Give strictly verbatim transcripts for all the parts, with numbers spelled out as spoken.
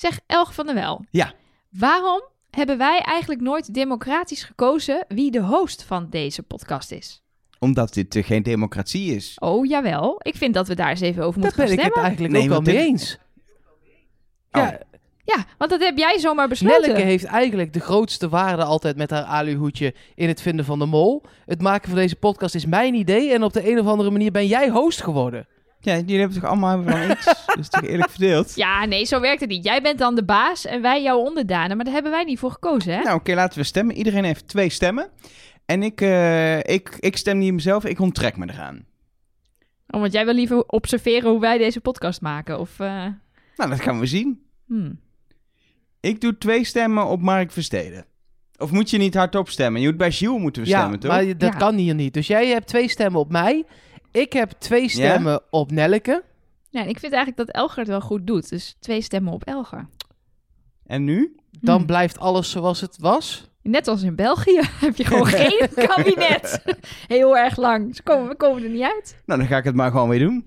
Zeg, Elge van der Wel. Ja. Waarom hebben wij eigenlijk nooit democratisch gekozen wie de host van deze podcast is? Omdat dit uh, geen democratie is. Oh, jawel. Ik vind dat we daar eens even over Daar moeten gaan ben ik stemmen. het eigenlijk Nee, ook wel want mee dit- eens. Oh. Ja, Ja, want dat heb jij zomaar besloten. Nelleke heeft eigenlijk de grootste waarde altijd met haar aluhoedje in het vinden van de mol. Het maken van deze podcast is mijn idee en op de een of andere manier ben jij host geworden. Ja, jullie hebben toch allemaal wel iets? Dus toch eerlijk verdeeld? Ja, nee, zo werkt het niet. Jij bent dan de baas en wij jouw onderdanen. Maar daar hebben wij niet voor gekozen, hè? Nou, oké, okay, laten we stemmen. Iedereen heeft twee stemmen. En ik, uh, ik, ik stem niet mezelf, ik onttrek me eraan. Oh, want jij wil liever observeren hoe wij deze podcast maken, of... Uh... Nou, dat gaan we zien. Hmm. Ik doe twee stemmen op Mark Versteden. Of moet je niet hardop stemmen? Je moet bij Gilles moeten we Ja, stemmen, toch? maar dat Ja. kan hier niet. Dus jij hebt twee stemmen op mij. Ik heb twee stemmen Ja? op Nelleke. Ja, en ik vind eigenlijk dat Elger het wel goed doet. Dus twee stemmen op Elger. En nu? Dan Hmm. blijft alles zoals het was. Net als in België heb je gewoon geen kabinet. Heel erg lang. Dus komen, we komen er niet uit. Nou, dan ga ik het maar gewoon weer doen.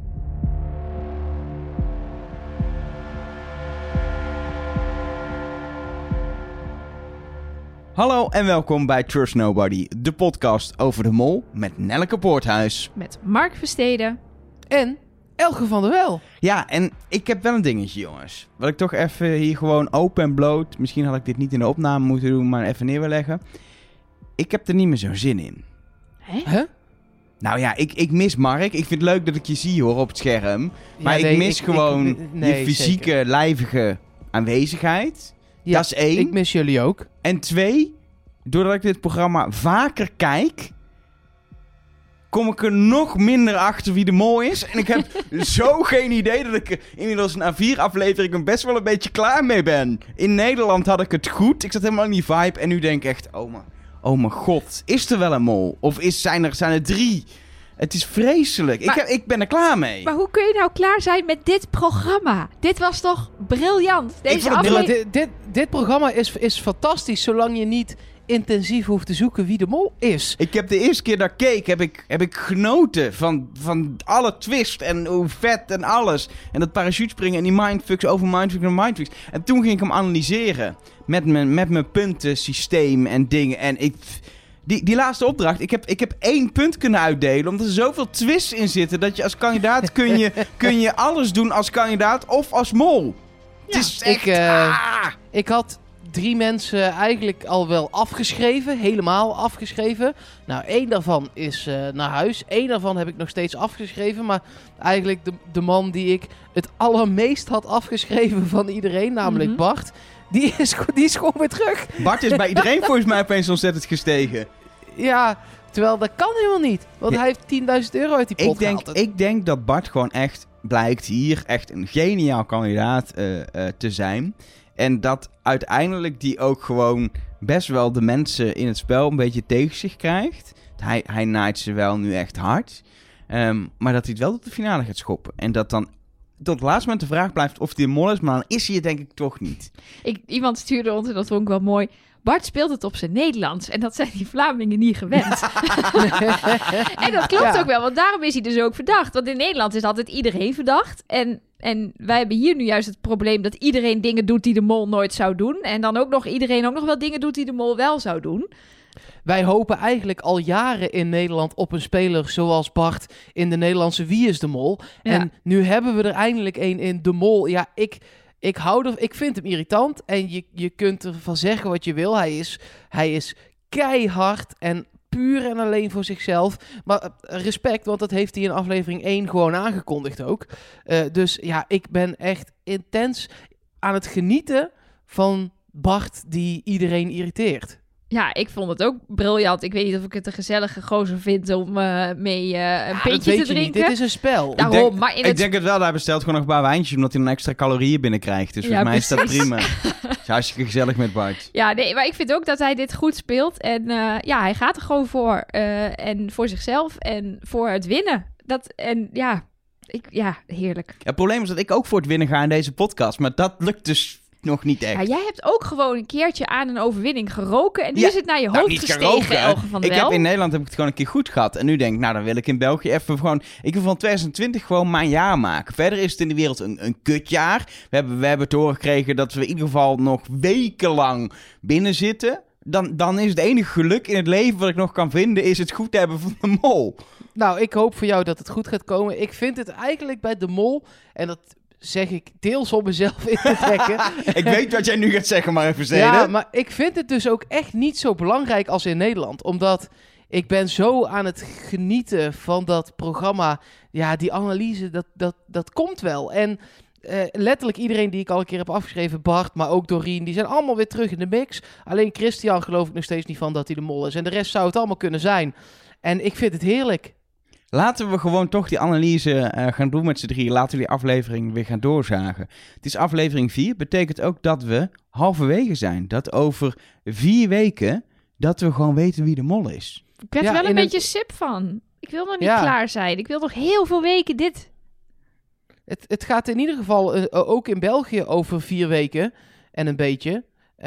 Hallo en welkom bij Trust Nobody, de podcast over de mol met Nelleke Poorthuis. Met Mark Versteden. En Elge van der Wel. Ja, en ik heb wel een dingetje, jongens. Wat ik toch even hier gewoon open en bloot... Misschien had ik dit niet in de opname moeten doen, maar even neer wil leggen. Ik heb er niet meer zo zin in. Hè? Huh? Nou ja, ik, ik mis Mark. Ik vind het leuk dat ik je zie, hoor, op het scherm. Maar Ja, nee, ik mis ik- gewoon ik- nee, je fysieke, zeker. lijvige aanwezigheid. Ja, Dat is één. Ik mis jullie ook. En twee, doordat ik dit programma vaker kijk... kom ik er nog minder achter wie de mol is. En ik heb zo geen idee dat ik er inmiddels na vier afleveringen best wel een beetje klaar mee ben. In Nederland had ik het goed. Ik zat helemaal in die vibe. En nu denk ik echt, oh mijn, oh mijn god, is er wel een mol? Of is, zijn, er, zijn er drie? Het is vreselijk. Maar- ik, heb, ik ben er klaar mee. Maar hoe kun je nou klaar zijn met dit programma? Dit was toch briljant? Deze vond het Nee, maar aflevering... dit, dit, dit programma is, is fantastisch, zolang je niet intensief hoeft te zoeken wie de mol is. Ik heb de eerste keer dat ik keek, heb ik, heb ik genoten van, van alle twist en hoe vet en alles. En dat parachutespringen en die mindfucks over mindfucks en mindfucks. En toen ging ik hem analyseren met mijn, met mijn puntensysteem en dingen. En ik, die, die laatste opdracht, ik heb, ik heb één punt kunnen uitdelen, omdat er zoveel twists in zitten, dat je als kandidaat kun je, kun je alles doen als kandidaat of als mol. Het is echt... Ik, eh, ah! Ik had drie mensen eigenlijk al wel afgeschreven, helemaal afgeschreven. Nou, één daarvan is uh, naar huis. Eén daarvan heb ik nog steeds afgeschreven. Maar eigenlijk de, de man die ik het allermeest had afgeschreven van iedereen, namelijk Mhm. Bart, die is, die is gewoon weer terug. Bart is bij iedereen volgens mij opeens ontzettend gestegen. Ja, terwijl dat kan helemaal niet. Want Ja. hij heeft tienduizend euro uit die pot Ik denk, gehaald. ik denk dat Bart gewoon echt blijkt hier echt een geniaal kandidaat uh, uh, te zijn. En dat uiteindelijk die ook gewoon best wel de mensen in het spel een beetje tegen zich krijgt. Hij, hij naait ze wel nu echt hard. Um, maar dat hij het wel tot de finale gaat schoppen. En dat dan tot het laatste moment de vraag blijft of hij een mol is. Maar dan is hij het denk ik toch niet. Ik, iemand stuurde ons, en dat vond ik wel mooi... Bart speelt het op zijn Nederlands. En dat zijn die Vlamingen niet gewend. En dat klopt Ja. ook wel, want daarom is hij dus ook verdacht. Want in Nederland is altijd iedereen verdacht. En, en wij hebben hier nu juist het probleem dat iedereen dingen doet die de mol nooit zou doen. En dan ook nog iedereen ook nog wel dingen doet die de mol wel zou doen. Wij hopen eigenlijk al jaren in Nederland op een speler zoals Bart in de Nederlandse Wie is de Mol. Ja. En nu hebben we er eindelijk een in de Mol. Ja, ik, ik, hou er, ik vind hem irritant en je, je kunt ervan zeggen wat je wil. Hij is, hij is keihard en puur en alleen voor zichzelf. Maar uh, respect, want dat heeft hij in aflevering één gewoon aangekondigd ook. Uh, dus ja, ik ben echt intens aan het genieten van Bart die iedereen irriteert. Ja, ik vond het ook briljant. Ik weet niet of ik het een gezellige gozer vind om uh, mee uh, een Ja, dat pintje weet te je niet. drinken. Dit is een spel. Daarom, Ik denk- maar in Ik het... denk het wel. Hij bestelt gewoon nog een paar wijntjes omdat hij dan extra calorieën binnenkrijgt. Dus Ja, volgens mij is dat precies. prima. Het is hartstikke gezellig met Bart. Ja, nee, maar ik vind ook dat hij dit goed speelt. En uh, ja, hij gaat er gewoon voor. Uh, en voor zichzelf en voor het winnen. Dat, en ja, ik, ja, heerlijk. Het probleem is dat ik ook voor het winnen ga in deze podcast. Maar dat lukt dus nog niet echt. Ja, jij hebt ook gewoon een keertje aan een overwinning geroken. En nu Ja, is het naar je nou, hoofd niet gestegen, geroken. Elge van der Ik heb Wel. in Nederland heb ik het gewoon een keer goed gehad. En nu denk ik, nou dan wil ik in België even gewoon... Ik wil van twintig twintig gewoon mijn jaar maken. Verder is het in de wereld een, een kutjaar. We hebben, we hebben te horen gekregen dat we in ieder geval nog wekenlang binnen zitten. Dan, dan is het enige geluk in het leven wat ik nog kan vinden... is het goed hebben van de mol. Nou, ik hoop voor jou dat het goed gaat komen. Ik vind het eigenlijk bij de mol... En dat zeg ik deels om mezelf in te trekken. Ik weet wat jij nu gaat zeggen, maar even zeggen. Ja, maar ik vind het dus ook echt niet zo belangrijk als in Nederland. Omdat ik ben zo aan het genieten van dat programma. Ja, die analyse, dat, dat, dat komt wel. En uh, letterlijk iedereen die ik al een keer heb afgeschreven, Bart, maar ook Doreen, die zijn allemaal weer terug in de mix. Alleen Christian geloof ik nog steeds niet van dat hij de mol is. En de rest zou het allemaal kunnen zijn. En ik vind het heerlijk. Laten we gewoon toch die analyse uh, gaan doen met z'n drieën. Laten we die aflevering weer gaan doorzagen. Het is aflevering vier. Betekent ook dat we halverwege zijn. Dat over vier weken dat we gewoon weten wie de mol is. Ik werd Ja, er wel een in een- beetje sip van. Ik wil nog niet Ja. klaar zijn. Ik wil nog heel veel weken dit. Het, het gaat in ieder geval uh, ook in België over vier weken en een beetje.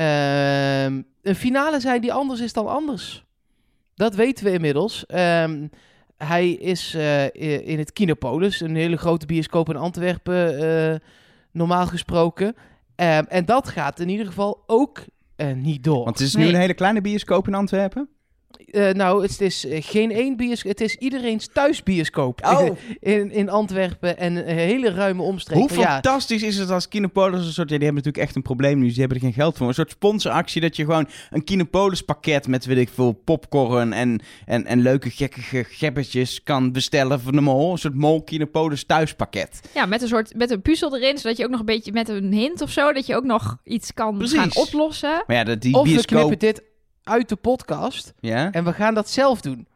Ehm, een finale zijn die anders is dan anders. Dat weten we inmiddels. Ehm, hij is uh, i- in het Kinopolis, een hele grote bioscoop in Antwerpen, uh, normaal gesproken. Ehm, en dat gaat in ieder geval ook uh, niet door. Want het is Nee. nu een hele kleine bioscoop in Antwerpen. Uh, nou, het is uh, geen één bioscoop. Het is iedereen's thuisbioscoop Oh. in, in Antwerpen en een hele ruime omstreek. Hoe Maar ja, fantastisch is het als Kinopolis een soort... Ja, die hebben natuurlijk echt een probleem nu. Dus die hebben er geen geld voor. Een soort sponsoractie dat je gewoon een Kinopolis pakket met, weet ik veel, popcorn en, en, en leuke gekkige gebbetjes kan bestellen van de mol. Een soort mol Kinopolis thuispakket. Ja, met een soort met een puzzel erin, zodat je ook nog een beetje met een hint of zo, dat je ook nog iets kan Precies. gaan oplossen. Maar ja, dat die of we bioscoop... knippen dit uit de podcast Ja? en we gaan dat zelf doen.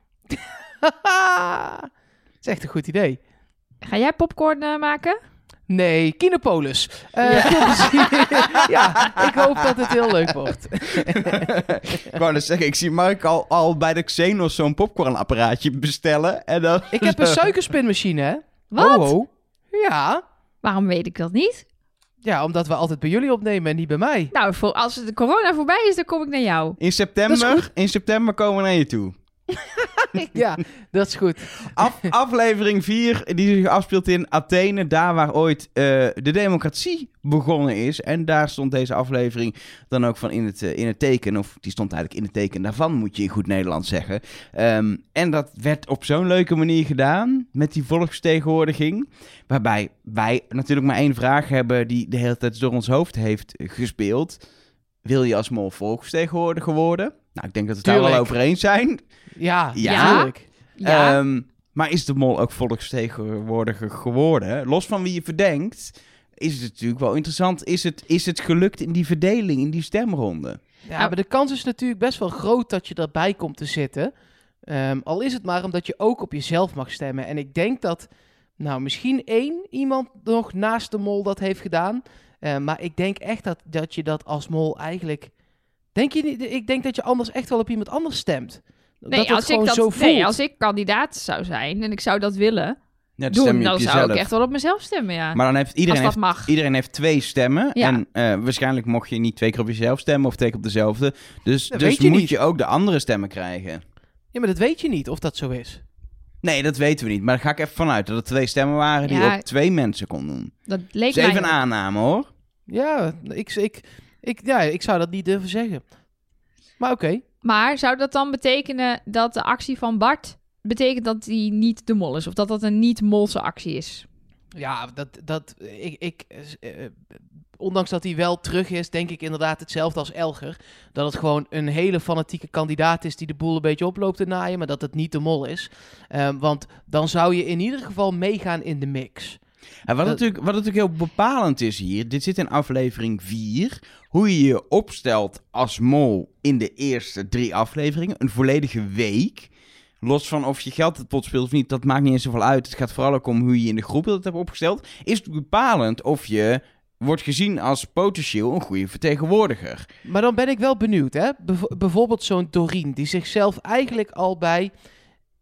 Dat is echt een goed idee. Ga jij popcorn eh, maken? Nee, Kinopolis. Eh, Ja. veel plezier. Ja, ik hoop dat het heel leuk wordt. Ik wou net zeggen, ik zie Mark al, al bij de Xenos zo'n popcornapparaatje bestellen. En dan... Ik heb een suikerspinmachine, hè? Wat? Ho, ho. Ja. Waarom weet ik dat niet? Ja, omdat we altijd bij jullie opnemen en niet bij mij. Nou, voor, als de corona voorbij is, dan kom ik naar jou. In Dat is september, goed. in september komen we naar je toe. Ja, dat is goed. Af, aflevering vier, die zich afspeelt in Athene, daar waar ooit uh, de democratie begonnen is. En daar stond deze aflevering dan ook van in het, uh, in het teken, of die stond eigenlijk in het teken daarvan, moet je in goed Nederlands zeggen. Um, en dat werd op zo'n leuke manier gedaan, met die volksvertegenwoordiging. Waarbij wij natuurlijk maar één vraag hebben die de hele tijd door ons hoofd heeft gespeeld. Wil je als mol volksvertegenwoordiger worden? Nou, ik denk dat we het daar Tuurlijk. wel over eens zijn. Ja, Ja. tuurlijk. Ja, Ehm, maar is de mol ook volksvertegenwoordiger geworden? Los van wie je verdenkt, is het natuurlijk wel interessant. Is het, is het gelukt in die verdeling, in die stemronde? Ja, maar de kans is natuurlijk best wel groot dat je erbij komt te zitten. Ehm, al is het maar omdat je ook op jezelf mag stemmen. En ik denk dat, nou, misschien één iemand nog naast de mol dat heeft gedaan. Ehm, maar ik denk echt dat, dat je dat als mol eigenlijk... Denk je niet? Ik denk dat je anders echt wel op iemand anders stemt. nee, dat het als gewoon ik dat, zo voelt. nee, als ik kandidaat zou zijn en ik zou dat willen Ja, dan stem doen, je dan op zou jezelf. ik echt wel op mezelf stemmen, ja. Maar dan heeft iedereen, als dat heeft, mag. iedereen heeft twee stemmen. Ja. En uh, waarschijnlijk mocht je niet twee keer op jezelf stemmen of twee keer op dezelfde. Dus, Dat dus weet je moet niet. je ook de andere stemmen krijgen. Ja, maar dat weet je niet of dat zo is. Nee, dat weten we niet. Maar daar ga ik even vanuit dat er twee stemmen waren die Ja. op twee mensen kon doen. Dat leek Dat is even mij... een aanname, hoor. Ja, ik, ik, ik, ja, ik zou dat niet durven zeggen. Maar oké. Maar zou dat dan betekenen dat de actie van Bart betekent dat hij niet de mol is? Of dat dat een niet-molse actie is? Ja, dat, dat, ik, ik, eh, ondanks dat hij wel terug is, denk ik inderdaad hetzelfde als Elger. Dat het gewoon een hele fanatieke kandidaat is die de boel een beetje oploopt te naaien, maar dat het niet de mol is. Um, want dan zou je in ieder geval meegaan in de mix. Ja, wat, Dat- natuurlijk, wat natuurlijk heel bepalend is hier, dit zit in aflevering vier, hoe je je opstelt als mol in de eerste drie afleveringen, een volledige week. Los van of je geld het pot speelt of niet, dat maakt niet eens zoveel uit. Het gaat vooral ook om hoe je in de groep dat hebt opgesteld. Is het bepalend of je wordt gezien als potentieel een goede vertegenwoordiger. Maar dan ben ik wel benieuwd, hè. Bev- bijvoorbeeld zo'n Doreen, die zichzelf eigenlijk al bij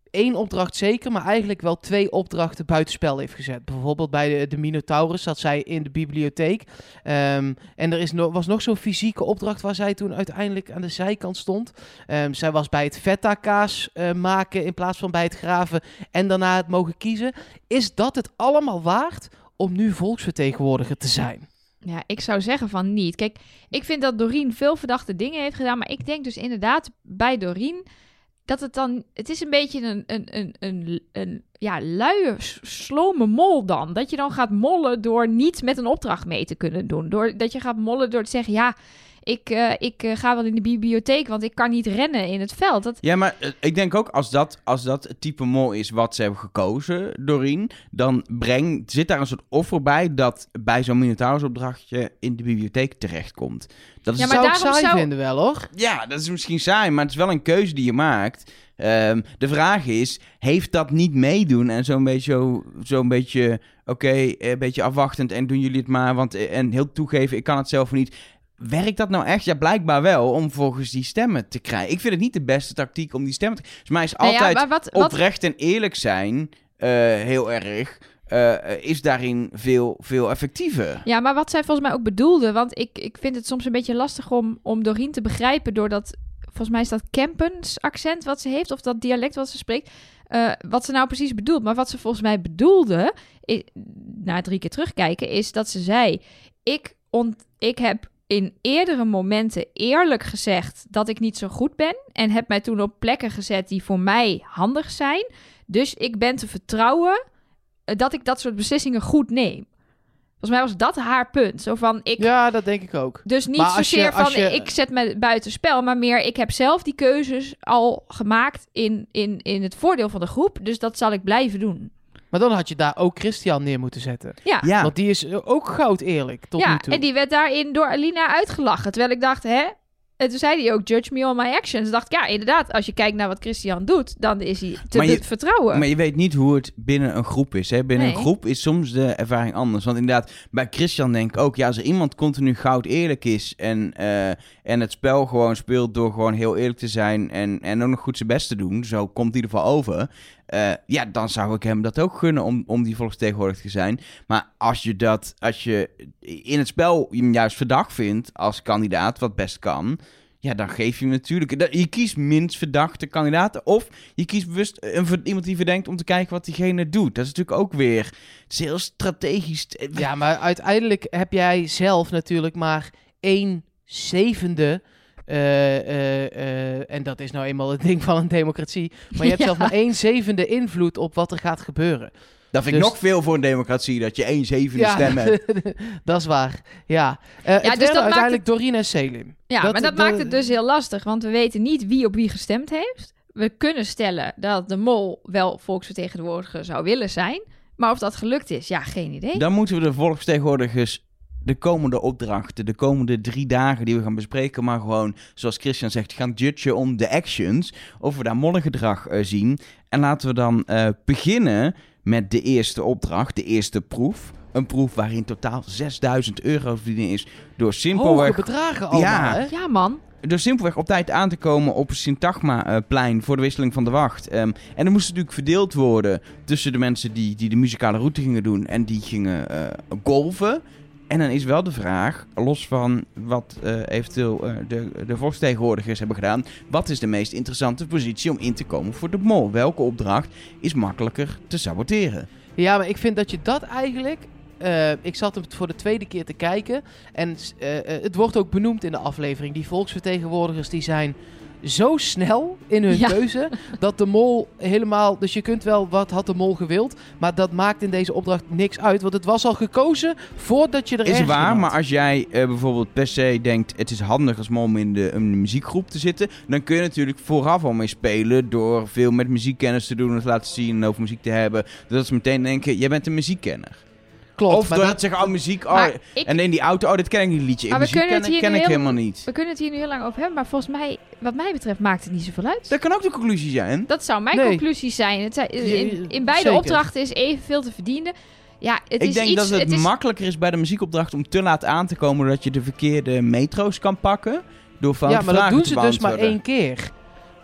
één opdracht zeker, maar eigenlijk wel twee opdrachten buitenspel heeft gezet. Bijvoorbeeld bij de, de Minotaurus zat zij in de bibliotheek. Um, en er is no- was nog zo'n fysieke opdracht waar zij toen uiteindelijk aan de zijkant stond. Um, zij was bij het feta-kaas uh, maken in plaats van bij het graven en daarna het mogen kiezen. Is dat het allemaal waard om nu volksvertegenwoordiger te zijn? Ja, ik zou zeggen van niet. Kijk, ik vind dat Doreen veel verdachte dingen heeft gedaan, maar ik denk dus inderdaad bij Doreen dat het dan... Het is een beetje een, een, een, een, een ja, luie, slome mol dan. Dat je dan gaat mollen door niet met een opdracht mee te kunnen doen. Door, dat je gaat mollen door te zeggen, ja, ik, uh, ik uh, ga wel in de bibliotheek, want ik kan niet rennen in het veld. Dat... Ja, maar uh, ik denk ook als dat, als dat het type mol is wat ze hebben gekozen, Doreen, dan breng, zit daar een soort offer bij dat bij zo'n Minotaurus-opdrachtje in de bibliotheek terechtkomt. Dat is Ja, maar zou ik daarom saai zou... vinden wel, hoor. Ja, dat is misschien saai, maar het is wel een keuze die je maakt. Um, de vraag is, heeft dat niet meedoen en zo'n beetje, zo, zo'n beetje oké, okay, een beetje afwachtend en doen jullie het maar, want en heel toegeven, ik kan het zelf niet. Werkt dat nou echt? Ja, blijkbaar wel, om volgens die stemmen te krijgen. Ik vind het niet de beste tactiek om die stemmen te krijgen. Dus mij is altijd nou ja, wat, wat... oprecht en eerlijk zijn uh, heel erg... Uh, is daarin veel, veel effectiever. Ja, maar wat zij volgens mij ook bedoelde, want ik, ik vind het soms een beetje lastig om, om Doreen te begrijpen doordat, volgens mij is dat Kempens accent wat ze heeft, of dat dialect wat ze spreekt, uh, wat ze nou precies bedoelt. Maar wat ze volgens mij bedoelde, is, na drie keer terugkijken, is dat ze zei, ik, ont, ik heb in eerdere momenten eerlijk gezegd dat ik niet zo goed ben en heb mij toen op plekken gezet die voor mij handig zijn. Dus ik ben te vertrouwen dat ik dat soort beslissingen goed neem. Volgens mij was dat haar punt. Zo van, ik... Ja, dat denk ik ook. Dus niet maar zozeer je, van, je... ik zet me buitenspel, maar meer, ik heb zelf die keuzes al gemaakt in, in, in het voordeel van de groep. Dus dat zal ik blijven doen. Maar dan had je daar ook Christian neer moeten zetten. Ja. ja. Want die is ook goud eerlijk, tot ja, nu toe. En die werd daarin door Alina uitgelachen. Terwijl ik dacht, hè... En toen zei hij ook, judge me on my actions. Toen dacht ik, ja, inderdaad, als je kijkt naar wat Christian doet, dan is hij te je, vertrouwen. Maar je weet niet hoe het binnen een groep is. Hè? Binnen nee. een groep is soms de ervaring anders. Want inderdaad, bij Christian denk ik ook, ja, als er iemand continu goud eerlijk is en, uh, en het spel gewoon speelt door gewoon heel eerlijk te zijn en, en ook nog goed zijn best te doen, zo komt hij in ieder geval over. Uh, ja, dan zou ik hem dat ook gunnen om, om die volksvertegenwoordiger te zijn. Maar als je dat, als je in het spel hem juist verdacht vindt als kandidaat, wat best kan, ja, dan geef je hem natuurlijk... Je kiest minst verdachte kandidaten of je kiest bewust een, iemand die verdenkt om te kijken wat diegene doet. Dat is natuurlijk ook weer... Het is heel strategisch. Ja, maar uiteindelijk heb jij zelf natuurlijk maar één zevende... Uh, uh, uh, en dat is nou eenmaal het ding van een democratie. Maar je hebt ja. zelf maar één zevende invloed op wat er gaat gebeuren. Dat vind dus... ik nog veel voor een democratie, dat je één zevende ja, stem hebt. Dat is waar, ja. Uh, ja het dus dat uiteindelijk het... Doreen en Selim. Ja, dat, maar dat de... maakt het dus heel lastig, want we weten niet wie op wie gestemd heeft. We kunnen stellen dat de mol wel volksvertegenwoordiger zou willen zijn. Maar of dat gelukt is, ja, geen idee. Dan moeten we de volksvertegenwoordigers de komende opdrachten, de komende drie dagen die we gaan bespreken, maar gewoon, zoals Christian zegt, gaan judgen om de actions, of we daar mollengedrag uh, zien. En laten we dan uh, beginnen met de eerste opdracht, de eerste proef. Een proef waarin totaal zesduizend euro verdienen is door simpelweg... Hoge bedragen allemaal, ja, hè? Ja, man. Door simpelweg op tijd aan te komen op het Syntagma-plein uh, voor de wisseling van de wacht. Um, en er moest natuurlijk verdeeld worden tussen de mensen die, die de muzikale route gingen doen en die gingen uh, golven. En dan is wel de vraag, los van wat uh, eventueel uh, de, de volksvertegenwoordigers hebben gedaan, wat is de meest interessante positie om in te komen voor de mol? Welke opdracht is makkelijker te saboteren? Ja, maar ik vind dat je dat eigenlijk... Uh, ik zat hem voor de tweede keer te kijken. En uh, uh, het wordt ook benoemd in de aflevering. Die volksvertegenwoordigers die zijn zo snel in hun ja. keuze, dat de mol helemaal... Dus je kunt wel, wat had de mol gewild, maar dat maakt in deze opdracht niks uit. Want het was al gekozen voordat je er is ergens waar, in maar als jij uh, bijvoorbeeld per se denkt, het is handig als mol om in de, in de muziekgroep te zitten, dan kun je natuurlijk vooraf al mee spelen door veel met muziekkennis te doen en te laten zien en over muziek te hebben. Dat ze meteen denken, jij bent een muziekkenner. Klopt. Of maar door dat te zeggen, oh muziek, oh, ik... en in die auto, oh, dit ken ik niet, liedje. Maar muziek ken, ken ik heel, helemaal niet. We kunnen het hier nu heel lang over hebben, maar volgens mij, wat mij betreft, maakt het niet zoveel uit. Dat kan ook de conclusie zijn. Dat zou mijn nee. conclusie zijn. Het zijn in, in beide Zeker. opdrachten is evenveel te verdienen. Ja, het ik is denk iets, dat het, het is... makkelijker is bij de muziekopdracht om te laat aan te komen dat je de verkeerde metro's kan pakken. Door van ja, maar dat doen ze dus maar één één keer.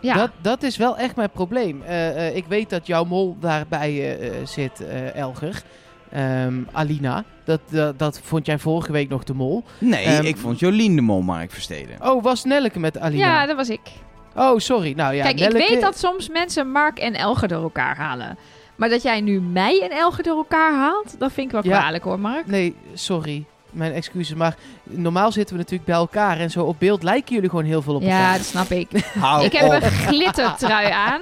Ja, Dat, dat is wel echt mijn probleem. Uh, uh, ik weet dat jouw mol daarbij uh, zit, uh, Elger. Um, Alina. Dat, dat, dat vond jij vorige week nog de mol. Nee, Um, ik vond Jolien de mol, Mark Versteden. Oh, was Nelleke met Alina? ja, dat was ik. Oh, sorry. Nou ja, Kijk, Nelleke... ik weet dat soms mensen Mark en Elger door elkaar halen. Maar dat jij nu mij en Elger door elkaar haalt, dat vind ik wel Ja. kwalijk hoor, Mark. Nee, sorry. Mijn excuses. Maar normaal zitten we natuurlijk bij elkaar. En zo op beeld lijken jullie gewoon heel veel op Ja, elkaar. dat snap ik. Hou Ik heb op. een glittertrui aan.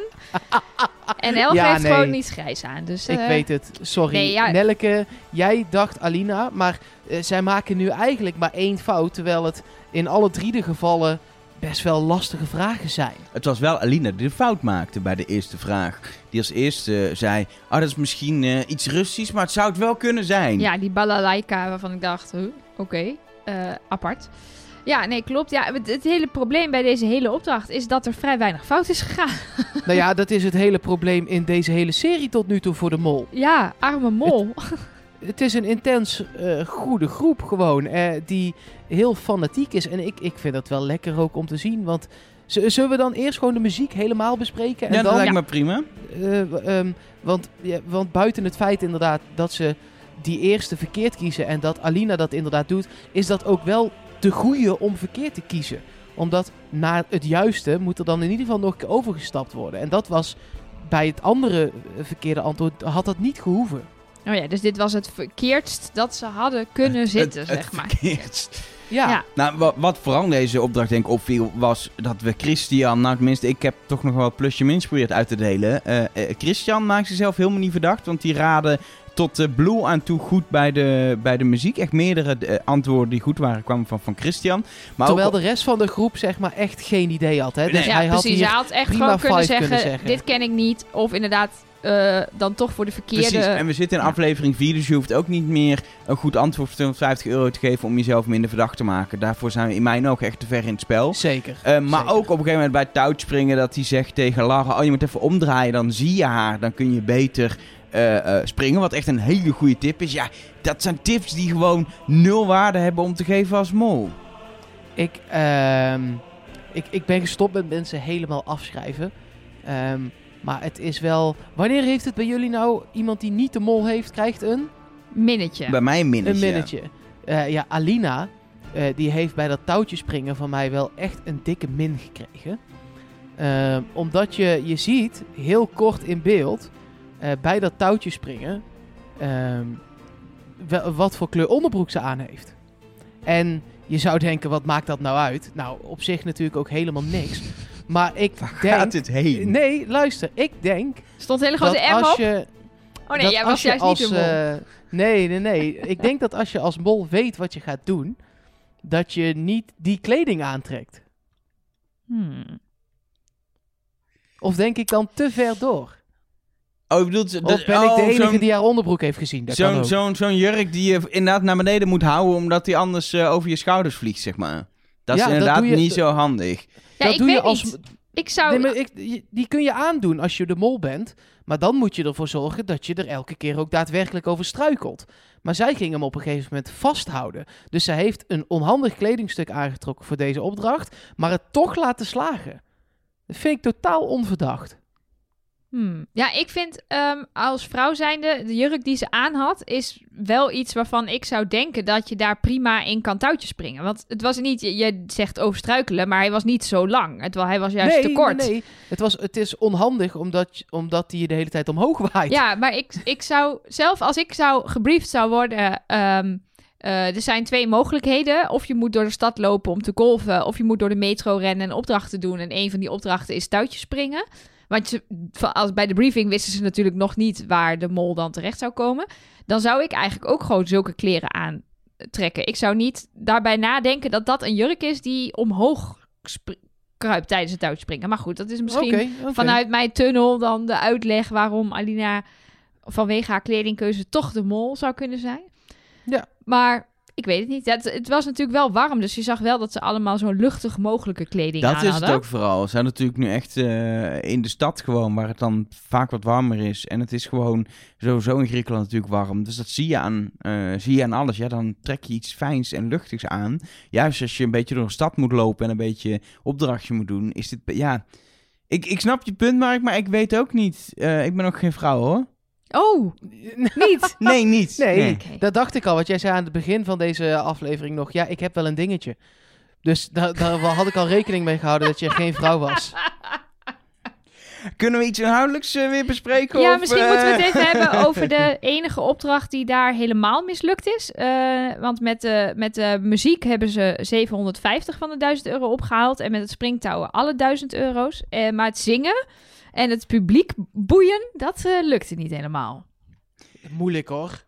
En Elger Ja, heeft nee. gewoon niet grijs aan. Dus, Ik eh, weet het. Sorry. nee, ja. Nelleke, jij dacht Alina. Maar uh, zij maken nu eigenlijk maar één fout. Terwijl het in alle drie de gevallen best wel lastige vragen zijn. Het was wel Alina die de fout maakte bij de eerste vraag. Die als eerste zei, oh, dat is misschien uh, iets Russisch, maar het zou het wel kunnen zijn. Ja, die balalaika waarvan ik dacht, huh, oké, okay, uh, apart. Ja, nee, klopt. Ja, het, het hele probleem bij deze hele opdracht is dat er vrij weinig fout is gegaan. Nou ja, dat is het hele probleem in deze hele serie tot nu toe voor de mol. Ja, arme mol. Het, het is een intens uh, goede groep gewoon, uh, die heel fanatiek is. En ik, ik vind dat wel lekker ook om te zien, want... z- Zullen we dan eerst gewoon de muziek helemaal bespreken? En Ja, dat dan, lijkt me prima. uh, um, want, ja, want buiten het feit inderdaad dat ze die eerste verkeerd kiezen en dat Alina dat inderdaad doet, is dat ook wel de goede om verkeerd te kiezen. Omdat naar het juiste moet er dan in ieder geval nog een keer overgestapt worden. En dat was bij het andere verkeerde antwoord, had dat niet gehoeven. Oh ja, dus dit was het verkeerdst dat ze hadden kunnen zitten, het, zeg het maar. verkeerdst. Ja, Ja. Nou, wat, wat vooral deze opdracht denk ik opviel, was dat we Christian, nou tenminste, ik heb toch nog wel het plusje minus geprobeerd uit te delen. Uh, uh, Christian maakt zichzelf helemaal niet verdacht, want die raadde tot uh, Blue aan toe goed bij de, bij de muziek. Echt meerdere uh, antwoorden die goed waren kwamen van, van Christian. Maar terwijl ook, de rest van de groep zeg maar echt geen idee had. Hè? Dus Nee. Ja, hij had precies. hier Hij had echt prima gewoon kunnen five zeggen, kunnen zeggen. dit ken ik niet. Of inderdaad uh, dan toch voor de verkeerde... precies, en we zitten in Ja. aflevering vier, dus je hoeft ook niet meer een goed antwoord voor tweehonderdvijftig euro te geven om jezelf minder verdacht te maken. Daarvoor zijn we in mijn ogen echt te ver in het spel. Zeker. Uh, maar Zeker. ook op een gegeven moment bij het touwspringen dat hij zegt tegen Lara, oh je moet even omdraaien, dan zie je haar, dan kun je beter uh, uh, springen. Wat echt een hele goede tip is. Ja, dat zijn tips die gewoon nul waarde hebben om te geven als mol. Ik, um, ik, ik ben gestopt met mensen helemaal afschrijven. Um, maar het is wel... Wanneer heeft het bij jullie nou iemand die niet de mol heeft, krijgt een... Minnetje. Bij mij een minnetje. Een minnetje. Uh, ja, Alina, uh, die heeft bij dat touwtje springen van mij wel echt een dikke min gekregen. Uh, omdat je, je ziet, heel kort in beeld, uh, bij dat touwtje springen, uh, wel, wat voor kleur onderbroek ze aan heeft. En je zou denken, wat maakt dat nou uit? Nou, op zich natuurlijk ook helemaal niks. Maar ik Waar denk... gaat dit heen? Nee, luister. Ik denk Stond een hele grote dat M als op. je... Oh nee, dat jij als was je juist als, niet de mol. uh, nee, nee, nee. Ik denk dat als je als mol weet wat je gaat doen, dat je niet die kleding aantrekt. Hmm. Of denk ik dan te ver door? Oh, je bedoelt... Of ben oh, ik de enige zo'n- die haar onderbroek heeft gezien? Dat kan Zo'n ook. zo'n zo'n jurk die je inderdaad naar beneden moet houden, omdat die anders uh, over je schouders vliegt, zeg maar. Dat Ja, is dat inderdaad doe je- niet zo handig. Ja, dat ik doe je weet als... niet. Ik zou... Nee, maar ik, je- die kun je aandoen als je de mol bent. Maar dan moet je ervoor zorgen dat je er elke keer ook daadwerkelijk over struikelt. Maar zij ging hem op een gegeven moment vasthouden. Dus zij heeft een onhandig kledingstuk aangetrokken voor deze opdracht. Maar het toch laten slagen. Dat vind ik totaal onverdacht. Hmm. Ja, ik vind um, als vrouw zijnde, de jurk die ze aan had, is wel iets waarvan ik zou denken dat je daar prima in kan touwtjes springen. Want het was niet, je, je zegt overstruikelen, maar hij was niet zo lang. Het, hij was juist nee, te kort. Nee, nee. Het, was, het is onhandig omdat, je- omdat hij je de hele tijd omhoog waait. Ja, maar ik, ik zou zelf, als ik zou gebriefd zou worden, um, uh, er zijn twee mogelijkheden. Of je moet door de stad lopen om te golfen, of je moet door de metro rennen en opdrachten doen. En een van die opdrachten is touwtjes springen. Want je, als, bij de briefing wisten ze natuurlijk nog niet waar de mol dan terecht zou komen. Dan zou ik eigenlijk ook gewoon zulke kleren aantrekken. Ik zou niet daarbij nadenken dat dat een jurk is die omhoog spri- kruipt tijdens het touwspringen. Maar goed, dat is misschien Oké, oké. vanuit mijn tunnel dan de uitleg waarom Alina vanwege haar kledingkeuze toch de mol zou kunnen zijn. Ja. Maar ik weet het niet. Het, het was natuurlijk wel warm, dus je zag wel dat ze allemaal zo luchtig mogelijke kleding aan Dat is hadden. het ook vooral. Ze zijn natuurlijk nu echt uh, in de stad gewoon, waar het dan vaak wat warmer is. En het is gewoon sowieso in Griekenland natuurlijk warm. Dus dat zie je aan, uh, zie je aan alles. Ja, dan trek je iets fijns en luchtigs aan. Juist als je een beetje door de stad moet lopen en een beetje opdrachtje moet doen, is dit... Ja, Ik, ik snap je punt, Mark, maar ik weet ook niet. Uh, ik ben ook geen vrouw, hoor. Oh, niet? Nee, niet. Nee, nee. Okay. Dat dacht ik al. Want jij zei aan het begin van deze aflevering nog... Ja, ik heb wel een dingetje. Dus daar, daar had ik al rekening mee gehouden dat je geen vrouw was. Kunnen we iets inhoudelijks uh, weer bespreken? Ja, of, misschien uh... moeten we het even hebben over de enige opdracht die daar helemaal mislukt is. Uh, want met de, met de muziek hebben ze zevenhonderdvijftig van de duizend euro opgehaald. En met het springtouwen alle duizend euro's. Uh, maar het zingen en het publiek boeien, dat uh, lukte niet helemaal. Moeilijk hoor.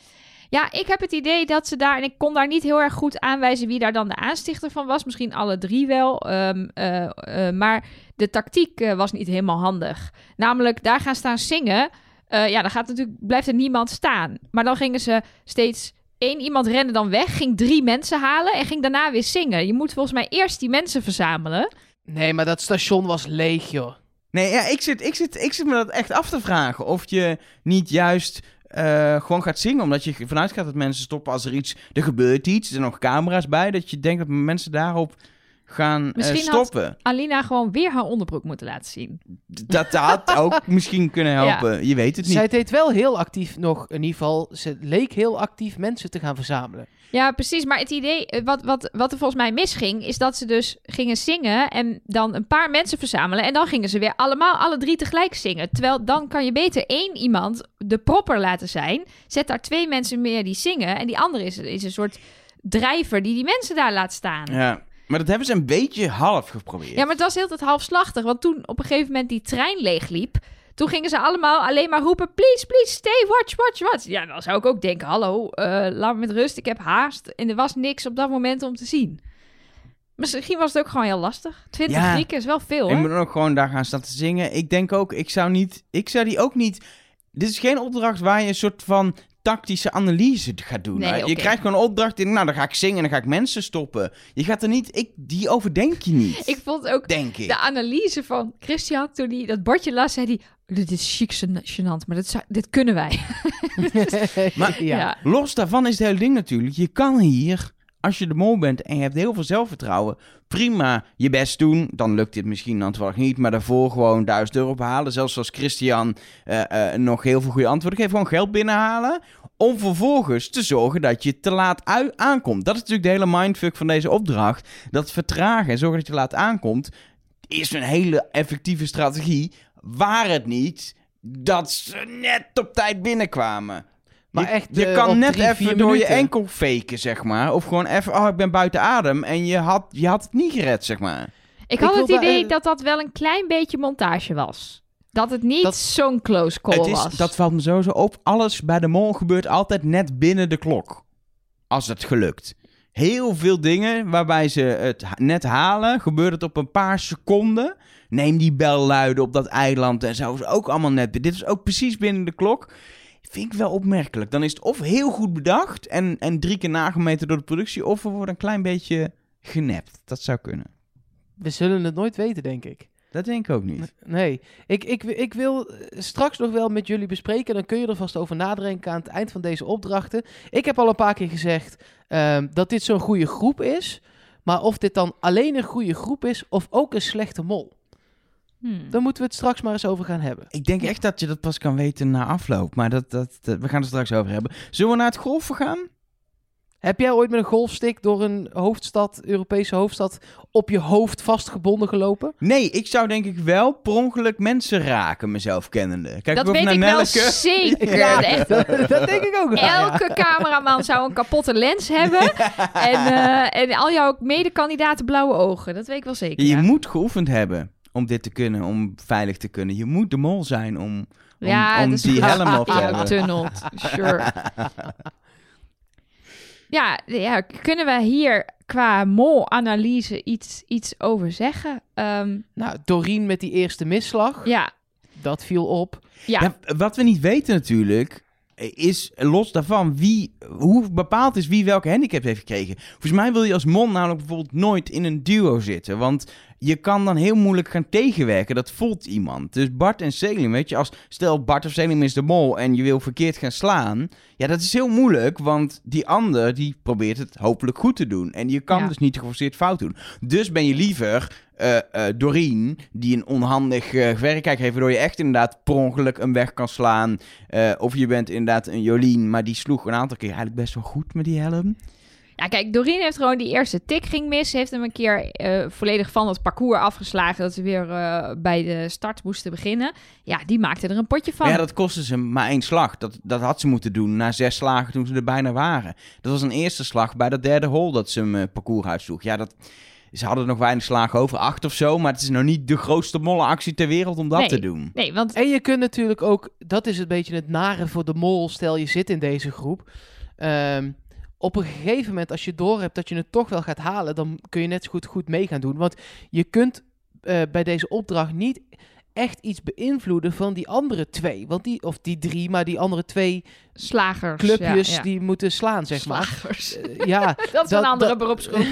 Ja, ik heb het idee dat ze daar... En ik kon daar niet heel erg goed aanwijzen wie daar dan de aanstichter van was. Misschien alle drie wel. Um, uh, uh, maar de tactiek uh, was niet helemaal handig. Namelijk, daar gaan staan zingen. Uh, ja, dan gaat natuurlijk, blijft er niemand staan. Maar dan gingen ze steeds... één iemand rende dan weg, ging drie mensen halen... en ging daarna weer zingen. Je moet volgens mij eerst die mensen verzamelen. Nee, maar dat station was leeg, joh. Nee, ja, ik zit, ik, zit, ik zit me dat echt af te vragen. Of je niet juist... Uh, gewoon gaat zingen, omdat je vanuit gaat dat mensen stoppen als er iets... Er gebeurt iets, er zijn nog camera's bij... dat je denkt dat mensen daarop gaan uh, stoppen. Had Alina gewoon weer haar onderbroek moeten laten zien. Dat had ook misschien kunnen helpen. Ja. Je weet het niet. Zij deed wel heel actief nog, in ieder geval... Ze leek heel actief mensen te gaan verzamelen. Ja, precies. Maar het idee, wat, wat, wat er volgens mij misging... is dat ze dus gingen zingen... en dan een paar mensen verzamelen... en dan gingen ze weer allemaal, alle drie tegelijk zingen. Terwijl dan kan je beter één iemand de propper laten zijn. Zet daar twee mensen meer die zingen... en die andere is, is een soort drijver die die mensen daar laat staan. Ja, maar dat hebben ze een beetje half geprobeerd. Ja, maar het was heel tijd halfslachtig. Want toen op een gegeven moment die trein leegliep... toen gingen ze allemaal alleen maar roepen... please, please, stay, watch, watch, watch. Ja, dan zou ik ook denken... hallo, uh, laat me met rust, ik heb haast. En er was niks op dat moment om te zien. Misschien was het ook gewoon heel lastig. twintig ja, Grieken is wel veel, je hoor. moet ook gewoon daar gaan staan te zingen. Ik denk ook, ik zou niet... Ik zou die ook niet... Dit is geen opdracht waar je een soort van... tactische analyse gaat doen. Nee, je okay. krijgt gewoon een opdracht in, nou, dan ga ik zingen en dan ga ik mensen stoppen. Je gaat er niet, ik, die overdenk je niet. Ik vond ook denk ik. de analyse van Christian, toen hij dat bordje las, zei hij, dit is chic gênant, maar dit, zou, dit kunnen wij. Maar ja. ja. los daarvan is het hele ding natuurlijk, je kan hier, als je de mol bent en je hebt heel veel zelfvertrouwen, prima je best doen. Dan lukt dit misschien dan toevallig niet, maar daarvoor gewoon duizend euro ophalen. Zelfs zoals Christian uh, uh, nog heel veel goede antwoorden geeft. Gewoon geld binnenhalen. Om vervolgens te zorgen dat je te laat u- aankomt. Dat is natuurlijk de hele mindfuck van deze opdracht. Dat vertragen en zorgen dat je laat aankomt, is een hele effectieve strategie. Waar het niet dat ze net op tijd binnenkwamen. Maar je, echt, je uh, kan net drie, even door minuten. je enkel faken, zeg maar. Of gewoon even, oh, ik ben buiten adem. En je had, je had het niet gered, zeg maar. Ik had Ik het wil idee daar- dat dat wel een klein beetje montage was. Dat het niet Dat- zo'n close call Het is, was. dat valt me sowieso op. Alles bij de mol gebeurt altijd net binnen de klok. Als het gelukt. Heel veel dingen waarbij ze het ha- net halen, gebeurt het op een paar seconden. Neem die bel luiden op dat eiland en zo. Is ook allemaal net. Dit is ook precies binnen de klok. Vind ik wel opmerkelijk. Dan is het of heel goed bedacht en, en drie keer nagemeten door de productie, of we worden een klein beetje genept. Dat zou kunnen. We zullen het nooit weten, denk ik. Dat denk ik ook niet. Nee, ik, ik, ik wil straks nog wel met jullie bespreken. Dan kun je er vast over nadenken aan het eind van deze opdrachten. Ik heb al een paar keer gezegd um, dat dit zo'n goede groep is. Maar of dit dan alleen een goede groep is of ook een slechte mol. Hmm. Daar moeten we het straks maar eens over gaan hebben. Ik denk echt dat je dat pas kan weten na afloop. Maar dat, dat, dat, we gaan het straks over hebben. Zullen we naar het golfen gaan? Heb jij ooit met een golfstick door een hoofdstad, Europese hoofdstad, op je hoofd vastgebonden gelopen? Nee, ik zou denk ik wel per ongeluk mensen raken, mezelf kennende. Kijk Dat even weet naar ik wel Nelleke. zeker. Ja, echt. Dat denk ik ook wel. ja. Elke cameraman zou een kapotte lens hebben. En, uh, en al jouw medekandidaten blauwe ogen. Dat weet ik wel zeker. Je ja. moet geoefend hebben om dit te kunnen, om veilig te kunnen. Je moet de mol zijn om, om, Ja, om dat is die goed. helm op te Ja, hebben. tunnelt. Sure. Ja, ja, kunnen we hier qua mol-analyse iets, iets over zeggen? Um, Nou, Doreen met die eerste misslag, ja, dat viel op. ja. Ja, wat we niet weten natuurlijk, is los daarvan wie, hoe bepaald is wie welke handicap heeft gekregen. Volgens mij wil je als mol namelijk bijvoorbeeld nooit in een duo zitten, want je kan dan heel moeilijk gaan tegenwerken. Dat voelt iemand. Dus Bart en Selim, weet je, als stel Bart of Selim is de mol en je wil verkeerd gaan slaan, ja, dat is heel moeilijk, want die ander die probeert het hopelijk goed te doen en je kan Ja. dus niet geforceerd fout doen. Dus ben je liever uh, uh, Doreen, die een onhandig uh, verrekijker heeft, waardoor je echt inderdaad per ongeluk een weg kan slaan. Uh, of je bent inderdaad een Jolien, maar die sloeg een aantal keer eigenlijk best wel goed met die helm. Ja, kijk, Doreen heeft gewoon die eerste tik ging mis. Ze heeft hem een keer uh, volledig van het parcours afgeslagen, dat ze weer uh, bij de start moesten beginnen. Ja, die maakte er een potje van. Maar ja, dat kostte ze maar één slag. Dat, dat had ze moeten doen na zes slagen toen ze er bijna waren. Dat was een eerste slag bij dat derde hole dat ze hem uh, parcours uitsloeg. Ja, dat... Ze hadden nog weinig slagen over, acht of zo. Maar het is nou niet de grootste mollenactie ter wereld om dat nee, te doen. Nee, want... En je kunt natuurlijk ook... Dat is een beetje het nare voor de mol. Stel je zit in deze groep. Um, op een gegeven moment, als je doorhebt dat je het toch wel gaat halen, dan kun je net zo goed goed mee gaan doen. Want je kunt uh, bij deze opdracht niet echt iets beïnvloeden van die andere twee. Want die, of die drie, maar die andere twee slagers, clubjes ja, ja. die moeten slaan, zeg slagers. maar. Uh, ja, dat is een andere dat, beroepsgroep.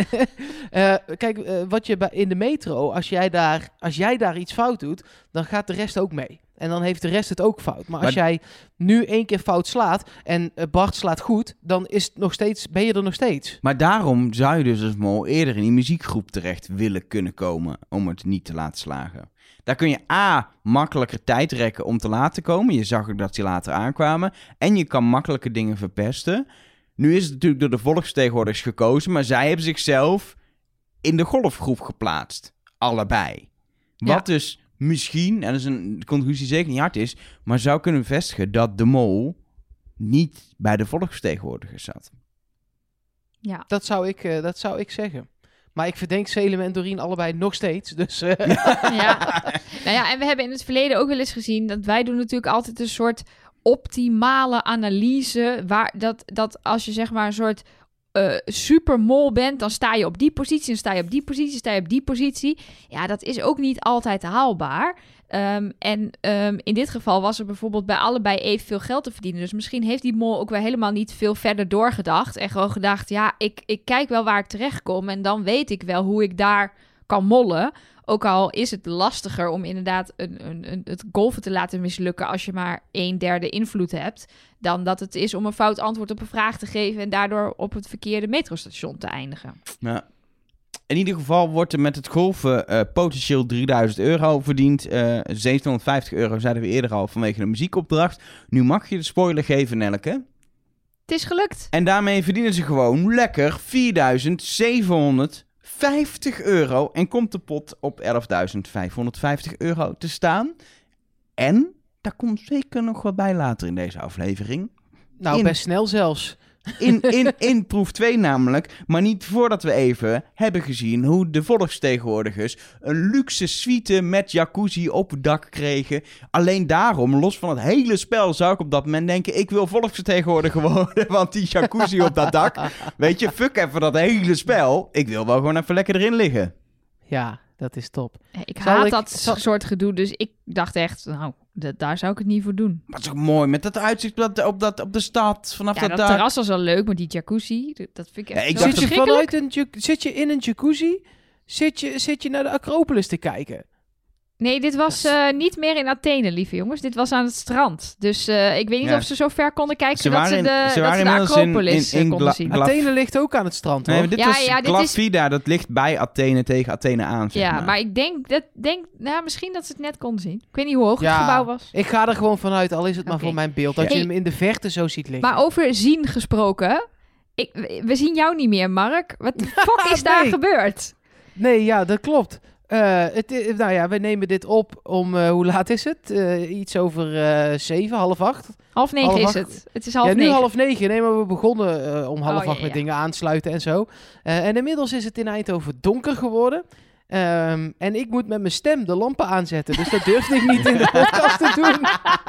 uh, kijk, uh, wat je bij, in de metro, als jij, daar, als jij daar iets fout doet, dan gaat de rest ook mee. En dan heeft de rest het ook fout. Maar als maar... jij nu één keer fout slaat en uh, Bart slaat goed, dan is het nog steeds, ben je er nog steeds. Maar daarom zou je dus als mol eerder in die muziekgroep terecht willen kunnen komen om het niet te laten slagen. Daar kun je A, makkelijker tijd rekken om te laten komen. Je zag ook dat ze later aankwamen. En je kan makkelijke dingen verpesten. Nu is het natuurlijk door de volksvertegenwoordigers gekozen, maar zij hebben zichzelf in de golfgroep geplaatst. Allebei. Wat ja. dus misschien, en dat is een conclusie zeker niet hard is, maar zou kunnen bevestigen dat de mol niet bij de volksvertegenwoordigers zat. Ja. Dat zou ik, uh, dat zou ik zeggen. Maar ik verdenk Salem en Doreen allebei nog steeds. Dus, uh... ja. Nou ja, en we hebben in het verleden ook wel eens gezien dat wij doen natuurlijk altijd een soort optimale analyse. Waar dat, dat als je zeg maar een soort uh, supermol bent, dan sta je op die positie, dan sta je op die positie, sta je op die positie. Ja, dat is ook niet altijd haalbaar. Um, en um, in dit geval was er bijvoorbeeld bij allebei evenveel geld te verdienen. Dus misschien heeft die mol ook wel helemaal niet veel verder doorgedacht. En gewoon gedacht, ja, ik, ik kijk wel waar ik terecht kom. En dan weet ik wel hoe ik daar kan mollen. Ook al is het lastiger om inderdaad een, een, een, het golfen te laten mislukken als je maar een derde invloed hebt, dan dat het is om een fout antwoord op een vraag te geven en daardoor op het verkeerde metrostation te eindigen. Ja. In ieder geval wordt er met het golfen uh, potentieel drieduizend euro verdiend. Uh, zevenhonderdvijftig euro zeiden we eerder al vanwege de muziekopdracht. Nu mag je de spoiler geven, Nelleke. Het is gelukt. En daarmee verdienen ze gewoon lekker vierduizend zevenhonderdvijftig euro. En komt de pot op elfduizend vijfhonderdvijftig euro te staan. En daar komt zeker nog wat bij later in deze aflevering. Nou, in... best snel zelfs. In, in, in proef twee namelijk, maar niet voordat we even hebben gezien hoe de volksvertegenwoordigers een luxe suite met jacuzzi op het dak kregen. Alleen daarom, los van het hele spel, zou ik op dat moment denken, ik wil volksvertegenwoordiger worden, want die jacuzzi op dat dak, weet je, fuck even dat hele spel. Ik wil wel gewoon even lekker erin liggen. Ja, dat is top. Ik zal haat ik, dat zal... soort gedoe, dus ik dacht echt, nou, d- daar zou ik het niet voor doen. Maar het is ook mooi, met dat uitzicht op, dat, op, dat, op de stad, vanaf ja, dat dat dak. terras was al leuk, maar die jacuzzi, dat vind ik echt ja, ik zo dacht zit, je vanuit een, zit je in een jacuzzi? Zit je, zit je naar de Acropolis te kijken? Nee, dit was uh, niet meer in Athene, lieve jongens. Dit was aan het strand. Dus uh, ik weet niet ja. of ze zo ver konden kijken ze dat, ze in, de, ze dat ze de Acropolis in, in, in konden gla- zien. gla- Athene ligt ook aan het strand, hoor. Nee, dit ja, was ja, dit Glavida, is... dat ligt bij Athene tegen Athene aan, zeg Ja, maar. maar ik denk, dat, denk nou, misschien dat ze het net konden zien. Ik weet niet hoe hoog ja, het gebouw was. Ik ga er gewoon vanuit, al is het maar okay. voor mijn beeld. Dat hey. je hem in de verte zo ziet liggen. Maar over zien gesproken. Ik, we zien jou niet meer, Mark. Wat de fuck is daar nee. gebeurd? Nee, ja, dat klopt. Uh, het, nou ja, we nemen dit op om, uh, hoe laat is het? Uh, iets over uh, zeven, half acht? Half negen half is acht. het. Het is half ja, nu negen. half negen. Nee, maar we begonnen uh, om half oh, acht ja, met ja. dingen aansluiten en zo. Uh, en inmiddels is het in Eindhoven donker geworden. Um, en ik moet met mijn stem de lampen aanzetten. Dus dat durfde ik niet in de podcast te doen.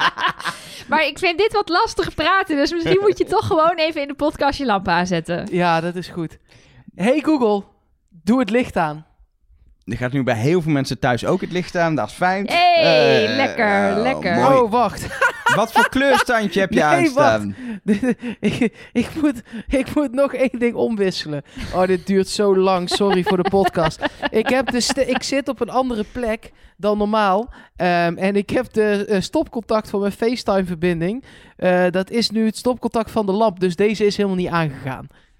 Maar ik vind dit wat lastig praten. Dus misschien moet je toch gewoon even in de podcast je lampen aanzetten. Ja, dat is goed. Hey Google, doe het licht aan. Er gaat nu bij heel veel mensen thuis ook het licht aan. Dat is fijn. Hey, uh, lekker, oh, lekker. Mooi. Oh, wacht. Wat voor kleurstandje heb je nee, aanstaan? ik, ik, moet, ik moet nog één ding omwisselen. Oh, dit duurt zo lang. Sorry voor de podcast. Ik, heb de st- ik zit op een andere plek dan normaal. Um, en ik heb de uh, stopcontact van mijn FaceTime-verbinding. Uh, dat is nu het stopcontact van de lamp. Dus deze is helemaal niet aangegaan.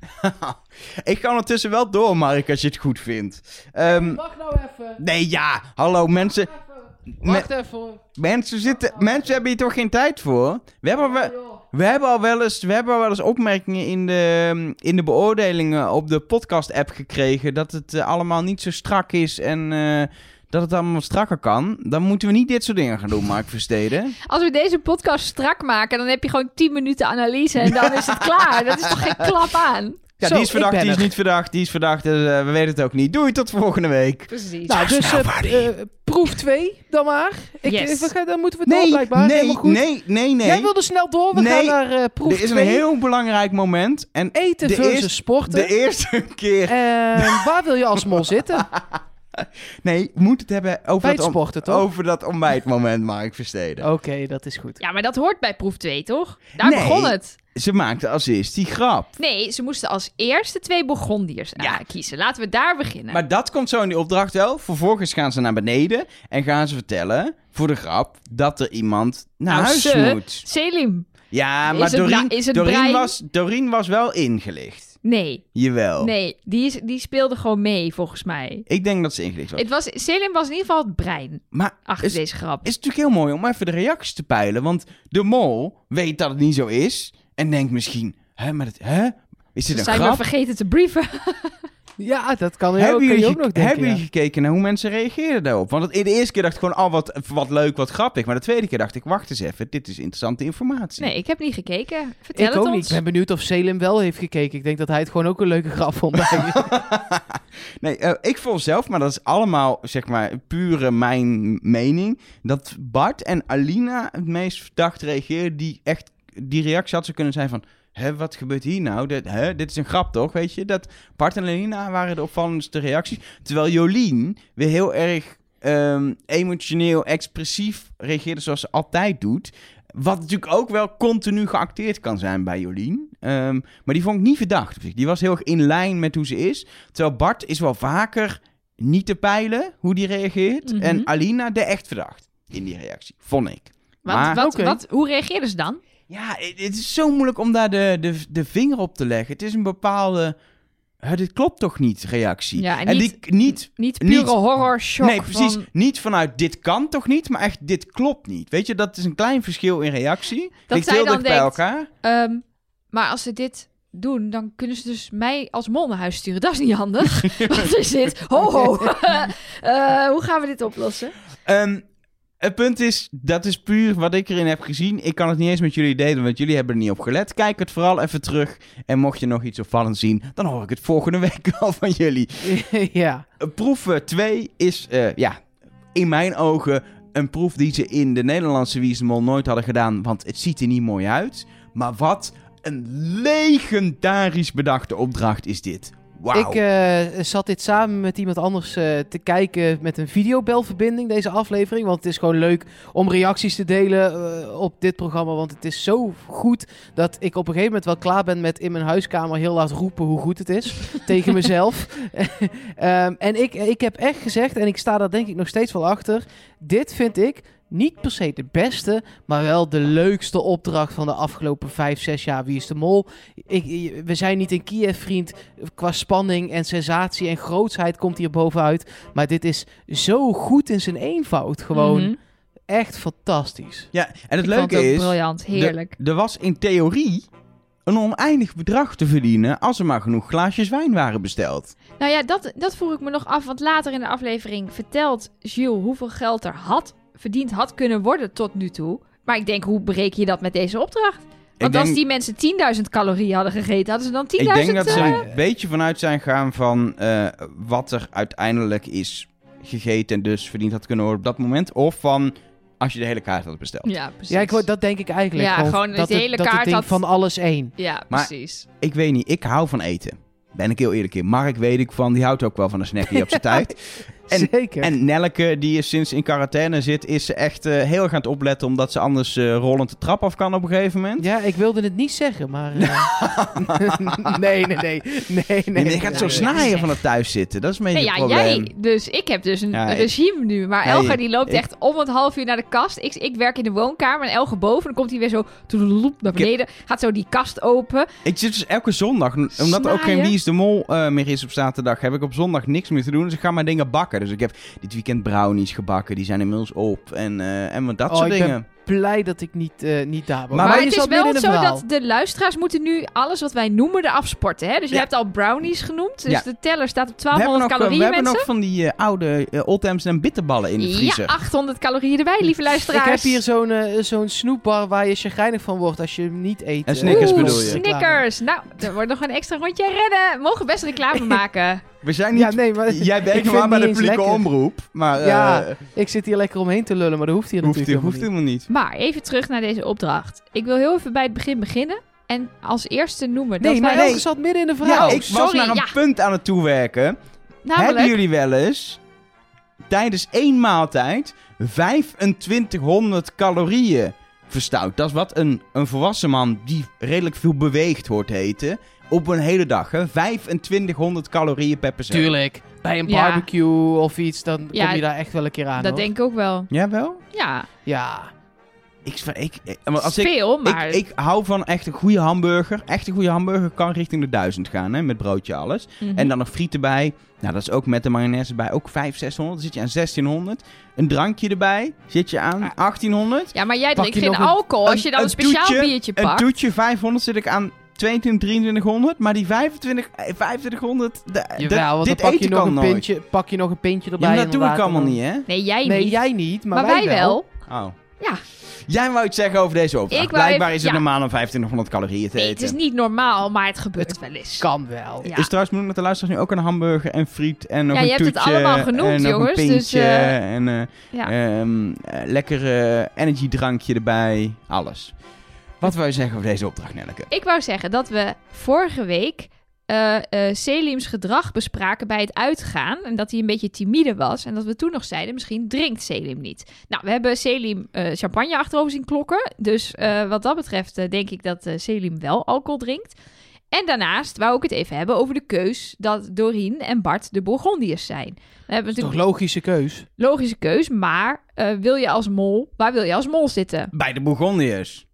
Ik ga ondertussen wel door, Mark, als je het goed vindt. Um, Wacht nou even. nee, ja. Hallo, mensen. Wacht me- even. Mensen, zitten, mensen hebben hier toch geen tijd voor? We hebben, we, we hebben al wel eens, we hebben al wel eens opmerkingen in de, in de beoordelingen op de podcast-app gekregen dat het uh, allemaal niet zo strak is en uh, dat het allemaal wat strakker kan. Dan moeten we niet dit soort dingen gaan doen, Mark Versteden. Als we deze podcast strak maken, dan heb je gewoon tien minuten analyse en dan is het klaar. Dat is toch geen klap aan? Ja, Zo, die is ik verdacht, ben die is er. niet verdacht, die is verdacht. Dus, uh, we weten het ook niet. Doei, tot volgende week. Precies. Nou, dus snel, uh, Vardy. uh, proef twee dan maar. Ik, Yes. we gaan, dan moeten we door Nee, blijkbaar. nee, Helemaal goed. nee, nee, nee. Jij wilde snel door. We Nee. gaan naar uh, proef Er is een twee. heel belangrijk moment. En Eten de versus eerste- sporten. de eerste keer... En waar wil je als mol zitten? Nee, we moeten het hebben over Bij het dat, om- sporten, toch? over dat ontbijtmoment, Mark Versteden. Oké, dat is goed. Ja, maar dat hoort bij proef twee, toch? Daar Nee. begon het. Ze maakte als eerst die grap. Nee, ze moesten als eerste twee Burgondiërs Ja. uh, kiezen. Laten we daar beginnen. Maar dat komt zo in die opdracht wel. Vervolgens gaan ze naar beneden en gaan ze vertellen, voor de grap, dat er iemand naar Nou, huis ze- moet. Selim. Ja, Is maar het Doreen, bra- is het Doreen, brein? was, Doreen was wel ingelicht. Nee, Jawel. nee. Die, is, die speelde gewoon mee, volgens mij. Ik denk dat ze ingelicht was. Het was, Selim was in ieder geval het brein Maar achter is, deze grap. is natuurlijk heel mooi om even de reacties te peilen. Want de mol weet dat het niet zo is. En denkt misschien, hè, maar het, hè? Is dit Ze een zijn grap? me vergeten te brieven. Ja, dat kan, heel, Hebben kan je jullie, ook nog ge- denken. hebben ja. jullie gekeken naar hoe mensen reageerden daarop? Want het, de eerste keer dacht ik gewoon, oh, wat, wat leuk, wat grappig. Maar de tweede keer dacht ik, wacht eens even, dit is interessante informatie. Nee, ik heb niet gekeken. Vertel Ik het ook ons. niet. Ik ben benieuwd of Selim wel heeft gekeken. Ik denk dat hij het gewoon ook een leuke grap vond. Nee, uh, ik vond zelf, maar dat is allemaal, zeg maar, pure mijn mening, dat Bart en Alina het meest verdacht reageerden, die echt, die reactie had ze kunnen zijn van, hè, wat gebeurt hier nou? Dit, hè, dit is een grap, toch? Weet je, dat Bart en Alina waren de opvallendste reacties, terwijl Jolien weer heel erg um, emotioneel, expressief reageerde zoals ze altijd doet. Wat natuurlijk ook wel continu geacteerd kan zijn bij Jolien. Um, maar die vond ik niet verdacht. Die was heel erg in lijn met hoe ze is. Terwijl Bart is wel vaker niet te peilen hoe die reageert. Mhm. En Alina de echt verdacht in die reactie, vond ik. Want, Maar- wat, Oké. wat, hoe reageerden ze dan? Ja, het, het is zo moeilijk om daar de, de, de vinger op te leggen. Het is een bepaalde, "Hè, dit klopt toch niet, reactie. Ja, en niet- die, niet Niet pure Niet- horror shock. nee, precies. Van, Niet vanuit dit kan toch niet, maar echt dit klopt niet. Weet je, dat is een klein verschil in reactie. Ligt zij heel dan dicht bij denkt- elkaar. ehm, maar als ze dit doen, dan kunnen ze dus mij als mol naar huis sturen. Dat is niet handig. Wat is dit? Ho, ho. Eh, hoe gaan we dit oplossen? Ehm, het punt is, dat is puur wat ik erin heb gezien. Ik kan het niet eens met jullie delen, want jullie hebben er niet op gelet. Kijk het vooral even terug. En mocht je nog iets opvallends zien, dan hoor ik het volgende week al van jullie. ja. Proef twee is, eh, ja, in mijn ogen een proef die ze in de Nederlandse Wie is de Mol nooit hadden gedaan, want het ziet er niet mooi uit. Maar wat een legendarisch bedachte opdracht is dit. Wauw. Ik eh, zat dit samen met iemand anders eh, te kijken met een videobelverbinding, deze aflevering. Want het is gewoon leuk om reacties te delen eh, op dit programma. Want het is zo goed dat ik op een gegeven moment wel klaar ben met in mijn huiskamer heel laat roepen hoe goed het is. tegen mezelf. um, en ik, ik heb echt gezegd, en ik sta daar denk ik nog steeds wel achter. Dit vind ik niet per se de beste, maar wel de leukste opdracht van de afgelopen vijf, zes jaar Wie is de Mol. Ik, we zijn niet in Kiev, vriend. Qua spanning en sensatie en grootsheid komt hier bovenuit. Maar dit is zo goed in zijn eenvoud. Gewoon Mhm. echt fantastisch. Ja, en het Ik vond leuke het ook is, briljant. Heerlijk. er was in theorie een oneindig bedrag te verdienen als er maar genoeg glaasjes wijn waren besteld. Nou ja, dat, dat vroeg ik me nog af. Want later in de aflevering vertelt Jules hoeveel geld er had verdiend had kunnen worden tot nu toe. Maar ik denk, hoe bereken je dat met deze opdracht? Want Ik als denk- die mensen tienduizend calorieën hadden gegeten, hadden ze dan Ik tienduizend... denk dat ze eh, een beetje vanuit zijn gaan van eh, wat er uiteindelijk is gegeten en dus verdiend had kunnen worden op dat moment. Of van als je de hele kaart had besteld. Ja, precies. Ja, ik, wou- dat denk ik eigenlijk. Ja, gewoon dat de het- hele dat het kaart ding had- van alles één. Ja, Maar- precies. Ik weet niet, ik hou van eten. Ben ik heel eerlijk in. Mark weet ik van, die houdt ook wel van een snackje op zijn tijd. En, Zeker. en Nelleke, die is sinds in quarantaine zit, is ze echt uh, heel erg aan het opletten, omdat ze anders uh, rollend de trap af kan op een gegeven moment. Ja, ik wilde het niet zeggen, maar... Uh... nee, nee, nee. nee, nee, nee je gaat nee, zo nee, snaaien nee. van het thuiszitten. Dat is een beetje Nee, het ja, probleem. jij dus. Ik heb dus een Ja, ik- regime nu. Maar Ja, Elger je- die loopt ik- echt om het half uur naar de kast. Ik, ik werk in de woonkamer en Elger boven. Dan komt hij weer zo toedeloep naar beneden. Gaat zo die kast open. Ik zit dus elke zondag, n- omdat er ook geen Snaaien. Wie is de Mol uh, meer is op zaterdag, heb ik op zondag niks meer te doen. Dus ik ga mijn dingen bakken. Dus ik heb dit weekend brownies gebakken. Die zijn inmiddels op. En, uh, en wat dat Oh, soort ik ben dingen. blij dat ik niet, uh, niet daar ben. Maar Maar, wij- je het is zat midden wel in zo een verhaal. dat de luisteraars moeten nu alles wat wij noemen eraf sporten. Hè? Dus je Ja. hebt al brownies genoemd. Dus Ja. de teller staat op We hebben twaalfhonderd nog, uh, we calorieën, hebben nog mensen. van die uh, oude uh, Oldtimes en bitterballen in de vriezer. Ja, achthonderd calorieën erbij, lieve Ik luisteraars. heb hier zo'n uh, zo'n snoepbar waar je chagrijnig van wordt als je hem niet eet. En uh, Snickers Oeh, bedoel je? Snickers. Nou, er wordt nog een extra rondje rennen. Mogen best reclame maken. We zijn niet... Ja, nee, maar Jij ik werkt vind normaal bij het de niet eens publieke lekker. omroep. Maar uh, Ja, ik zit hier lekker omheen te lullen, maar dat hoeft hier hoeft, natuurlijk hoeft helemaal helemaal niet. Maar even terug naar deze opdracht. Ik wil heel even bij het begin beginnen. En als eerste noemen niet. dat Nee, maar wij... Elge zat midden in de Ja, verhaal. Oh, ik was sorry, naar een ja. punt aan het toewerken. Hebben Namelijk, jullie wel eens tijdens één maaltijd vijfentwintighonderd calorieën verstout? Dat is wat een, een volwassen man die redelijk veel beweegt hoort heten. Op een hele dag, hè? vijfentwintighondond calorieën per persoon. Tuurlijk. Bij een Ja. barbecue of iets, dan Ja, kom je daar echt wel een keer aan. dat hoor. denk ik ook wel. Jawel? Ja, Ja. Ik, ik, ik, het als is ik, veel, maar... ik, ik hou van echt een goede hamburger. Echt een goede hamburger kan richting de duizend gaan, hè? Met broodje alles. Mhm. En dan nog friet erbij. Nou, dat is ook met de mayonaise erbij. Ook vijfhonderd, zeshonderd. Dan zit je aan zestienhonderd. Een drankje erbij. Zit je aan Ah. achttienhonderd. Ja, maar jij Pak drinkt je geen nog een- alcohol. Als je dan een, speciaal toetje- biertje Een pakt. toetje vijfhonderd zit ik aan tweeëntwintig, drieëntwintighonderd. Maar die vijfentwintig, eh, vijfentwintighonderd... de- Jawel, de- want dan dit pak je, eten nog kan een nooit. pintje, pak je nog een pintje Ja, erbij. maar dat doe ik inderdaad, allemaal en dan- niet, hè? Nee, jij Nee, niet. jij niet, maar, maar wij wel. Oh. Ja. Jij wou iets zeggen over deze opdracht. Ik wou Blijkbaar even- is het ja. normaal om vijfentwintighonderd calorieën te Nee, eten. het is niet normaal, maar het gebeurt wel eens. Kan wel. Ja. Is trouwens moeilijk met de luisteraars nu ook een hamburger en friet en nog Ja, een je hebt het toetje allemaal genoemd, en nog jongens, een dus, pintje eh, en eh Ja. ehm, eh, lekker eh, energiedrankje erbij, alles. Wat wou je zeggen over deze opdracht, Nelleke? Ik wou zeggen dat we vorige week eh eh, Selim's gedrag bespraken bij het uitgaan. En dat hij een beetje timide was. En dat we toen nog zeiden, misschien drinkt Selim niet. Nou, we hebben Selim eh, champagne achterover zien klokken. Dus eh, wat dat betreft eh, denk ik dat eh, Selim wel alcohol drinkt. En daarnaast wou ik het even hebben over de keus dat Doreen en Bart de Bourgondiërs zijn. We hebben Toch natuurlijk logische keus. logische keus, maar eh, wil je als mol, waar wil je als mol zitten? Bij de Bourgondiërs.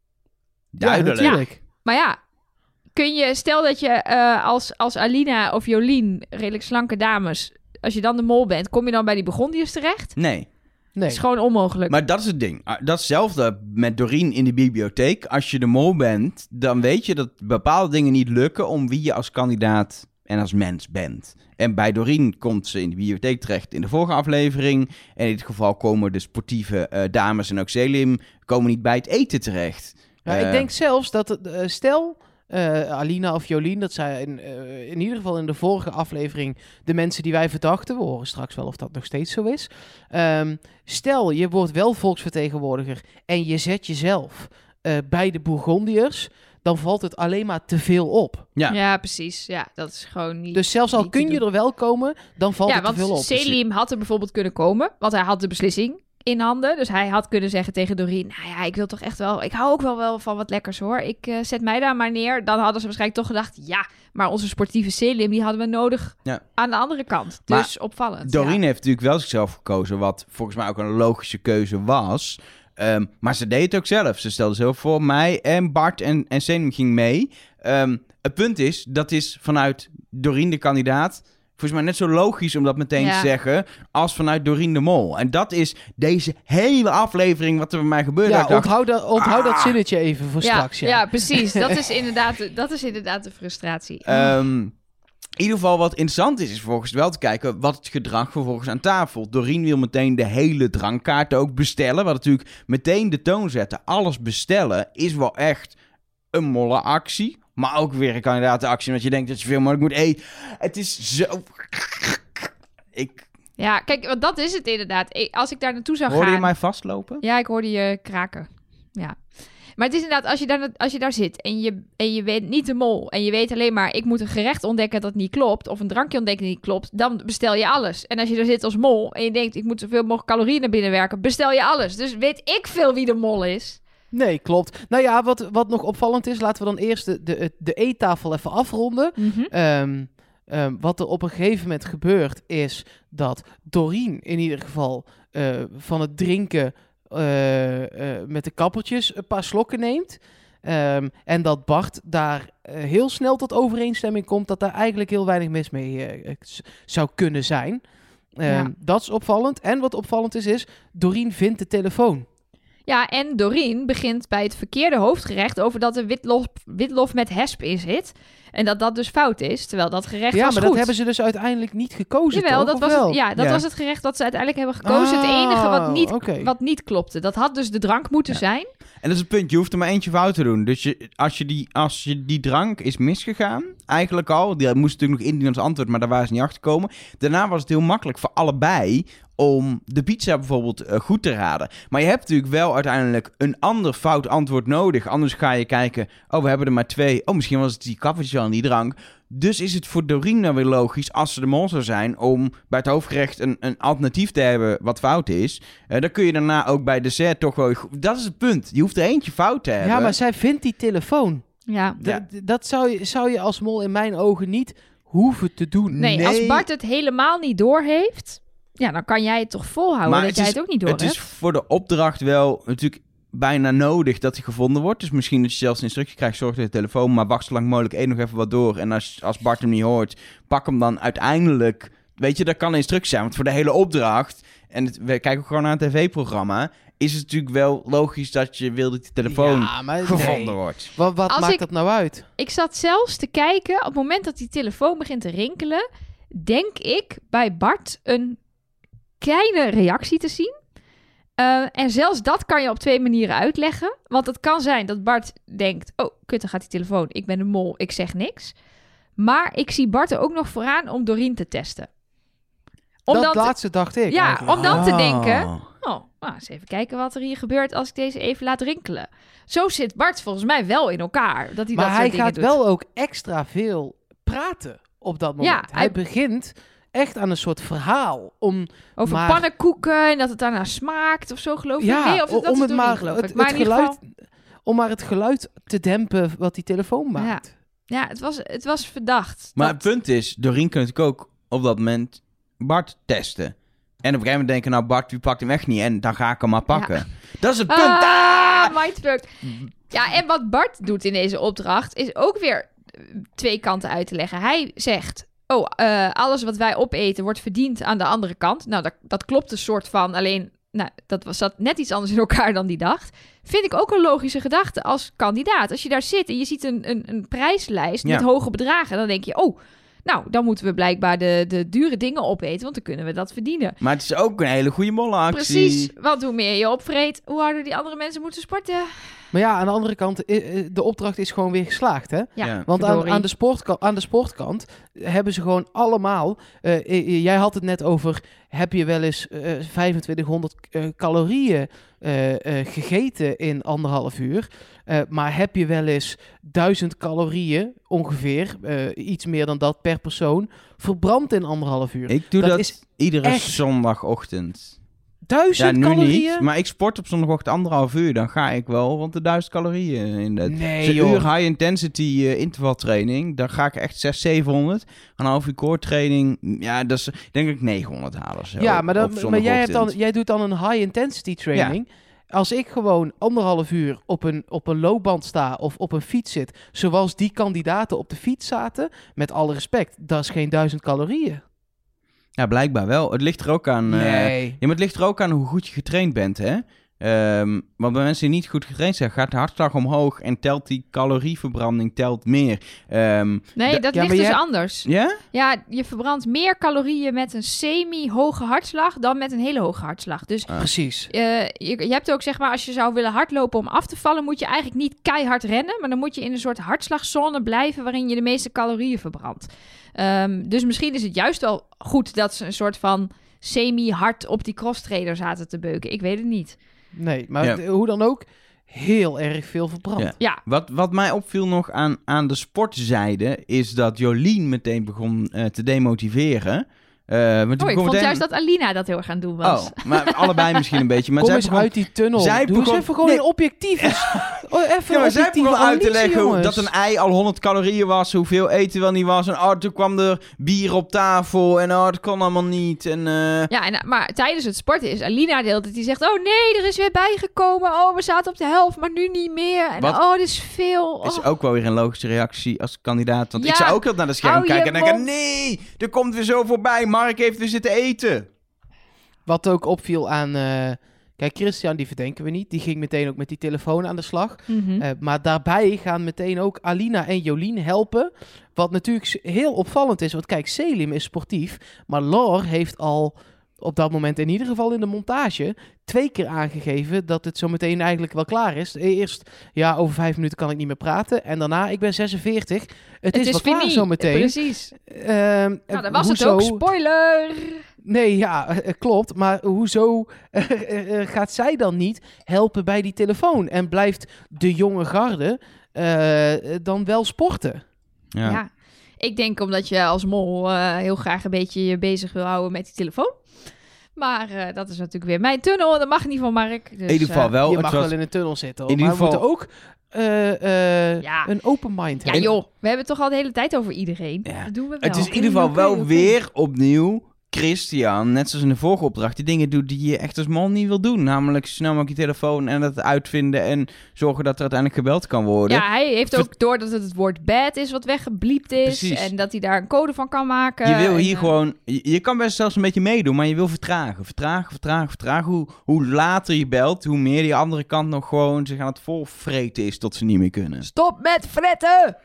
Duidelijk. Ja, natuurlijk. Maar ja, kun je, stel dat je eh, als, als Alina of Jolien, redelijk slanke dames, als je dan de mol bent, kom je dan bij die Bourgondiërs terecht? Nee. Nee. Dat is gewoon onmogelijk. Maar dat is het ding. Ah, Dat is hetzelfde met Doreen in de bibliotheek. Als je de mol bent, dan weet je dat bepaalde dingen niet lukken om wie je als kandidaat en als mens bent. En bij Doreen komt ze in de bibliotheek terecht in de vorige aflevering. En in dit geval komen de sportieve eh, dames en ook Selim komen niet bij het eten terecht. Ja, Eh, ik denk zelfs dat, het, eh, stel, eh, Alina of Jolien, dat zijn eh, in ieder geval in de vorige aflevering de mensen die wij verdachten. We horen straks wel of dat nog steeds zo is. Ehm, stel, je wordt wel volksvertegenwoordiger en je zet jezelf eh, bij de Bourgondiërs, dan valt het alleen maar te veel op. Ja. Ja, precies. Ja, dat is gewoon niet... Dus zelfs al niet te kun je doen. er wel komen, dan valt ja, het te want veel op. Selim had er bijvoorbeeld kunnen komen, want hij had de beslissing in handen. Dus hij had kunnen zeggen tegen Doreen, nou ja, ik wil toch echt wel, ik hou ook wel, wel van wat lekkers hoor. Ik uh, zet mij daar maar neer. Dan hadden ze waarschijnlijk toch gedacht, ja, maar onze sportieve Selim, die hadden we nodig Ja. aan de andere kant. Maar Dus opvallend. Doreen ja. heeft natuurlijk wel zichzelf gekozen, wat volgens mij ook een logische keuze was. Um, maar ze deed het ook zelf. Ze stelde zelf voor mij en Bart en, en Selim ging mee. Um, het punt is, dat is vanuit Doreen de kandidaat volgens mij net zo logisch om dat meteen Ja. te zeggen als vanuit Doreen de Mol. En dat is deze hele aflevering wat er bij mij gebeurde. Ja, Ik dacht, onthoud, dat, onthoud dat ah. zinnetje even voor Ja, straks. Ja, ja, precies. Dat is inderdaad, dat is inderdaad de frustratie. Um, in ieder geval wat interessant is, is vervolgens wel te kijken wat het gedrag vervolgens aan tafel. Doreen wil meteen de hele drankkaart ook bestellen, wat natuurlijk meteen de toon zetten. Alles bestellen is wel echt een molle actie, maar ook weer een kandidatenactie, omdat je denkt dat je veel mogelijk moet eten. Het is zo... Ik... Ja, kijk, want dat is het inderdaad. Ik- Als ik daar naartoe zou Hoorde gaan... je mij vastlopen? Ja, ik hoorde je kraken. Ja. Maar het is inderdaad, als je daar, als je daar zit en je, en je weet niet de mol... en je weet alleen maar, ik moet een gerecht ontdekken dat niet klopt... of een drankje ontdekken dat niet klopt, dan bestel je alles. En als je daar zit als mol en je denkt... ik moet zoveel mogelijk calorieën naar binnen werken, bestel je alles. Dus weet ik veel wie de mol is. Nee, klopt. Nou ja, wat, wat nog opvallend is... laten we dan eerst de, de, de eettafel even afronden. Mm-hmm. Um, um, wat er op een gegeven moment gebeurt... is dat Doreen in ieder geval uh, van het drinken... Uh, uh, met de kappertjes een paar slokken neemt. Um, en dat Bart daar uh, heel snel tot overeenstemming komt... dat daar eigenlijk heel weinig mis mee uh, z- zou kunnen zijn. Um, Ja. Dat is opvallend. En wat opvallend is, is... Doreen vindt de telefoon. Ja, en Doreen begint bij het verkeerde hoofdgerecht... over dat er witlof, witlof met hesp in zit. En dat dat dus fout is, terwijl dat gerecht Ja, was maar goed. dat hebben ze dus uiteindelijk niet gekozen, Jawel, toch? dat, Of was wel? het, ja, dat Ja. was het gerecht dat ze uiteindelijk hebben gekozen. het Ah, enige wat niet, oké. wat niet klopte. Dat had dus de drank moeten Ja. zijn. En dat is het punt, je hoeft er maar eentje fout te doen. Dus je, als, je die, als je die drank is misgegaan, eigenlijk al... die moest natuurlijk nog indienen als antwoord, maar daar waren ze niet achter gekomen. Daarna was het heel makkelijk voor allebei... om de pizza bijvoorbeeld uh, goed te raden. Maar je hebt natuurlijk wel uiteindelijk een ander fout antwoord nodig. Anders ga je kijken, oh, we hebben er maar twee. Oh, misschien was het die kappertje al en die drank. Dus is het voor Doreen nou weer logisch, als ze de mol zou zijn... om bij het hoofdgerecht een, een alternatief te hebben wat fout is. Uh, dan kun je daarna ook bij dessert toch wel... Dat is het punt. Je hoeft er eentje fout te hebben. Ja, maar zij vindt die telefoon. Ja. D- Ja. d- dat zou je, zou je als mol in mijn ogen niet hoeven te doen. Nee, Nee. als Bart het helemaal niet doorheeft... ja, dan kan jij het toch volhouden Maar dat het jij is- het ook niet door Het hebt. is voor de opdracht wel natuurlijk bijna nodig dat hij gevonden wordt. Dus misschien dat je zelfs een instructie krijgt, zorg dat je telefoon... maar wacht zo lang mogelijk één nog even wat door. En als, als Bart hem niet hoort, pak hem dan uiteindelijk... Weet je, dat kan een instructie zijn. Want voor de hele opdracht... en het, we kijken ook gewoon naar een tv-programma... is het natuurlijk wel logisch dat je wil dat die telefoon Ja, maar gevonden nee. wordt. Wat, wat Als maakt ik- dat nou uit? Ik zat zelfs te kijken, op het moment dat die telefoon begint te rinkelen... denk ik bij Bart een kleine reactie te zien. Uh, en zelfs dat kan je op twee manieren uitleggen. Want het kan zijn dat Bart denkt... oh, kut, dan gaat die telefoon. Ik ben een mol, ik zeg niks. Maar ik zie Bart er ook nog vooraan om Doreen te testen. Om dat dan te- laatste dacht ik Ja, eigenlijk. om dan te Ah. denken... oh, nou, eens even kijken wat er hier gebeurt als ik deze even laat rinkelen. Zo zit Bart volgens mij wel in elkaar. Dat hij Maar dat hij soort dingen gaat doet. wel ook extra veel praten op dat moment. Ja, hij... hij- begint echt aan een soort verhaal om... Over maar- pannenkoeken en dat het daarna smaakt of zo, geloof ik. Ja, nee, of dat om is het door maar niet, geloof het, ik. het Maar in ieder geluid, geval, om maar het geluid te dempen wat die telefoon maakt. ja, het was, het was verdacht. Maar dat- het punt is, Doreen kan natuurlijk ook op dat moment Bart testen. En op een gegeven moment denken, nou Bart, die pakt hem echt niet. En dan ga ik hem maar pakken. Ja. Dat is het punt. Ah, Ah! mindfuck. Ja, en wat Bart doet in deze opdracht is ook weer eh, twee kanten uit te leggen. Hij zegt, oh, eh, alles wat wij opeten wordt verdiend aan de andere kant. Nou, dat, dat klopt een soort van, alleen, nou, dat was, zat net iets anders in elkaar dan die dacht. Vind ik ook een logische gedachte als kandidaat. Als je daar zit en je ziet een, een, een prijslijst Ja. met hoge bedragen, dan denk je, oh, nou, dan moeten we blijkbaar de, de dure dingen opeten, want dan kunnen we dat verdienen. Maar het is ook een hele goede mollenactie. Precies, want hoe meer je opvreet, hoe harder die andere mensen moeten sporten. Maar ja, aan de andere kant, i- i- de opdracht is gewoon weer geslaagd, hè? Ja, Ja. Want aan, verdorie. aan, de sportka- aan de sportkant hebben ze gewoon allemaal... eh, i- i- jij had het net over, heb je wel eens eh vijfentwintighonderd eh, calorieën eh, eh, gegeten in anderhalf uur? Eh, maar heb je wel eens duizend calorieën, ongeveer, eh, iets meer dan dat per persoon, verbrand in anderhalf uur? Ik doe Dat dat, is iedere echt- zondagochtend. Duizend Ja, nu calorieën? niet. Maar ik sport op zondagochtend anderhalf uur. Dan ga ik wel rond de duizend calorieën in. Het Nee, een joh. uur high intensity uh, intervaltraining. Dan ga ik echt zeshonderd, zevenhonderd. Een half uur core training. Ja, dat is denk ik negenhonderd halen of zo. Ja, maar, op dan, maar jij, hebt dan, zondagochtend. jij doet dan een high-intensity training. Als ik gewoon anderhalf uur op een, op een loopband sta of op een fiets zit, zoals die kandidaten op de fiets zaten, met alle respect, dat is geen duizend calorieën. Ja, blijkbaar wel. Het ligt er ook aan... eh, Nee. Ja, maar het ligt er ook aan hoe goed je getraind bent, hè? Ehm, want bij mensen die niet goed getraind zijn, gaat de hartslag omhoog en telt die calorieverbranding telt meer. Ehm, Nee, da- dat ja, ligt maar dus jij- anders. ja? Ja, je verbrandt meer calorieën met een semi-hoge hartslag dan met een hele hoge hartslag. Dus Ah. Precies. eh, je, je hebt ook, zeg maar, als je zou willen hardlopen om af te vallen, moet je eigenlijk niet keihard rennen, maar dan moet je in een soort hartslagzone blijven waarin je de meeste calorieën verbrandt. Ehm, dus misschien is het juist wel goed dat ze een soort van semi-hard op die cross-trainer zaten te beuken. Ik weet het niet. Nee, maar Ja. het- hoe dan ook, heel erg veel verbrand. Ja. Ja. Wat, wat mij opviel nog aan, aan de sportzijde, is dat Jolien meteen begon uh, te demotiveren. Uh, want Oh, die ik begon vond meteen... juist dat Alina dat heel erg aan doen was. Oh, maar allebei misschien een beetje. Maar Kom zij eens begon... uit die tunnel. zij Doe eens begon- even gewoon Nee. een objectieve... oh, even Ja, maar een zij objectieve begon uit te analyse, leggen hoe- jongens. dat een ei al honderd calorieën was, hoeveel eten wel niet was. En oh, toen kwam er bier op tafel en oh, dat kon allemaal niet. En, uh... Ja, en, maar tijdens het sporten is Alina de hele tijd die zegt... Oh nee, er is weer bijgekomen. Oh, we zaten op de helft, maar nu niet meer. En Wat? oh, dit is veel. Oh. is ook wel weer een logische reactie als kandidaat. Want Ja, ik zou ook heel naar de scherm hou je kijken en denken... mond. Nee, er komt weer zo voorbij. Mark heeft weer zitten eten. Wat ook opviel aan... uh, kijk, Christian, die verdenken we niet. Die ging meteen ook met die telefoon aan de slag. Mhm. Uh, maar daarbij gaan meteen ook Alina en Jolien helpen. Wat natuurlijk heel opvallend is. Want kijk, Selim is sportief. Maar Laure heeft al op dat moment in ieder geval in de montage... twee keer aangegeven dat het zo meteen eigenlijk wel klaar is. Eerst, ja, over vijf minuten kan ik niet meer praten. En daarna, ik ben zesenveertig. Het, het is, is wel klaar fini. zo meteen. Precies. Uh, Nou, dat was het hoezo... ook. Spoiler! Nee, ja, uh, klopt. Maar hoezo uh, uh, uh, gaat zij dan niet helpen bij die telefoon? En blijft de jonge garde uh, dan wel sporten? Ja. Ja. Ik denk omdat je als mol uh, heel graag een beetje je bezig wil houden met die telefoon. Maar uh, dat is natuurlijk weer mijn tunnel. Dat mag niet van Mark. Dus, In ieder geval uh, wel. je het mag was... wel in een tunnel zitten. Hoor. In ieder maar geval- we moeten ook uh, uh, Ja. een open mind Ja hebben. joh, we hebben het toch al de hele tijd over iedereen. Ja. Dat doen we wel. Het is in ieder geval Oké, wel oké. weer opnieuw Christian, net zoals in de vorige opdracht, die dingen doet die je echt als man niet wil doen. Namelijk snel mogelijk je telefoon en dat uitvinden en zorgen dat er uiteindelijk gebeld kan worden. Ja, hij heeft Ver- ook door dat het het woord bad is wat weggebliept is. Precies. En dat hij daar een code van kan maken. Je wil hier En, uh, gewoon... Je, je kan best zelfs een beetje meedoen, maar je wil vertragen. Vertragen, vertragen, vertragen. Hoe, hoe later je belt, hoe meer die andere kant nog gewoon zich aan het volvreten is tot ze niet meer kunnen. Stop met fretten!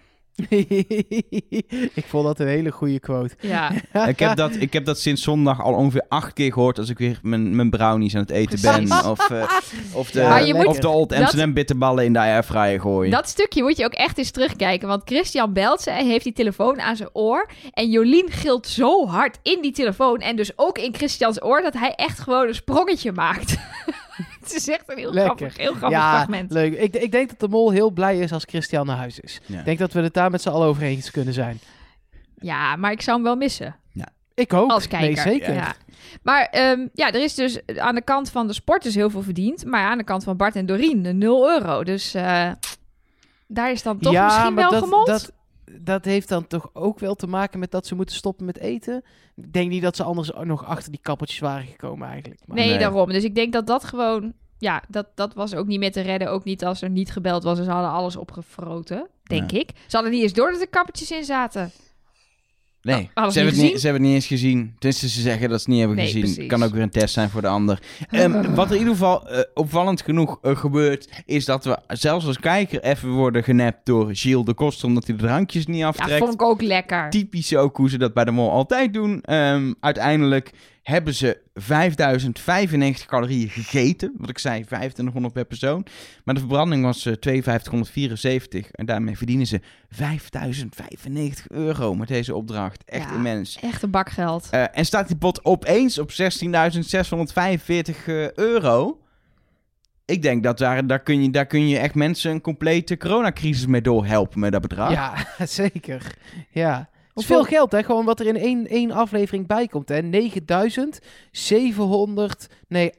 Ik vond dat een hele goede quote. Ja, ik, heb dat, ik heb dat sinds zondag al ongeveer acht keer gehoord als ik weer mijn, mijn brownies aan het eten Precies. ben. Of, uh, of de, Ja, Maar je moet- of de Old dat- Amsterdam bitterballen in de airfryer gooien. dat stukje moet je ook echt eens terugkijken. Want Christian belt ze en heeft die telefoon aan zijn oor. En Jolien gilt zo hard in die telefoon. En dus ook in Christians oor. Dat hij echt gewoon een sprongetje maakt. Het is echt een heel Lekker. grappig, heel grappig Ja, fragment. leuk. Ik, ik denk dat de mol heel blij is als Christian naar huis is. Ja. Ik denk dat we het daar met z'n allen over eens kunnen zijn. Ja, maar ik zou hem wel missen. Ik ook. Als kijker. Nee, zeker. Ja. Maar ehm, ja, er is dus aan de kant van de sporters heel veel verdiend. Maar aan de kant van Bart en Doreen de nul euro. Dus uh, daar is dan toch ja, misschien maar wel dat, gemold. dat, dat heeft dan toch ook wel te maken met dat ze moeten stoppen met eten. Ik denk niet dat ze anders ook nog achter die kappeltjes waren gekomen eigenlijk. Maar Nee, Nee. daarom. Dus ik denk dat dat gewoon... Ja, dat, dat was ook niet meer te redden. Ook niet als er niet gebeld was en ze hadden alles opgefroten. Denk ik. Ze hadden niet eens door dat er kappertjes in zaten. Nee, Oh, hadden ze, ze hebben niet het niet, ze hebben het niet eens gezien. Tenminste, ze zeggen dat ze het niet hebben Nee, gezien. precies. Kan ook weer een test zijn voor de ander. Ehm, wat er in ieder geval eh, opvallend genoeg eh, gebeurt, is dat we zelfs als kijker even worden genept door Gilles de Koster, omdat hij de drankjes niet Ja, aftrekt. vond ik ook lekker. Typisch ook hoe ze dat bij de mol altijd doen. Ehm, uiteindelijk hebben ze vijfduizend vijfennegentig calorieën gegeten. Wat ik zei, vijfentwintighonderd per persoon. Maar de verbranding was uh, tweeënvijftighonderdvierenzeventig. En daarmee verdienen ze vijfduizend vijfennegentig euro met deze opdracht. Echt Ja. immens. Echt een bak geld. Uh, en staat die pot opeens op zestienduizend zeshonderdvijfenveertig uh, euro. Ik denk dat daar, daar, kun je, daar kun je echt mensen een complete coronacrisis mee doorhelpen met dat bedrag. Ja, zeker. Ja. Het is Hoeveel- veel geld, hè? Gewoon wat er in één, één aflevering bij komt, hè? negenduizend zevenhonderd, nee,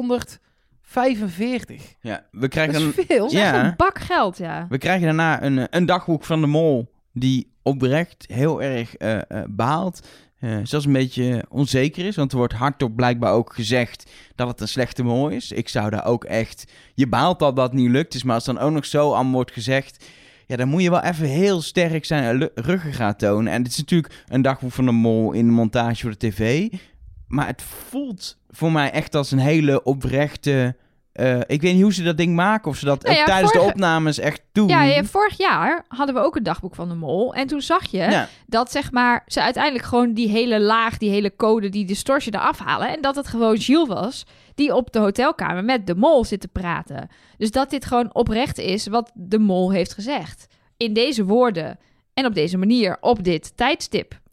achthonderdvijfenveertig. Ja, we Dat krijgen is een, veel. Dat is Ja. echt een bak geld, ja. we krijgen daarna een, uh, een dagboek van de mol die oprecht heel erg uh, uh, baalt. Uh, zelfs een beetje onzeker is, want er wordt hardop blijkbaar ook gezegd dat het een slechte mol is. Ik zou daar ook echt... Je baalt dat dat niet lukt is, maar als dan ook nog zo aan wordt gezegd... Ja, dan moet je wel even heel sterk zijn lu- ruggengraat tonen. En dit is natuurlijk een dagboek van de mol in de montage voor de tv. Maar het voelt voor mij echt als een hele oprechte... Uh, ik weet niet hoe ze dat ding maken, of ze dat Nou ook ja, tijdens vorige- de opnames echt doen. Ja, ja, vorig jaar hadden we ook een dagboek van de mol. En toen zag je Ja. dat zeg maar ze uiteindelijk gewoon die hele laag, die hele code, die distortie eraf halen. En dat het gewoon Gilles was die op de hotelkamer met de mol zit te praten. Dus dat dit gewoon oprecht is wat de mol heeft gezegd. In deze woorden en op deze manier, op dit tijdstip.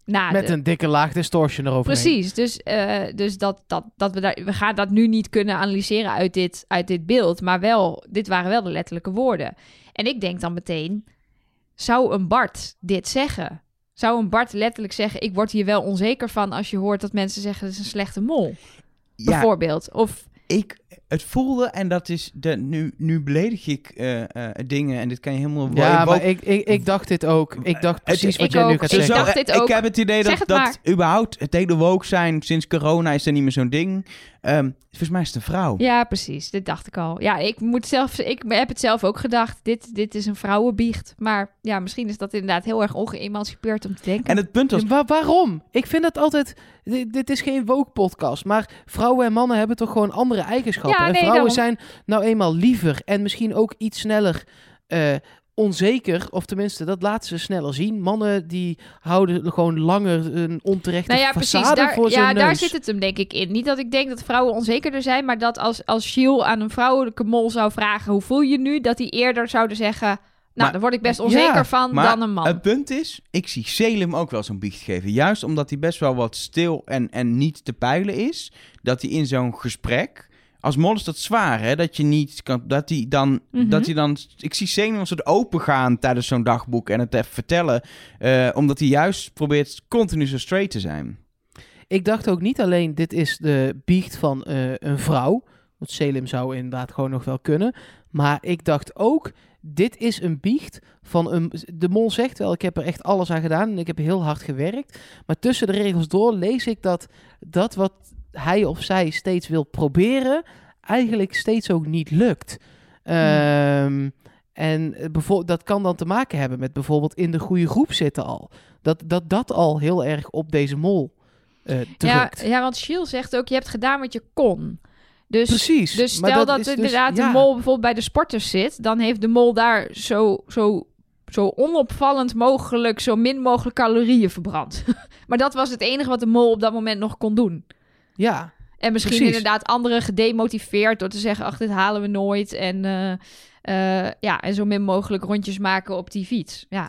na Met de... een dikke laag distortion eroverheen. Precies, dus, uh, dus dat, dat, dat we, daar, we gaan dat nu niet kunnen analyseren uit dit, uit dit beeld. Maar wel, dit waren wel de letterlijke woorden. En ik denk dan meteen, zou een Bart dit zeggen? Zou een Bart letterlijk zeggen, ik word hier wel onzeker van als je hoort dat mensen zeggen, dat is een slechte mol? Ja, Bijvoorbeeld. Of... ik, het voelde, en dat is, de, nu, nu beledig ik uh, uh, dingen en dit kan je helemaal... Ja, wo- maar ik, ik, ik dacht dit ook. Ik dacht precies Het- wat ik jij nu ook. gaat Ik zeggen. dacht dit ik ook. heb het idee Zeg dat, het dat maar. überhaupt het hele woke zijn sinds corona is er niet meer zo'n ding. Um, volgens mij is het een vrouw. Ja, precies. Dit dacht ik al. Ja, ik moet zelf, ik heb het zelf ook gedacht. Dit, dit is een vrouwenbiecht. Maar ja, misschien is dat inderdaad heel erg ongeëmancipeerd om te denken. En het punt was... Ja, wa- waarom? Ik vind dat altijd... Dit, dit is geen woke podcast, maar vrouwen en mannen hebben toch gewoon andere eigenschappen. Ja, en nee, vrouwen daarom. zijn nou eenmaal liever en misschien ook iets sneller uh, onzeker. Of tenminste, dat laten ze sneller zien. Mannen die houden gewoon langer een onterechte Nou ja, façade precies. Daar, voor zijn ja, neus. daar zit het hem denk ik in. Niet dat ik denk dat vrouwen onzekerder zijn, maar dat als, als Gilles aan een vrouwelijke mol zou vragen, hoe voel je je nu? Dat die eerder zouden zeggen, nou, Maar- daar word ik best onzeker Ja, van Maar dan een man. het punt is, ik zie Selim ook wel zo'n biecht geven. Juist omdat hij best wel wat stil en, en niet te peilen is. Dat hij in zo'n gesprek... Als mol is dat zwaar, hè? Dat je niet kan... Dat hij dan... Mhm. Dat hij dan ik zie Selim een soort open gaan tijdens zo'n dagboek en het even vertellen. Uh, omdat hij juist probeert continu zo straight te zijn. Ik dacht ook niet alleen, dit is de biecht van uh, een vrouw. Want Selim zou inderdaad gewoon nog wel kunnen. Maar ik dacht ook, dit is een biecht van een... De mol zegt wel, ik heb er echt alles aan gedaan en ik heb heel hard gewerkt. Maar tussen de regels door lees ik dat dat wat hij of zij steeds wil proberen, eigenlijk steeds ook niet lukt. Hmm. Um, en bijvoorbeeld, dat kan dan te maken hebben met bijvoorbeeld in de goede groep zitten al. Dat dat, dat al heel erg op deze mol uh, drukt. Ja, ja, want Gilles zegt ook, je hebt gedaan wat je kon. Dus, Precies. Dus maar stel dat, dat is inderdaad dus, ja. de mol bijvoorbeeld bij de sporters zit, dan heeft de mol daar zo, zo, zo onopvallend mogelijk, zo min mogelijk calorieën verbrand. Maar dat was het enige wat de mol op dat moment nog kon doen. Ja. En misschien Precies. inderdaad anderen gedemotiveerd door te zeggen, ach, dit halen we nooit. En, uh, uh, ja, en zo min mogelijk rondjes maken op die fiets. Ja.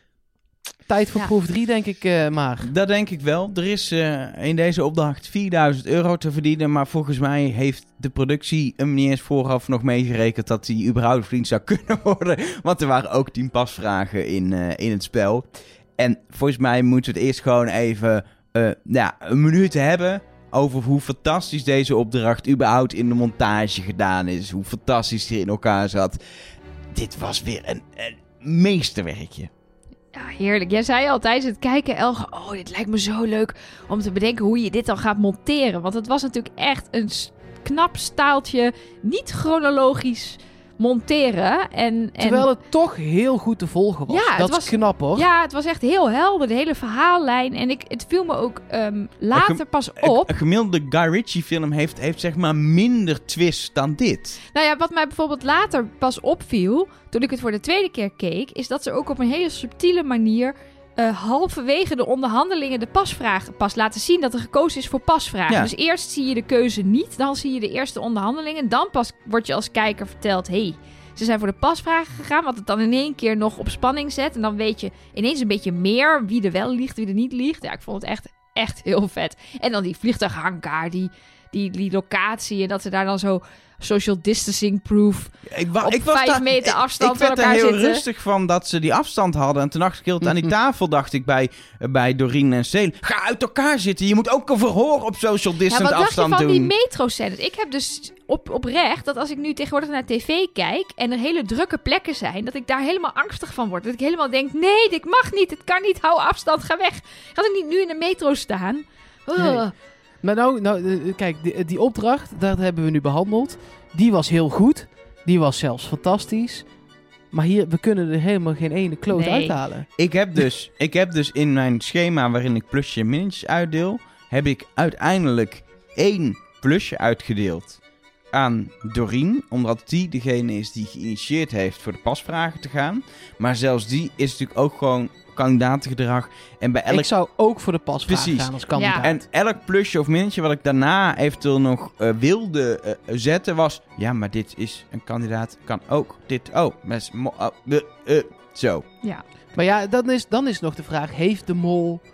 Tijd voor Ja. proef drie, denk ik uh, maar. Dat denk ik wel. Er is uh, in deze opdracht vierduizend euro te verdienen. Maar volgens mij heeft de productie hem niet eens vooraf nog meegerekend dat hij überhaupt verdiend zou kunnen worden. Want er waren ook tien pasvragen in, uh, in het spel. En volgens mij moeten we het eerst gewoon even uh, ja, een minuut hebben over hoe fantastisch deze opdracht überhaupt in de montage gedaan is. Hoe fantastisch die in elkaar zat. Dit was weer een, een meesterwerkje. Ja, heerlijk. Jij zei al tijdens het kijken, Elge, oh, dit lijkt me zo leuk om te bedenken hoe je dit dan gaat monteren. Want het was natuurlijk echt een knap staaltje, niet chronologisch monteren. En, en... Terwijl het toch heel goed te volgen was. Ja, het dat was- is knap, hoor. Ja, het was echt heel helder, de hele verhaallijn. En ik, het viel me ook um, later gem- pas Een- op. Een gemiddelde Guy Ritchie film heeft, heeft zeg maar minder twist dan dit. Nou ja, wat mij bijvoorbeeld later pas opviel, toen ik het voor de tweede keer keek, is dat ze ook op een hele subtiele manier uh, halverwege de onderhandelingen de pasvragen pas laten zien dat er gekozen is voor pasvragen. Ja. Dus eerst zie je de keuze niet, dan zie je de eerste onderhandelingen, dan pas wordt je als kijker verteld, hey, ze zijn voor de pasvragen gegaan, wat het dan in één keer nog op spanning zet. En dan weet je ineens een beetje meer wie er wel liegt, wie er niet liegt. Ja, ik vond het echt, echt heel vet. En dan die vliegtuighangar, die, die, die locatie en dat ze daar dan zo social distancing proof Ik, wa- op ik was vijf daar- meter ik- afstand ik van werd er elkaar heel zitten. rustig van dat ze die afstand hadden. En toen dacht ik heel aan die tafel, dacht ik bij, bij Doreen en Selim. Ga uit elkaar zitten. Je moet ook een verhoor op social Ja, distance wat dacht je afstand van doen. die metroscènes? Ik heb dus op, oprecht dat als ik nu tegenwoordig naar tv kijk en er hele drukke plekken zijn, dat ik daar helemaal angstig van word. Dat ik helemaal denk, nee, dit mag niet, dit kan niet, hou afstand, ga weg. Ga ik niet nu in de metro staan? Ugh. Nee. Maar nou, nou uh, kijk, die, die opdracht, dat hebben we nu behandeld. Die was heel goed. Die was zelfs fantastisch. Maar hier, we kunnen er helemaal geen ene kloot Nee. uithalen. Ik heb, dus, ik heb dus in mijn schema waarin ik plusje en minnetjes uitdeel, heb ik uiteindelijk één plusje uitgedeeld aan Doreen. Omdat die degene is die geïnitieerd heeft voor de pasvragen te gaan. Maar zelfs die is natuurlijk ook gewoon kandidatengedrag. En bij elk Ik zou ook voor de pasvraag Precies. gaan als kandidaat. En elk plusje of minnetje wat ik daarna eventueel nog uh, wilde uh, zetten was... Ja, maar dit is een kandidaat, kan ook dit. Oh, mes, mo, oh uh, uh, zo. Ja. Maar ja, dan is, dan is nog de vraag, heeft de mol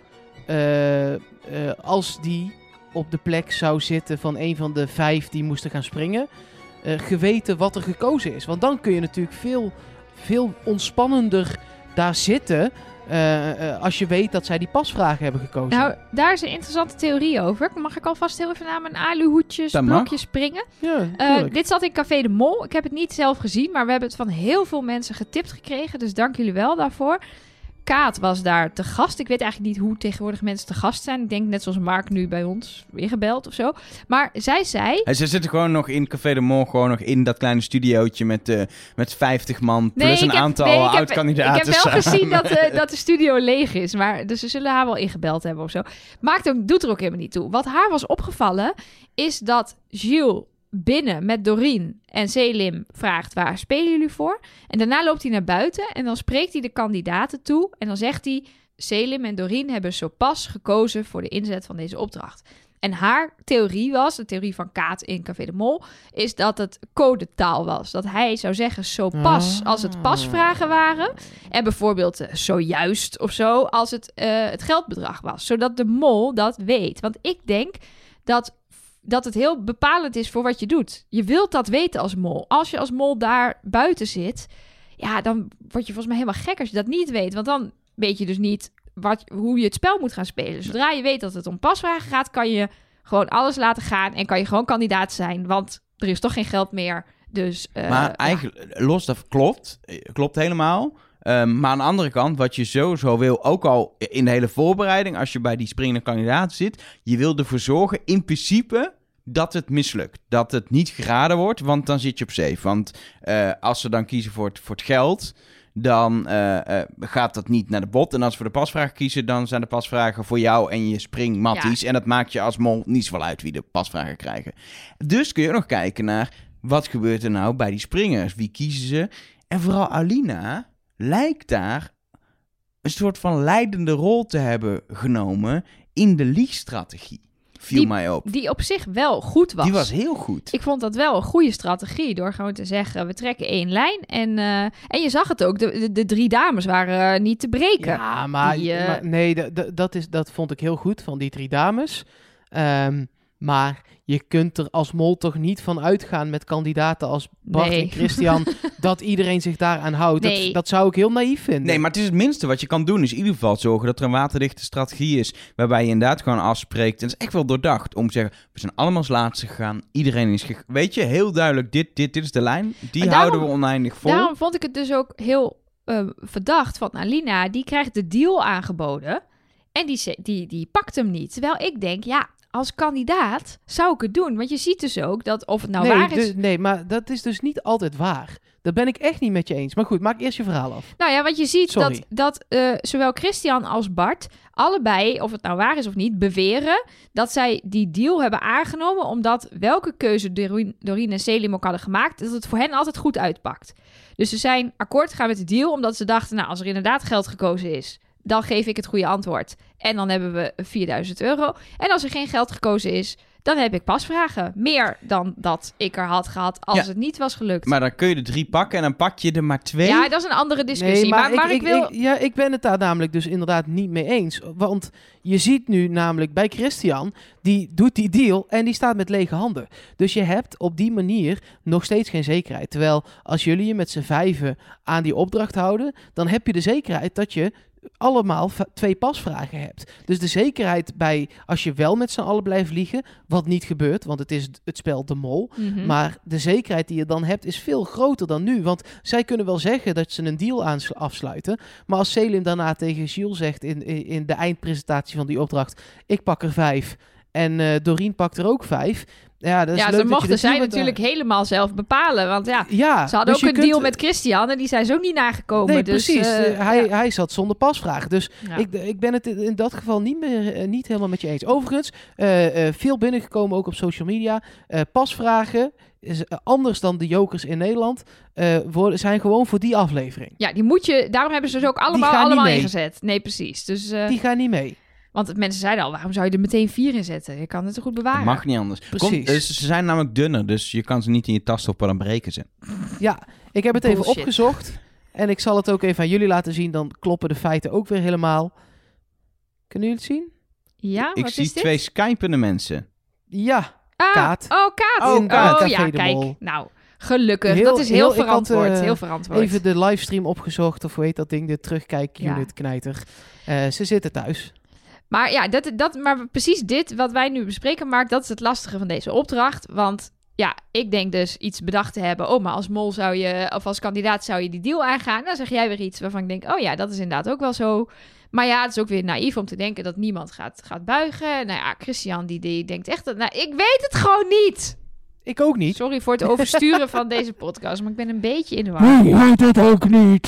uh, uh, als die op de plek zou zitten van een van de vijf die moesten gaan springen, uh, geweten wat er gekozen is. Want dan kun je natuurlijk veel, veel ontspannender daar zitten, uh, uh, als je weet dat zij die pasvragen hebben gekozen. Nou, daar is een interessante theorie over. Mag ik alvast heel even naar mijn aluhoedjes, Dat mag. blokjes springen? Ja, Uh, dit zat in Café de Mol. Ik heb het niet zelf gezien, maar we hebben het van heel veel mensen getipt gekregen. Dus dank jullie wel daarvoor. Kaat was daar te gast. Ik weet eigenlijk niet hoe tegenwoordig mensen te gast zijn. Ik denk net zoals Mark nu bij ons ingebeld of zo. Maar zij zei... En ze zitten gewoon nog in Café de Mol, gewoon nog in dat kleine studiootje met, uh, met vijftig man plus Nee, een ik heb- aantal nee, ik heb- oud-kandidaten. Ik heb wel samen. gezien dat, uh, dat de studio leeg is. Maar, dus ze zullen haar wel ingebeld hebben of zo. Maakt ook, doet er ook helemaal niet toe. Wat haar was opgevallen, is dat Gilles binnen met Doreen en Selim vraagt: waar spelen jullie voor? En daarna loopt hij naar buiten en dan spreekt hij de kandidaten toe. En dan zegt hij: Selim en Doreen hebben zo pas gekozen voor de inzet van deze opdracht. En haar theorie was, de theorie van Kaat in Café de Mol, is dat het codetaal was. Dat hij zou zeggen zo pas als het pasvragen waren. En bijvoorbeeld uh, zojuist of zo als het uh, het geldbedrag was. Zodat de mol dat weet. Want ik denk dat, dat het heel bepalend is voor wat je doet. Je wilt dat weten als mol. Als je als mol daar buiten zit, ja, dan word je volgens mij helemaal gek als je dat niet weet. Want dan weet je dus niet wat, hoe je het spel moet gaan spelen. Zodra je weet dat het om pasvragen gaat, kan je gewoon alles laten gaan en kan je gewoon kandidaat zijn. Want er is toch geen geld meer. Dus, uh, Maar ja. eigenlijk, los dat klopt, klopt helemaal. Um, maar aan de andere kant, wat je sowieso wil, ook al in de hele voorbereiding, als je bij die springende kandidaat zit, je wil ervoor zorgen, in principe, dat het mislukt. Dat het niet geraden wordt, want dan zit je op safe. Want uh, als ze dan kiezen voor het, voor het geld, dan uh, uh, gaat dat niet naar de bot. En als ze voor de pasvragen kiezen, dan zijn de pasvragen voor jou en je springmatties. Ja. En dat maakt je als mol niet zoveel uit wie de pasvragen krijgen. Dus kun je ook nog kijken naar, wat gebeurt er nou bij die springers? Wie kiezen ze? En vooral Alina lijkt daar een soort van leidende rol te hebben genomen in de liegstrategie. Viel die, mij op. Die op zich wel goed was. Die was heel goed. Ik vond dat wel een goede strategie. Door gewoon te zeggen, we trekken één lijn. En, uh, en je zag het ook. De, de, de drie dames waren uh, niet te breken. Ja, maar, die, uh... maar nee, d- d- dat, is, dat vond ik heel goed van die drie dames. Um, maar je kunt er als mol toch niet van uitgaan met kandidaten als Bart nee. en Christian, dat iedereen zich daaraan houdt. Nee. Dat, dat zou ik heel naïef vinden. Nee, maar het is het minste wat je kan doen. Is in ieder geval zorgen dat er een waterdichte strategie is, waarbij je inderdaad gewoon afspreekt. En het is echt wel doordacht om te zeggen, we zijn allemaal als laatste gegaan. Iedereen is, ge- weet je, heel duidelijk, dit, dit, dit is de lijn. Die daarom, houden we oneindig vol. Daarom vond ik het dus ook heel uh, verdacht van Alina. Die krijgt de deal aangeboden en die, die, die pakt hem niet. Terwijl ik denk, ja, als kandidaat zou ik het doen. Want je ziet dus ook dat of het nou nee, waar is... Dus, nee, maar dat is dus niet altijd waar. Dat ben ik echt niet met je eens. Maar goed, maak eerst je verhaal af. Nou ja, want je ziet Sorry. dat, dat uh, zowel Christian als Bart allebei, of het nou waar is of niet, beweren dat zij die deal hebben aangenomen omdat welke keuze Doreen, Doreen en Selim ook hadden gemaakt, dat het voor hen altijd goed uitpakt. Dus ze zijn akkoord gegaan met de deal omdat ze dachten, nou, als er inderdaad geld gekozen is, dan geef ik het goede antwoord. En dan hebben we vierduizend euro. En als er geen geld gekozen is, dan heb ik pasvragen. Meer dan dat ik er had gehad als ja. het niet was gelukt. Maar dan kun je de drie pakken en dan pak je er maar twee. Ja, dat is een andere discussie. Nee, maar, maar, maar ik, ik, wil... ik, ja, ik ben het daar namelijk dus inderdaad niet mee eens. Want je ziet nu namelijk bij Christian, die doet die deal en die staat met lege handen. Dus je hebt op die manier nog steeds geen zekerheid. Terwijl als jullie je met z'n vijven aan die opdracht houden, dan heb je de zekerheid dat je allemaal v- twee pasvragen hebt. Dus de zekerheid bij, als je wel met z'n allen blijft liegen, wat niet gebeurt, want het is het spel de mol, Mm-hmm. maar de zekerheid die je dan hebt is veel groter dan nu, want zij kunnen wel zeggen dat ze een deal aanslu- afsluiten, maar als Selim daarna tegen Gilles zegt in, in, in de eindpresentatie van die opdracht, ik pak er vijf en uh, Doreen pakt er ook vijf. Ja, dat is ja, leuk ze dat je mochten de zij deal natuurlijk met, uh, helemaal zelf bepalen. Want ja, ja ze hadden dus ook je een kunt- deal met Christian en die zijn ze ook niet nagekomen. Nee, dus, precies. uh, Uh, hij, ja. hij zat zonder pasvragen. Dus Ja. ik, ik ben het in dat geval niet, meer, uh, niet helemaal met je eens. Overigens, uh, uh, veel binnengekomen ook op social media. Uh, pasvragen, is, uh, anders dan de jokers in Nederland, uh, worden, zijn gewoon voor die aflevering. Ja, die moet je... Daarom hebben ze dus ook allemaal, gaan niet allemaal mee. ingezet. Nee, precies. Dus, uh, Die gaan niet mee. want mensen zeiden al, waarom zou je er meteen vier in zetten? Je kan het er goed bewaren. Dat mag niet anders. Precies. Kom, dus ze zijn namelijk dunner, dus je kan ze niet in je tas stoppen, dan breken ze. Ja, ik heb het even Bullshit. opgezocht. En ik zal het ook even aan jullie laten zien. Dan kloppen de feiten ook weer helemaal. Kunnen jullie het zien? Ja, ik wat zie is dit? twee skypende mensen. Ja, Ah, Kaat. Oh, Kaat. Oh, Oh, Kaat. ja, Café de kijk. Mol. Nou, gelukkig. Heel- dat is heel, heel- ik had, verantwoord. eh, heel verantwoord. Even de livestream opgezocht, of hoe heet dat ding, de terugkijk-unit Ja. knijter. Uh, ze zitten thuis. Maar ja, dat, dat, maar precies dit wat wij nu bespreken, Mark, dat is het lastige van deze opdracht. Want ja, ik denk dus iets bedacht te hebben. Oh, maar als mol zou je, of als kandidaat zou je die deal aangaan. Dan zeg jij weer iets waarvan ik denk, oh ja, dat is inderdaad ook wel zo. Maar ja, het is ook weer naïef om te denken dat niemand gaat, gaat buigen. Nou ja, Christian die, die denkt echt, dat, nou, ik weet het gewoon niet. Ik ook niet. Sorry voor het oversturen van deze podcast, maar ik ben een beetje in de war. Ik weet het ook niet.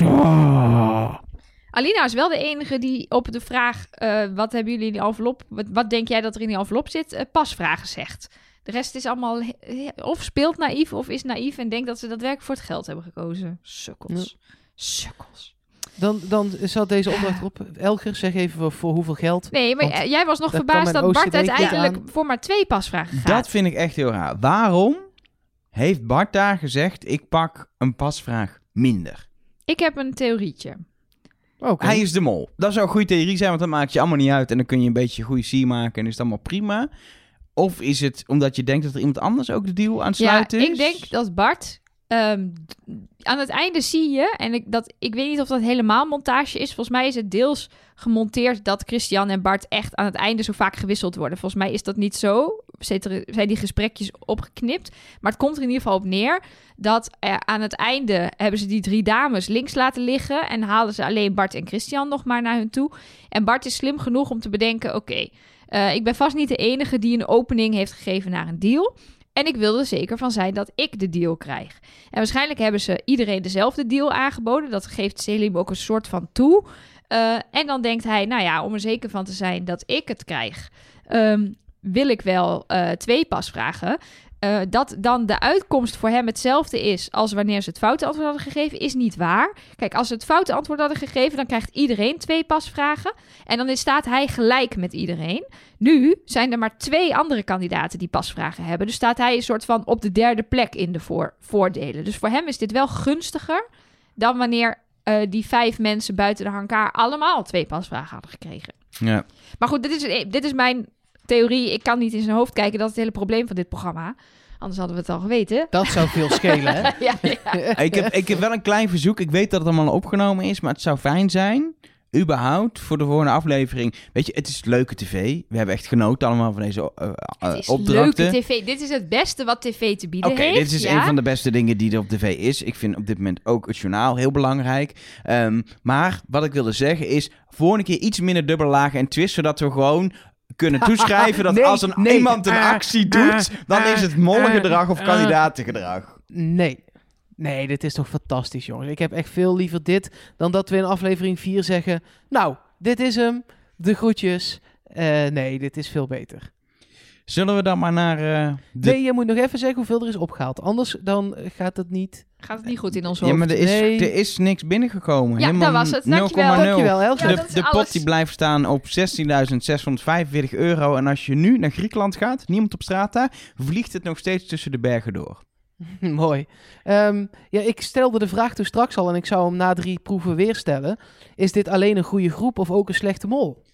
Ah. Alina is wel de enige die op de vraag, uh, wat hebben jullie in die envelop, wat, wat denk jij dat er in die envelop zit, uh, pasvragen zegt. De rest is allemaal he- he- of speelt naïef of is naïef en denkt dat ze daadwerkelijk voor het geld hebben gekozen. Sukkels. Ja. Sukkels. Dan, dan zat deze opdracht erop. Elger, zeg even voor, voor hoeveel geld. Nee, maar Want uh, jij was nog daar verbaasd kan dat mijn Bart O C D uiteindelijk aan. voor maar twee pasvragen gaat. Dat vind ik echt heel raar. Waarom heeft Bart daar gezegd, ik pak een pasvraag minder? Ik heb een theorietje. Oké. Hij is de mol. Dat zou een goede theorie zijn, want dat maakt je allemaal niet uit. En dan kun je een beetje een goede sier maken en is het allemaal prima. Of is het omdat je denkt dat er iemand anders ook de deal aan het Ja, sluiten is? ik denk dat Bart... Um, aan het einde zie je, en ik, dat, ik weet niet of dat helemaal montage is. Volgens mij is het deels gemonteerd dat Christian en Bart echt aan het einde zo vaak gewisseld worden. Volgens mij is dat niet zo. Zijn die gesprekjes opgeknipt. Maar het komt er in ieder geval op neer dat uh, aan het einde hebben ze die drie dames links laten liggen en halen ze alleen Bart en Christian nog maar naar hun toe. En Bart is slim genoeg om te bedenken, oké, okay, uh, ik ben vast niet de enige die een opening heeft gegeven naar een deal. En ik wil er zeker van zijn dat ik de deal krijg. En waarschijnlijk hebben ze iedereen dezelfde deal aangeboden. Dat geeft Selim ook een soort van toe. Uh, en dan denkt hij, nou ja, om er zeker van te zijn dat ik het krijg, um, wil ik wel uh, twee pasvragen. Uh, dat dan de uitkomst voor hem hetzelfde is als wanneer ze het foute antwoord hadden gegeven, is niet waar. Kijk, als ze het foute antwoord hadden gegeven, dan krijgt iedereen twee pasvragen. En dan staat hij gelijk met iedereen. Nu zijn er maar twee andere kandidaten die pasvragen hebben. Dus staat hij een soort van op de derde plek in de voor- voordelen. Dus voor hem is dit wel gunstiger dan wanneer uh, die vijf mensen buiten de hankaar allemaal twee pasvragen hadden gekregen. Ja. Maar goed, dit is, dit is mijn theorie. Ik kan niet in zijn hoofd kijken. Dat is het hele probleem van dit programma. Anders hadden we het al geweten. Dat zou veel schelen, hè? ja, ja. ik, heb, ik heb wel een klein verzoek. Ik weet dat het allemaal opgenomen is, maar het zou fijn zijn, überhaupt, voor de volgende aflevering. Weet je, het is leuke tv. We hebben echt genoten allemaal van deze uh, uh, Het is opdrachten. leuke tv. Dit is het beste wat tv te bieden Oké, heeft. dit is ja? een van de beste dingen die er op tv is. Ik vind op dit moment ook het journaal heel belangrijk. Um, maar wat ik wilde zeggen is, volgende keer iets minder dubbele lagen en twist, zodat we gewoon kunnen toeschrijven dat nee, als een, nee, iemand een uh, actie doet, uh, dan uh, is het mollengedrag of uh, kandidatengedrag. Nee. Nee, dit is toch fantastisch, jongens. Ik heb echt veel liever dit dan dat we in aflevering vier zeggen, nou, dit is hem, de groetjes. Uh, nee, dit is veel beter. Zullen we dan maar naar... Uh, de... Nee, je moet nog even zeggen hoeveel er is opgehaald. Anders dan gaat het niet... Gaat het niet goed in ons hoofd. Ja, maar er is, nee. er is niks binnengekomen. Ja, Helemaal dat was het. nul Dankjewel. komma nul. Dankjewel, Elke. Ja, De, dat is de pot alles. die blijft staan op zestienduizend zeshonderdvijfenveertig euro. En als je nu naar Griekenland gaat, niemand op straat daar, vliegt het nog steeds tussen de bergen door. Mooi. Um, ja, ik stelde de vraag toen straks al en ik zou hem na drie proeven weer stellen. Is dit alleen een goede groep of ook een slechte mol?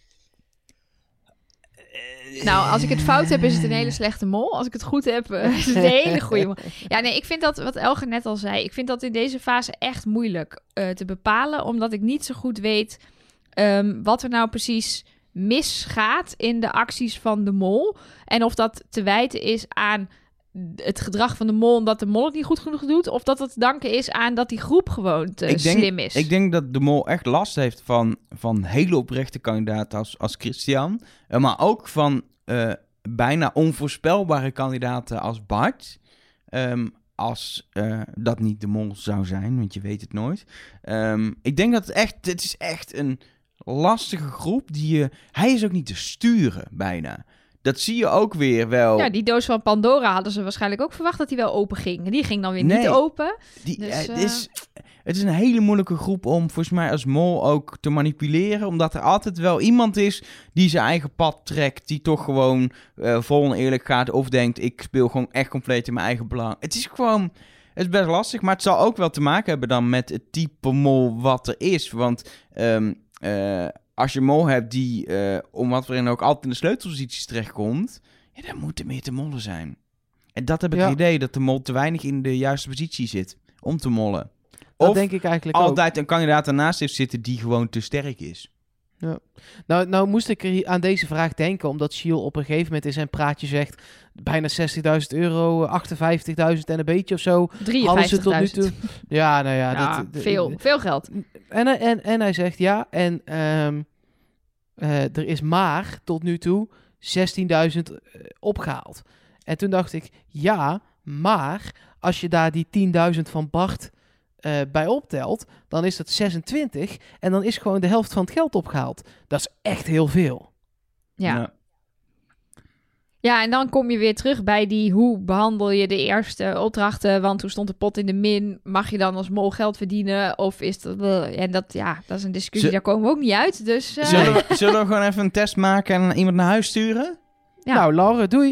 Nou, als ik het fout heb, is het een hele slechte mol. Als ik het goed heb, is het een hele goede mol. Ja, nee, ik vind dat, wat Elger net al zei, ik vind dat in deze fase echt moeilijk uh, te bepalen, omdat ik niet zo goed weet um, wat er nou precies misgaat in de acties van de mol. En of dat te wijten is aan het gedrag van de mol, omdat de mol het niet goed genoeg doet, of dat het te danken is aan dat die groep gewoon te ik denk, slim is. Ik denk dat de mol echt last heeft van, van hele oprechte kandidaten als, als Christian, uh, maar ook van uh, bijna onvoorspelbare kandidaten als Bart. Um, als uh, dat niet de mol zou zijn, want je weet het nooit. Um, ik denk dat het echt, het is echt een lastige groep die je, hij is ook niet te sturen bijna. Dat zie je ook weer wel. Ja, die doos van Pandora hadden ze waarschijnlijk ook verwacht dat die wel open ging. Die ging dan weer nee, niet open. Die, dus, uh, het, uh... is, het is een hele moeilijke groep om volgens mij als mol ook te manipuleren. Omdat er altijd wel iemand is die zijn eigen pad trekt. Die toch gewoon uh, vol en eerlijk gaat. Of denkt, ik speel gewoon echt compleet in mijn eigen belang. Het is gewoon, het is best lastig. Maar het zal ook wel te maken hebben dan met het type mol wat er is. Want... Um, uh, als je een mol hebt die, uh, om wat voor reden ook, altijd in de sleutelposities terechtkomt, ja, dan moeten meer te mollen zijn. En dat heb ik Ja. het idee, dat de mol te weinig in de juiste positie zit om te mollen. Dat Of denk ik eigenlijk ook. altijd een kandidaat ernaast heeft zitten die gewoon te sterk is. Nou, nou moest ik er hier aan deze vraag denken, omdat Giel op een gegeven moment in zijn praatje zegt, bijna zestigduizend euro, achtenvijftigduizend en een beetje of zo. Hadden ze tot nu drieënvijftigduizend. toe. Ja, nou ja. Ja, dat, veel, veel geld. En, en, en hij zegt ja, en um, uh, er is maar tot nu toe zestienduizend uh, opgehaald. En toen dacht ik, ja, maar als je daar die tienduizend van Bart uh, bij optelt, dan is dat zesentwintig en dan is gewoon de helft van het geld opgehaald. Dat is echt heel veel. Ja. ja. Ja, en dan kom je weer terug bij die hoe behandel je de eerste opdrachten, want toen stond de pot in de min, mag je dan als mol geld verdienen of is dat... Uh, en dat, ja, dat is een discussie, Z- daar komen we ook niet uit, dus... Uh... Zullen, we, zullen we gewoon even een test maken en iemand naar huis sturen? Ja. Nou, Laura, doei.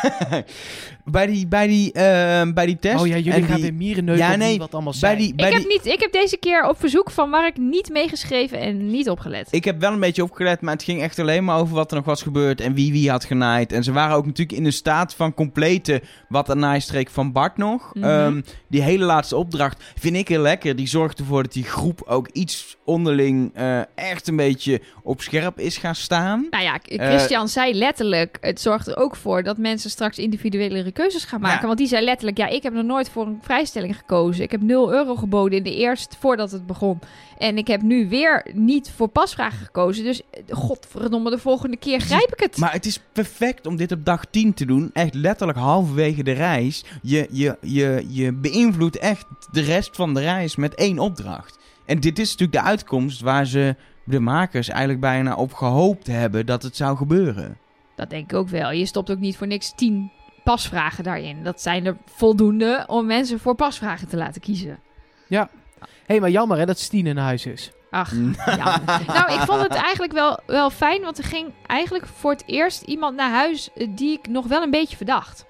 bij, die, bij, die, uh, bij die test... Oh ja, jullie en gaan die... weer mierenneuken ja, nee, wat allemaal bij zijn. die, bij ik, die... heb niet, ik heb deze keer op verzoek van Mark niet meegeschreven en niet opgelet. Ik heb wel een beetje opgelet, maar het ging echt alleen maar over wat er nog was gebeurd en wie wie had genaaid. En ze waren ook natuurlijk in de staat van complete wat een naaistreek van Bart nog. Mm-hmm. Um, die hele laatste opdracht vind ik heel lekker. Die zorgt ervoor dat die groep ook iets onderling uh, echt een beetje op scherp is gaan staan. Nou ja, Christian uh, zei letterlijk, het zorgt er ook voor dat mensen straks individuele keuzes gaan maken. Ja. Want die zei letterlijk, ja, ik heb nog nooit voor een vrijstelling gekozen. Ik heb nul euro geboden in de eerste, voordat het begon. En ik heb nu weer niet voor pasvragen gekozen. Dus godverdomme, de volgende keer grijp ik het. Maar het is perfect om dit op dag tien te doen. Echt letterlijk halverwege de reis. Je, je, je, je beïnvloedt echt de rest van de reis met één opdracht. En dit is natuurlijk de uitkomst waar ze, de makers, eigenlijk bijna op gehoopt hebben dat het zou gebeuren. Dat denk ik ook wel. Je stopt ook niet voor niks tien pasvragen daarin. Dat zijn er voldoende om mensen voor pasvragen te laten kiezen. Ja. Hé, hey, maar jammer hè, dat Stien in huis is. Ach, ja. Nou, ik vond het eigenlijk wel, wel fijn, want er ging eigenlijk voor het eerst iemand naar huis die ik nog wel een beetje verdacht.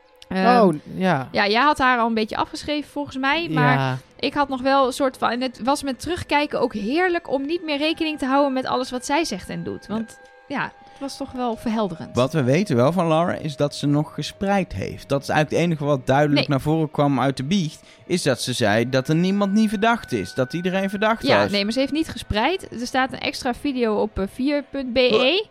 Oh, um, ja. Ja, jij had haar al een beetje afgeschreven volgens mij, maar ja. ik had nog wel een soort van... En het was met terugkijken ook heerlijk om niet meer rekening te houden met alles wat zij zegt en doet. Want ja, het was toch wel verhelderend. Wat we weten wel van Laura is dat ze nog gespreid heeft. Dat is eigenlijk het enige wat duidelijk nee. naar voren kwam uit de biecht. Is dat ze zei dat er niemand niet verdacht is. Dat iedereen verdacht ja, was. Ja, nee, maar ze heeft niet gespreid. Er staat een extra video op vier punt b e...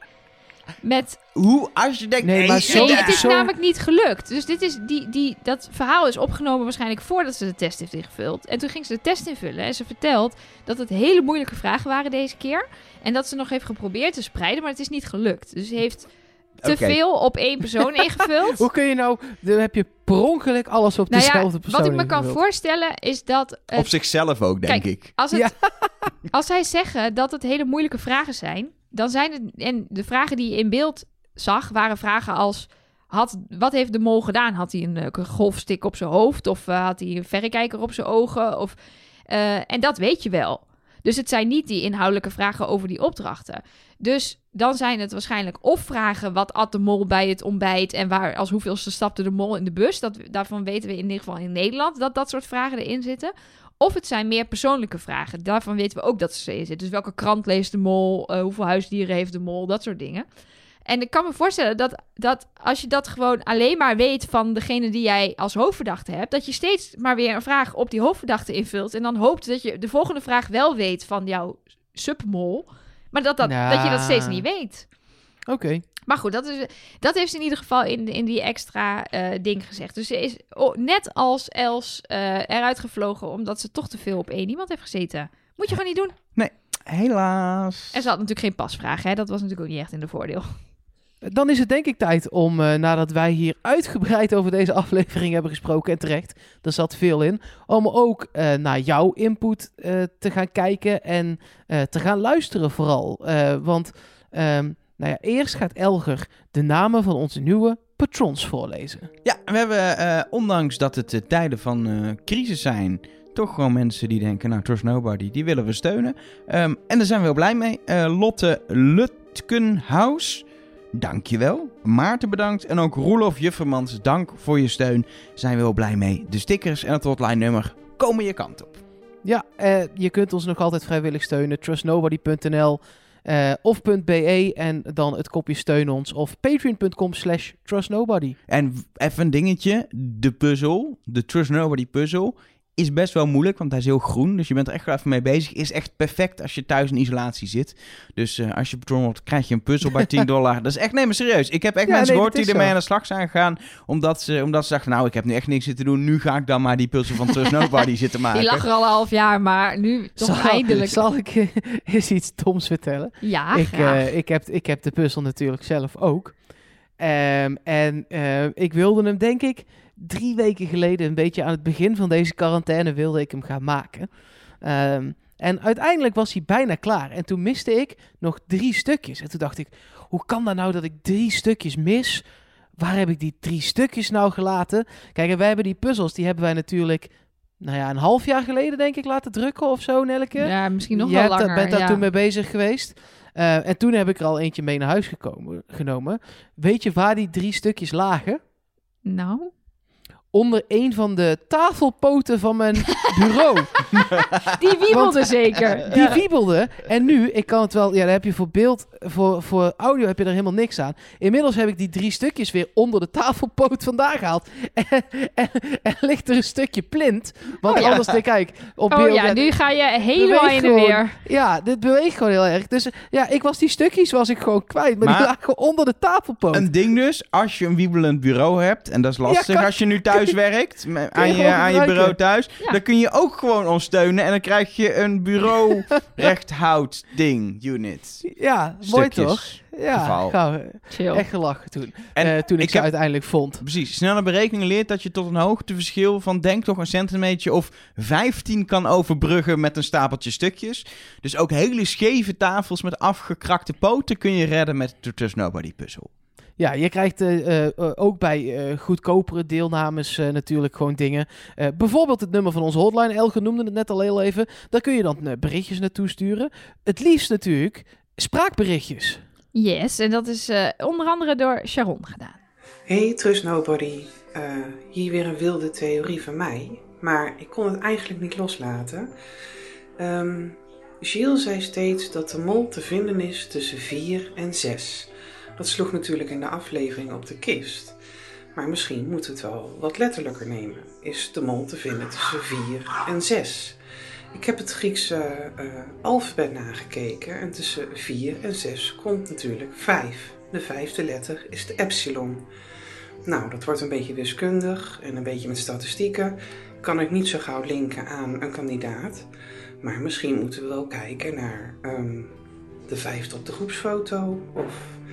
Met... Hoe? Als je denkt... Nee, maar zo, nee, het is zo... namelijk niet gelukt. Dus dit is die, die, dat verhaal is opgenomen waarschijnlijk voordat ze de test heeft ingevuld. En toen ging ze de test invullen. En ze vertelt dat het hele moeilijke vragen waren deze keer. En dat ze nog heeft geprobeerd te spreiden, maar het is niet gelukt. Dus ze heeft te okay. veel op één persoon ingevuld. Hoe kun je nou... Dan heb je per ongeluk alles op nou dezelfde ja, persoon wat ik me ingevuld. kan voorstellen is dat... Het... Op zichzelf ook, denk Kijk, ik. Als, het, ja. als zij zeggen dat het hele moeilijke vragen zijn, dan zijn het... En de vragen die je in beeld zag, waren vragen als... Had, wat heeft de mol gedaan? Had hij een uh, golfstick op zijn hoofd? Of uh, had hij een verrekijker op zijn ogen? Of, uh, en dat weet je wel. Dus het zijn niet die inhoudelijke vragen over die opdrachten. Dus dan zijn het waarschijnlijk of vragen... wat at de mol bij het ontbijt... en waar als hoeveelste stapte de mol in de bus. Dat, daarvan weten we in ieder geval in Nederland... dat dat soort vragen erin zitten. Of het zijn meer persoonlijke vragen. Daarvan weten we ook dat ze erin zitten. Dus welke krant leest de mol? Uh, hoeveel huisdieren heeft de mol? Dat soort dingen. En ik kan me voorstellen dat, dat als je dat gewoon alleen maar weet van degene die jij als hoofdverdachte hebt, dat je steeds maar weer een vraag op die hoofdverdachte invult en dan hoopt dat je de volgende vraag wel weet van jouw submol, maar dat, dat, nou. dat je dat steeds niet weet. Oké. Okay. Maar goed, dat, is, dat heeft ze in ieder geval in, in die extra uh, ding gezegd. Dus ze is oh, net als Els uh, eruit gevlogen omdat ze toch te veel op één iemand heeft gezeten. Moet je gewoon niet doen. Nee, helaas. En ze had natuurlijk geen pasvraag, hè? Dat was natuurlijk ook niet echt in de voordeel. Dan is het denk ik tijd om, uh, nadat wij hier uitgebreid over deze aflevering hebben gesproken, en terecht, er zat veel in, om ook uh, naar jouw input uh, te gaan kijken en uh, te gaan luisteren vooral. Uh, want um, nou ja, eerst gaat Elger de namen van onze nieuwe patrons voorlezen. Ja, we hebben, uh, ondanks dat het uh, tijden van uh, crisis zijn, toch gewoon mensen die denken, nou, Trust Nobody, die willen we steunen. Um, en daar zijn we heel blij mee. Uh, Lotte Lutkenhaus, dankjewel. Maarten bedankt. En ook Roelof Juffermans, dank voor je steun. Zijn we heel blij mee. De stickers en het hotline nummer komen je kant op. Ja, uh, je kunt ons nog altijd vrijwillig steunen. trust nobody punt n l Uh, of .be en dan het kopje steun ons. Of patreon.com slash trustnobody. En even een dingetje. De puzzel, de Trust Nobody puzzel, is best wel moeilijk, want hij is heel groen. Dus je bent er echt wel even mee bezig. Is echt perfect als je thuis in isolatie zit. Dus uh, als je patron wordt, krijg je een puzzel bij tien dollar. Dat is echt, nee, maar serieus. Ik heb echt ja, mensen nee, gehoord die ermee zo. aan de slag zijn gegaan. Omdat ze, omdat ze dachten, nou, ik heb nu echt niks zitten doen. Nu ga ik dan maar die puzzel van Trust Nobody zitten maken. Die lag er al een half jaar, maar nu toch zal, eindelijk. Zal ik uh, eens iets doms vertellen? Ja, ik, uh, ik, heb, ik heb de puzzel natuurlijk zelf ook. Um, en uh, ik wilde hem, denk ik, drie weken geleden, een beetje aan het begin van deze quarantaine, wilde ik hem gaan maken. Um, en uiteindelijk was hij bijna klaar. En toen miste ik nog drie stukjes. En toen dacht ik, hoe kan dat nou dat ik drie stukjes mis? Waar heb ik die drie stukjes nou gelaten? Kijk, en wij hebben die puzzels, die hebben wij natuurlijk, nou ja, een half jaar geleden, denk ik, laten drukken of zo, Nelleke. Ja, misschien nog Jij wel langer. Je bent daar ja. toen mee bezig geweest. Uh, en toen heb ik er al eentje mee naar huis gekomen, genomen. Weet je waar die drie stukjes lagen? Nou? Onder een van de tafelpoten van mijn bureau. Die wiebelde Want, zeker. Die wiebelde. En nu, ik kan het wel... Ja, daar heb je voor beeld... Voor, voor audio heb je er helemaal niks aan. Inmiddels heb ik die drie stukjes weer onder de tafelpoot vandaan gehaald. En, en, en ligt er een stukje plint. Want oh, ja. anders, te, kijk... Op oh beeld, ja, ja, nu ga je helemaal heen en weer. Ja, dit beweegt gewoon heel erg. Dus ja, ik was die stukjes was ik gewoon kwijt. Maar, maar die lagen onder de tafelpoot. Een ding dus, als je een wiebelend bureau hebt... En dat is lastig ja, kan, als je nu thuis werkt, met, aan, je, aan je bureau thuis, ja. dan kun je ook gewoon ondersteunen en dan krijg je een bureau rechthoud ding unit. Ja, Stukjes mooi toch? Ja, geval. Gauw, echt gelachen toen. En uh, toen ik, ik ze heb, uiteindelijk vond. Precies, snelle berekening leert dat je tot een hoogteverschil van denk toch een centimeter of vijftien kan overbruggen met een stapeltje stukjes. Dus ook hele scheve tafels met afgekrakte poten kun je redden met de Trust Nobody puzzel. Ja, je krijgt uh, uh, ook bij uh, goedkopere deelnames uh, natuurlijk gewoon dingen. Uh, bijvoorbeeld het nummer van onze hotline. Elge noemde het net al heel even. Daar kun je dan uh, berichtjes naartoe sturen. Het liefst natuurlijk spraakberichtjes. Yes, en dat is uh, onder andere door Sharon gedaan. Hey Trust Nobody. Uh, hier weer een wilde theorie van mij. Maar ik kon het eigenlijk niet loslaten. Um, Gilles zei steeds dat de mol te vinden is tussen vier en zes. Dat sloeg natuurlijk in de aflevering op de kist. Maar misschien moeten we het wel wat letterlijker nemen. Is de mol te vinden tussen vier en zes? Ik heb het Griekse uh, alfabet nagekeken en tussen vier en zes komt natuurlijk vijf. De vijfde letter is de epsilon. Nou, dat wordt een beetje wiskundig en een beetje met statistieken. Kan ik niet zo gauw linken aan een kandidaat. Maar misschien moeten we wel kijken naar um, de vijfde op de groepsfoto of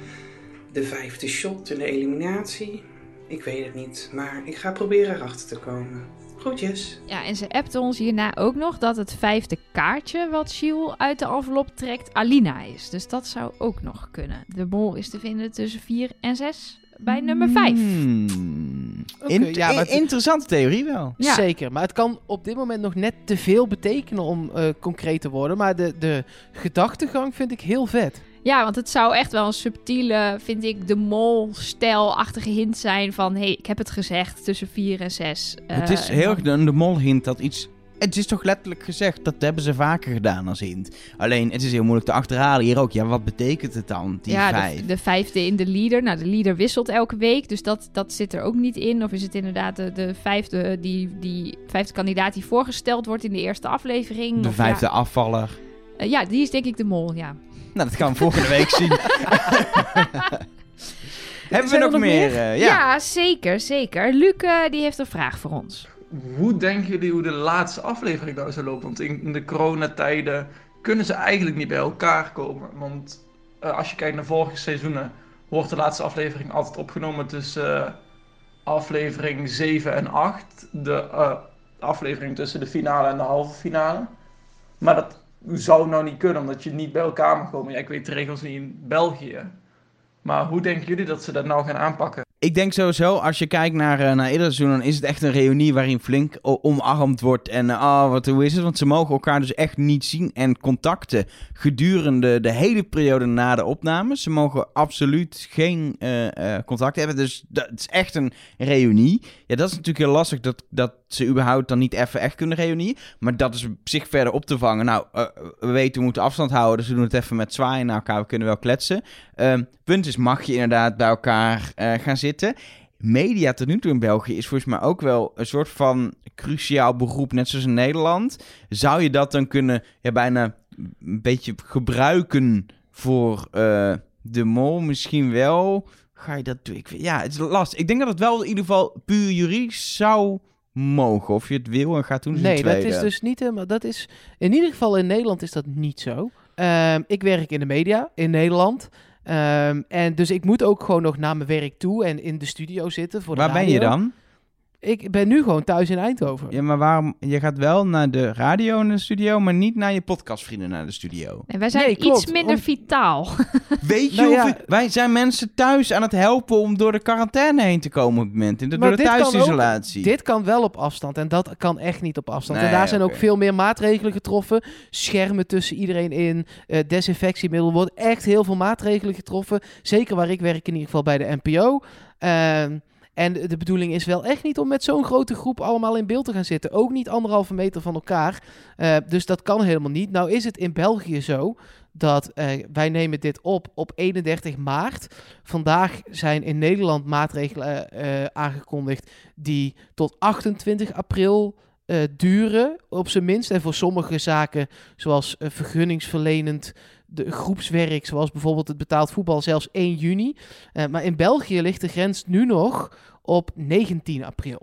de vijfde shot in de eliminatie. Ik weet het niet, maar ik ga proberen erachter te komen. Groetjes. Ja, en ze appte ons hierna ook nog dat het vijfde kaartje wat Gilles uit de envelop trekt Alina is. Dus dat zou ook nog kunnen. De mol is te vinden tussen vier en zes bij nummer vijf. Hmm. Okay, In- ja, maar het... Interessante theorie wel. Ja. Zeker, maar het kan op dit moment nog net te veel betekenen om uh, concreet te worden. Maar de, de gedachtegang vind ik heel vet. Ja, want het zou echt wel een subtiele, vind ik, de mol-stijlachtige hint zijn van... hé, hey, ik heb het gezegd, tussen vier en zes. Uh, het is heel erg de, de mol-hint dat iets... Het is toch letterlijk gezegd, dat hebben ze vaker gedaan als hint. Alleen, het is heel moeilijk te achterhalen hier ook. Ja, wat betekent het dan, die ja, vijf? De, de vijfde in de leader. Nou, de leader wisselt elke week, dus dat, dat zit er ook niet in. Of is het inderdaad de, de vijfde, die, die vijfde kandidaat die voorgesteld wordt in de eerste aflevering? De of, vijfde ja, afvaller. Uh, ja, die is denk ik de mol, ja. Nou, dat gaan we volgende week zien. Hebben we nog, nog meer? meer? Uh, ja. ja, zeker, zeker. Luc, uh, die heeft een vraag voor ons. Hoe denken jullie hoe de laatste aflevering nou zou lopen? Want in de coronatijden kunnen ze eigenlijk niet bij elkaar komen. Want uh, als je kijkt naar vorige seizoenen, wordt de laatste aflevering altijd opgenomen tussen uh, aflevering zeven en acht. De uh, aflevering tussen de finale en de halve finale. Maar dat zou nou niet kunnen, omdat je niet bij elkaar mag komen. Ja, ik weet de regels niet in België. Maar hoe denken jullie dat ze dat nou gaan aanpakken? Ik denk sowieso, als je kijkt naar, uh, naar ieder seizoen, dan is het echt een reunie waarin flink o- omarmd wordt. En uh, oh, wat, hoe is het? Want ze mogen elkaar dus echt niet zien en contacten gedurende de hele periode na de opnames. Ze mogen absoluut geen uh, uh, contact hebben. Dus dat is echt een reunie. Ja, dat is natuurlijk heel lastig. Dat, dat ze überhaupt dan niet even echt kunnen reunie. Maar dat is op zich verder op te vangen. Nou, uh, we weten we moeten afstand houden, dus we doen het even met zwaaien naar elkaar. We kunnen wel kletsen. Uh, punt is, mag je inderdaad bij elkaar uh, gaan zitten. Media tot nu toe in België is volgens mij ook wel een soort van cruciaal beroep, net zoals in Nederland. Zou je dat dan kunnen ja, bijna een beetje gebruiken voor uh, de mol? Misschien wel. Ga je dat doen? Ik vind, ja, het is lastig. Ik denk dat het wel in ieder geval puur juridisch zou mogen. Of je het wil en gaat doen. Nee, dat is dus niet helemaal. Dat is in ieder geval in Nederland is dat niet zo. Um, ik werk in de media in Nederland. Um, en dus ik moet ook gewoon nog naar mijn werk toe en in de studio zitten voor de Waar radio. ben je dan? Ik ben nu gewoon thuis in Eindhoven. Ja, maar waarom? Je gaat wel naar de radio in de studio, maar niet naar je podcastvrienden naar de studio. En wij zijn Nee, klopt. iets minder Om- vitaal. Weet je Nou ja. hoeveel... Wij zijn mensen thuis aan het helpen om door de quarantaine heen te komen op het moment. Door Maar de dit kan thuisisolatie. Dit kan wel op afstand en dat kan echt niet op afstand. Nee, en daar zijn oké. ook veel meer maatregelen getroffen. Schermen tussen iedereen in, uh, desinfectiemiddel. Wordt echt heel veel maatregelen getroffen. Zeker waar ik werk, in ieder geval bij de N P O. Uh, En de bedoeling is wel echt niet om met zo'n grote groep allemaal in beeld te gaan zitten. Ook niet anderhalve meter van elkaar. Uh, dus dat kan helemaal niet. Nou is het in België zo dat uh, wij nemen dit op op eenendertig maart. Vandaag zijn in Nederland maatregelen uh, aangekondigd die tot achtentwintig april uh, duren, op zijn minst. En voor sommige zaken, zoals uh, vergunningsverlenend de groepswerk, zoals bijvoorbeeld het betaald voetbal, zelfs één juni. Uh, maar in België ligt de grens nu nog op negentien april.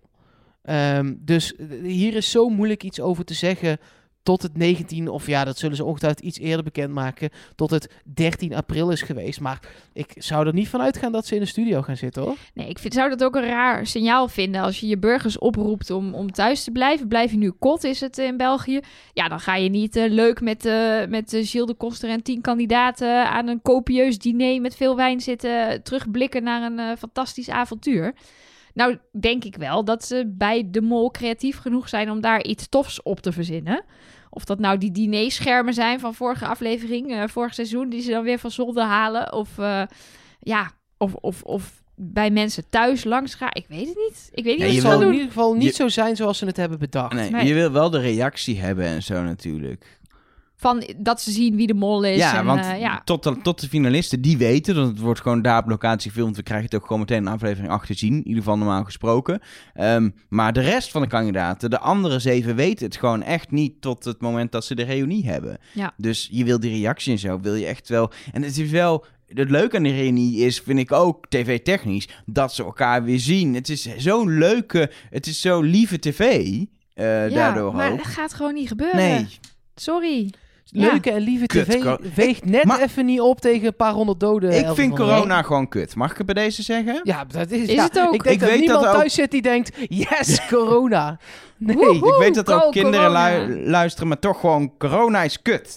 Um, dus uh, hier is zo moeilijk iets over te zeggen tot het negentien, of ja, dat zullen ze ongetwijfeld iets eerder bekendmaken, tot het dertien april is geweest. Maar ik zou er niet van uitgaan dat ze in de studio gaan zitten, hoor. Nee, ik vind, zou dat ook een raar signaal vinden als je je burgers oproept om, om thuis te blijven. Blijf je nu kot, is het in België. Ja, dan ga je niet uh, leuk met, uh, met uh, Gilles de Koster en tien kandidaten aan een copieus diner met veel wijn zitten, terugblikken naar een uh, fantastisch avontuur. Nou, denk ik wel dat ze bij de Mol creatief genoeg zijn om daar iets tofs op te verzinnen. Of dat nou die dinerschermen zijn van vorige aflevering, uh, vorig seizoen, die ze dan weer van zolder halen. Of uh, ja, of, of, of bij mensen thuis langs gaan. Ik weet het niet. Ik weet niet Ja, wat je ze Het gaan zal in doen. ieder geval niet Je- zo zijn zoals ze het hebben bedacht. Nee, Nee. je wil wel de reactie hebben en zo natuurlijk. Van dat ze zien wie de mol is. Ja, en, want uh, ja. Tot, de, tot de finalisten, die weten, dat het wordt gewoon daar op locatie gefilmd. We krijgen het ook gewoon meteen in aflevering acht te zien. In ieder geval normaal gesproken. Um, maar de rest van de kandidaten, de andere zeven, weten het gewoon echt niet tot het moment dat ze de reunie hebben. Ja. Dus je wil die reactie en zo, wil je echt wel... En het is wel... Het leuke aan de reunie is, vind ik ook, tv-technisch, dat ze elkaar weer zien. Het is zo'n leuke... Het is zo lieve tv, uh, ja, daardoor maar ook. dat gaat gewoon niet gebeuren. Nee. Sorry. Leuke en lieve Kut, tv ko- weegt net maar- even niet op tegen een paar honderd doden. Ik Elke vind van corona gewoon kut. Mag ik het bij deze zeggen? Ja, dat is, Is ja, het ook? Ik denk Ik dat weet niemand dat ook- thuis zit die denkt, yes, corona. Nee, Woehoe. Ik weet dat er go, ook kinderen corona. lu- luisteren, maar toch gewoon, corona is kut.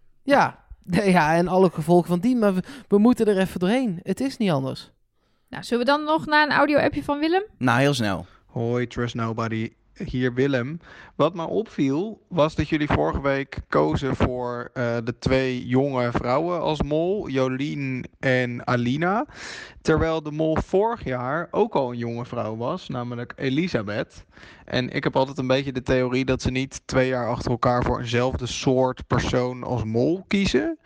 ja. Nee, ja, en alle gevolgen van die, maar we, we moeten er even doorheen. Het is niet anders. Nou, zullen we dan nog naar een audio-appje van Willem? Nou, heel snel. Hoi, Trust Nobody. Hier Willem. Wat me opviel was dat jullie vorige week kozen voor uh, de twee jonge vrouwen als mol, Jolien en Alina. Terwijl de mol vorig jaar ook al een jonge vrouw was, namelijk Elisabeth. En ik heb altijd een beetje de theorie dat ze niet twee jaar achter elkaar voor eenzelfde soort persoon als mol kiezen.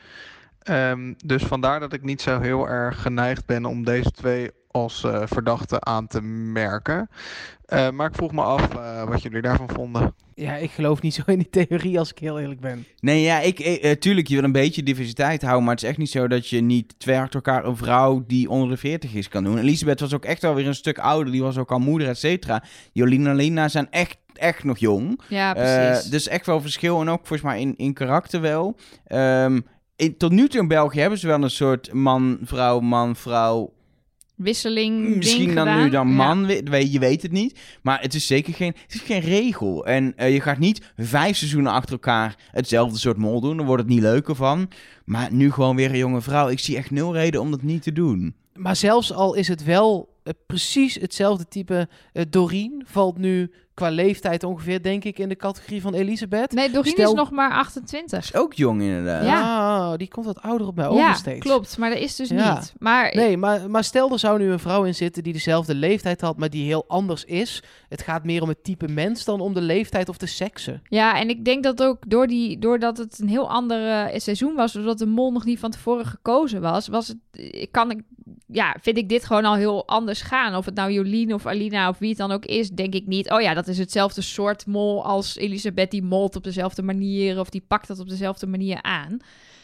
Um, dus vandaar dat ik niet zo heel erg geneigd ben om deze twee als uh, verdachte aan te merken. Uh, maar ik vroeg me af uh, wat jullie daarvan vonden. Ja, ik geloof niet zo in die theorie als ik heel eerlijk ben. Nee, ja, ik, ik, uh, tuurlijk, je wil een beetje diversiteit houden, maar het is echt niet zo dat je niet twee achter elkaar een vrouw die onder de veertig is kan doen. Elisabeth was ook echt wel weer een stuk ouder, die was ook al moeder, et cetera. Jolien en Alina zijn echt, echt nog jong. Ja, precies. Uh, dus echt wel verschil en ook volgens mij in, in karakter wel. Um, in, tot nu toe in België hebben ze wel een soort man-vrouw, man-vrouw... Wisseling Misschien ding dan gedaan. nu dan Ja. man, we- je weet het niet. Maar het is zeker geen, het is geen regel. En uh, je gaat niet vijf seizoenen achter elkaar hetzelfde soort mol doen. Dan wordt het niet leuker van. Maar nu gewoon weer een jonge vrouw. Ik zie echt nul reden om dat niet te doen. Maar zelfs al is het wel uh, precies hetzelfde type... Uh, Doreen valt nu qua leeftijd ongeveer, denk ik, in de categorie van Elisabeth. Nee, Doreen Stel- is nog maar achtentwintig. Dat is ook jong inderdaad. Ja. Ah, die komt wat ouder op mij over Ja, steeds. klopt. Maar dat is dus Ja. niet. Maar Nee, maar, maar stel er zou nu een vrouw in zitten die dezelfde leeftijd had, maar die heel anders is. Het gaat meer om het type mens dan om de leeftijd of de seksen. ja, en ik denk dat ook door die, doordat het een heel ander eh, seizoen was, doordat de mol nog niet van tevoren gekozen was, was het, eh, kan ik, ja, vind ik dit gewoon al heel anders gaan. Of het nou Jolien of Alina of wie het dan ook is, denk ik niet, oh ja, dat is hetzelfde soort mol als Elisabeth, die molt op dezelfde manier of die pakt dat op dezelfde manier aan.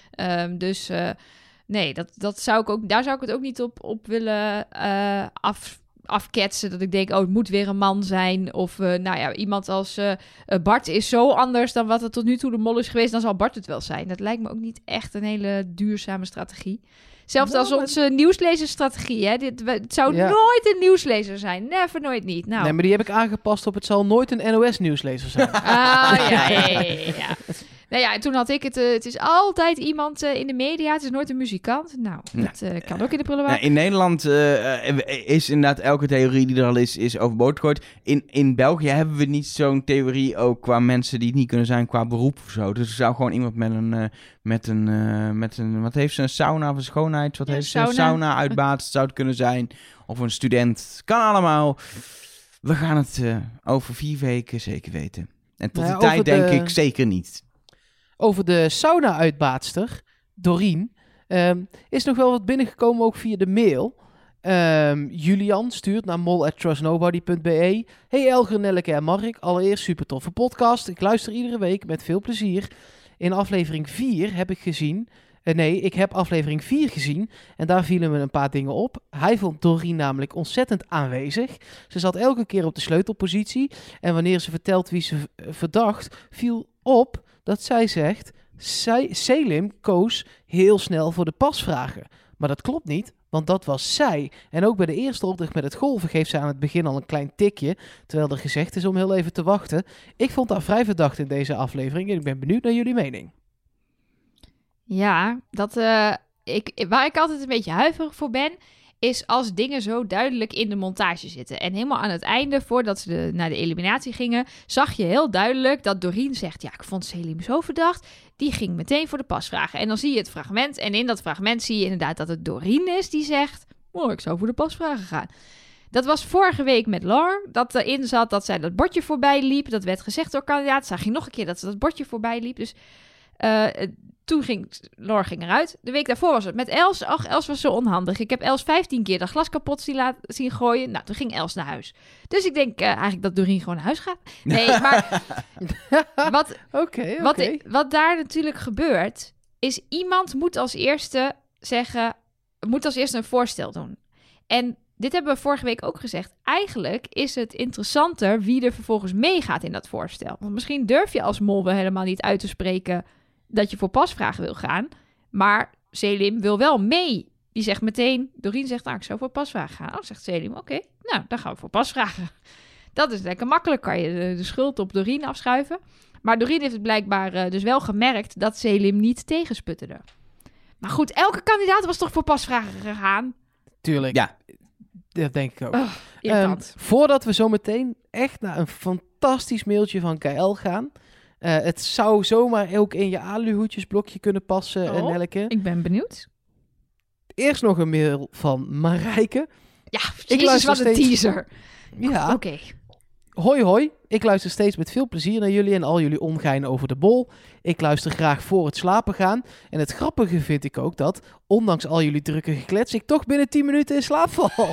Um, dus uh, nee, dat, dat zou ik ook, daar zou ik het ook niet op, op willen uh, af, afketsen. Dat ik denk, oh, het moet weer een man zijn. Of uh, nou ja, iemand als uh, Bart is zo anders dan wat het tot nu toe de mol is geweest. Dan zal Bart het wel zijn. Dat lijkt me ook niet echt een hele duurzame strategie. Zelfs Nou, als maar- onze nieuwslezersstrategie. Hè? Dit, we- het zou Ja. nooit een nieuwslezer zijn. Never, nooit niet. Nou. Nee, maar die heb ik aangepast op het zal nooit een N O S-nieuwslezer zijn. Ah, ja, ja, ja, ja, ja. Nou ja, en toen had ik het... Uh, het is altijd iemand uh, in de media. Het is nooit een muzikant. Nou, dat uh, kan ook in de prullenbak. Nou, in Nederland uh, is inderdaad elke theorie die er al is, is overboord gegooid. In, in België hebben we niet zo'n theorie ook qua mensen die het niet kunnen zijn qua beroep of zo. Dus er zou gewoon iemand met een, uh, met een, uh, met een, wat heeft ze, een sauna of een schoonheid? Wat Ja, heeft sauna. ze? Een sauna uitbaat zou het kunnen zijn. Of een student. Kan allemaal. We gaan het uh, over vier weken zeker weten. En tot Nou ja, die tijd over denk de- ik zeker niet. Over de sauna-uitbaatster, Doreen, um, is nog wel wat binnengekomen ook via de mail. Um, Julian stuurt naar mol at trustnobody punt b e. Hey Elger, Nelleke en Mark, allereerst super toffe podcast. Ik luister iedere week met veel plezier. In aflevering vier heb ik gezien... Uh, nee, ik heb aflevering vier gezien en daar vielen me een paar dingen op. Hij vond Doreen namelijk ontzettend aanwezig. Ze zat elke keer op de sleutelpositie en wanneer ze vertelt wie ze v- verdacht, viel op dat zij zegt, zij, Selim koos heel snel voor de pasvragen. Maar dat klopt niet, want dat was zij. En ook bij de eerste opdracht met het golven geeft ze aan het begin al een klein tikje, terwijl er gezegd is om heel even te wachten. Ik vond haar vrij verdacht in deze aflevering en ik ben benieuwd naar jullie mening. Ja, dat, uh, ik, waar ik altijd een beetje huiverig voor ben, is als dingen zo duidelijk in de montage zitten. En helemaal aan het einde, voordat ze de, naar de eliminatie gingen, zag je heel duidelijk dat Doreen zegt, ja, ik vond Selim zo verdacht. Die ging meteen voor de pasvragen. En dan zie je het fragment. En in dat fragment zie je inderdaad dat het Doreen is die zegt, oh, ik zou voor de pasvragen gaan. Dat was vorige week met Laura, dat erin zat dat zij dat bordje voorbij liep. Dat werd gezegd door kandidaat. Zag je nog een keer dat ze dat bordje voorbij liep. Dus uh, toen ging Laura ging eruit. De week daarvoor was het met Els. Ach, Els was zo onhandig. Ik heb Els vijftien keer dat glas kapot zien, laten, zien gooien. Nou, toen ging Els naar huis. Dus ik denk uh, eigenlijk dat Doreen gewoon naar huis gaat. Nee, maar wat, Oké, oké. wat, i- wat daar natuurlijk gebeurt, is iemand moet als eerste zeggen, moet als eerste een voorstel doen. En dit hebben we vorige week ook gezegd. Eigenlijk is het interessanter wie er vervolgens meegaat in dat voorstel. Want misschien durf je als mol wel helemaal niet uit te spreken dat je voor pasvragen wil gaan. Maar Selim wil wel mee. Die zegt meteen, Doreen zegt, nou, ik zou voor pasvragen gaan. Oh, zegt Selim, oké, okay, nou, dan gaan we voor pasvragen. Dat is lekker makkelijk. Kan je de, de schuld op Doreen afschuiven. Maar Doreen heeft het blijkbaar uh, dus wel gemerkt dat Selim niet tegensputterde. Maar goed, elke kandidaat was toch voor pasvragen gegaan? Tuurlijk. Ja. Dat denk ik ook. Oh, Um, irritant. voordat we zo meteen echt naar een fantastisch mailtje van K L gaan. Uh, het zou zomaar ook in je aluhoedjesblokje kunnen passen, Oh. Nelleke. Ik ben benieuwd. Eerst nog een mail van Marijke. Ja, Ik jezus, luister wat een steeds- teaser. Ja. Oké. Hoi hoi, ik luister steeds met veel plezier naar jullie en al jullie ongein over de bol. Ik luister graag voor het slapen gaan. En het grappige vind ik ook dat, ondanks al jullie drukke geklets, ik toch binnen tien minuten in slaap val.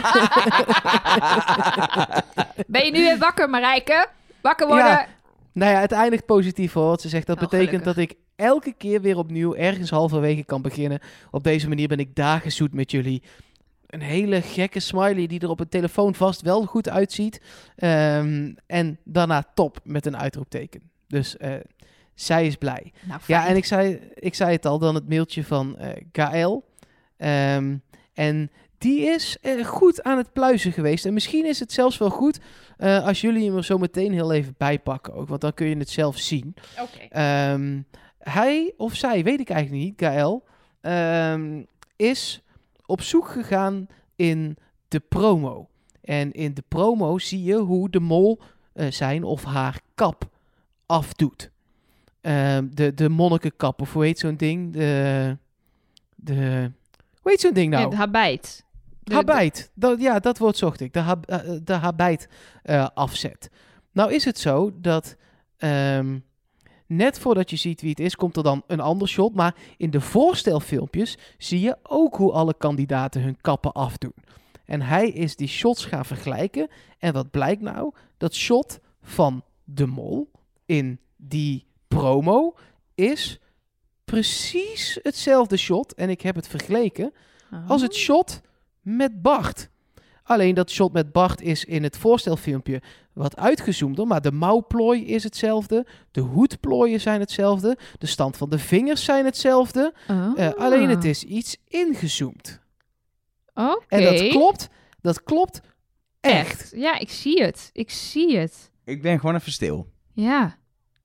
Ben je nu weer wakker, Marijke? Wakker worden? Ja. Nou ja, het eindigt positief hoor. Want ze zegt dat Oh, betekent gelukkig. dat ik elke keer weer opnieuw ergens halverwege kan beginnen. Op deze manier ben ik dagen zoet met jullie. Een hele gekke smiley die er op een telefoon vast wel goed uitziet. Um, en daarna top met een uitroepteken. Dus uh, zij is blij. Nou, fijn. Ja, en ik zei, ik zei het al, dan het mailtje van uh, K L. Um, en die is uh, goed aan het pluizen geweest. En misschien is het zelfs wel goed uh, als jullie hem er zo meteen heel even bij pakken ook. Want dan kun je het zelf zien. Oké. Um, hij of zij, weet ik eigenlijk niet, K L, um, is op zoek gegaan in de promo. En in de promo zie je hoe de mol uh, zijn of haar kap afdoet. Uh, de, de monnikenkap, of hoe heet zo'n ding? De, de, hoe heet zo'n ding nou? Het habijt. De, habijt. Dat, ja, dat woord zocht ik. De, hab, uh, de habijt uh, afzet. Nou is het zo dat um, net voordat je ziet wie het is, komt er dan een ander shot. Maar in de voorstelfilmpjes zie je ook hoe alle kandidaten hun kappen afdoen. En hij is die shots gaan vergelijken. En wat blijkt nou? Dat shot van de mol in die promo is precies hetzelfde shot. En ik heb het vergeleken Oh. als het shot met Bart. Alleen dat shot met Bart is in het voorstelfilmpje wat uitgezoomder. Maar de mouwplooi is hetzelfde. De hoedplooien zijn hetzelfde. De stand van de vingers zijn hetzelfde. Oh. Uh, alleen het is iets ingezoomd. Oké. En dat klopt. Dat klopt echt. Echt. Ja, ik zie het. Ik zie het. Ik ben gewoon even stil. Ja.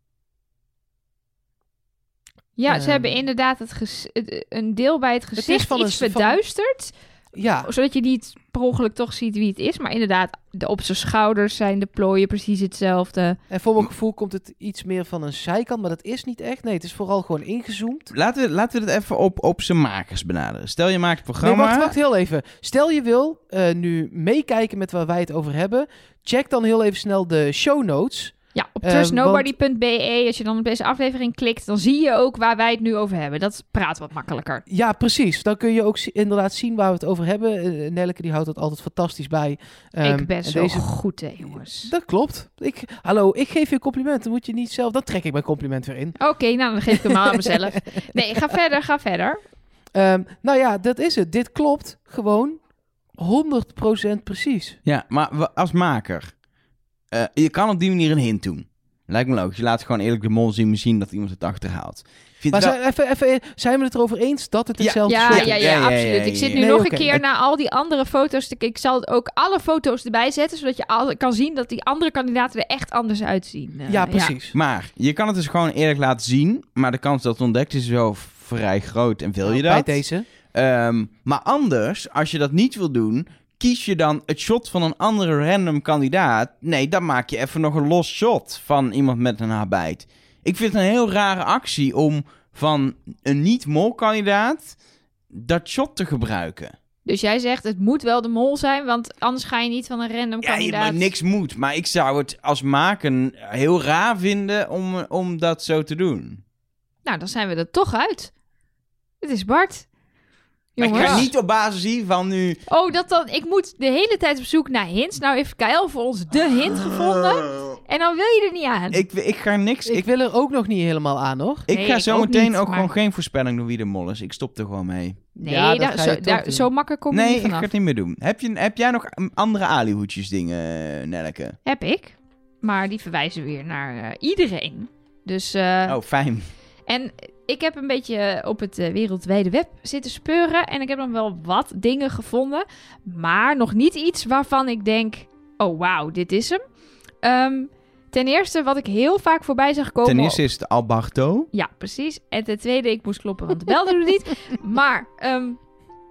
Ja, Um, ze hebben inderdaad het ges- het, een deel bij het is gezicht van iets een- van- verduisterd. Ja, Zodat je niet per ongeluk toch ziet wie het is. Maar inderdaad, de, op zijn schouders zijn de plooien precies hetzelfde. en voor mijn gevoel komt het iets meer van een zijkant. Maar dat is niet echt. Nee, het is vooral gewoon ingezoomd. Laten we, laten we het even op, op zijn makers benaderen. Stel je maakt het Nee, programma. wacht, wacht heel even. Stel je wil uh, nu meekijken met waar wij het over hebben. Check dan heel even snel de show notes. Ja, op Eh, trustnobody punt b e. Als je dan op deze aflevering klikt, dan zie je ook waar wij het nu over hebben. Dat praat wat makkelijker. Ja, precies. Dan kun je ook zi- inderdaad zien waar we het over hebben. Uh, Nelleke die houdt dat altijd fantastisch bij. Um, ik ben en zo goed, hè, jongens. Dat klopt. Ik, hallo, ik geef je een compliment. Dan moet je niet zelf... Dan trek ik mijn compliment weer in. Oké, nou dan geef ik hem aan mezelf. Nee, ga verder, ga verder. Um, nou ja, dat is het. Dit klopt gewoon honderd procent precies. Ja, maar we- als maker. Uh, je kan op die manier een hint doen. Lijkt me logisch. Je laat gewoon eerlijk de mol zien, zien dat iemand het achterhaalt. Ik vind Maar het wel- zijn, even, even, zijn we het erover eens dat het Ja. hetzelfde Ja, shot ja, is? ja, Ja, ja, ja, absoluut. ja, Ik zit ja. nu Nee, nog oké. een keer naar al die andere foto's te kijken. Ik zal ook alle foto's erbij zetten, zodat je al, kan zien dat die andere kandidaten er echt anders uitzien. Uh, Ja, precies. Maar je kan het dus gewoon eerlijk laten zien. Maar de kans dat het ontdekt is wel vrij groot. En wil je Nou, dat? Bij deze. Um, maar anders, als je dat niet wil doen, kies je dan het shot van een andere random kandidaat. Nee, dan maak je even nog een los shot van iemand met een habijt. Ik vind het een heel rare actie om van een niet-mol-kandidaat dat shot te gebruiken. Dus jij zegt, het moet wel de mol zijn, want anders ga je niet van een random Ja, je- kandidaat... maar niks moet. Maar ik zou het als maken heel raar vinden om, om dat zo te doen. Nou, dan zijn we er toch uit. Het is Bart. Maar ik Jongens. ga niet op basis hiervan nu... Oh, dat dan... Ik moet de hele tijd op zoek naar hints. Nou heeft Kyle voor ons de hint gevonden. En dan wil je er niet aan. Ik, ik ga niks... Ik Ik, wil er ook nog niet helemaal aan, hoor. ik Nee, ga ik zo ook meteen niet, ook maar- gewoon geen voorspelling doen wie de mol is. Ik stop er gewoon mee. nee, Ja, dat daar, ga je zo, toch daar, doen. zo makkelijk kom je Nee, niet ik ga vanaf. het niet meer doen. Heb, je, heb jij nog um, andere alihoedjes dingen, Nelleke? Heb ik. Maar die verwijzen weer naar uh, iedereen. Dus... Uh, Oh, fijn. En ik heb een beetje op het uh, wereldwijde web zitten speuren. En ik heb dan wel wat dingen gevonden. Maar nog niet iets waarvan ik denk... Oh, wauw, dit is hem. Um, ten eerste, wat ik heel vaak voorbij zag komen... Ten eerste is het Alberto. Ja, precies. En ten tweede, ik moest kloppen, want de bel doet het niet. Maar um,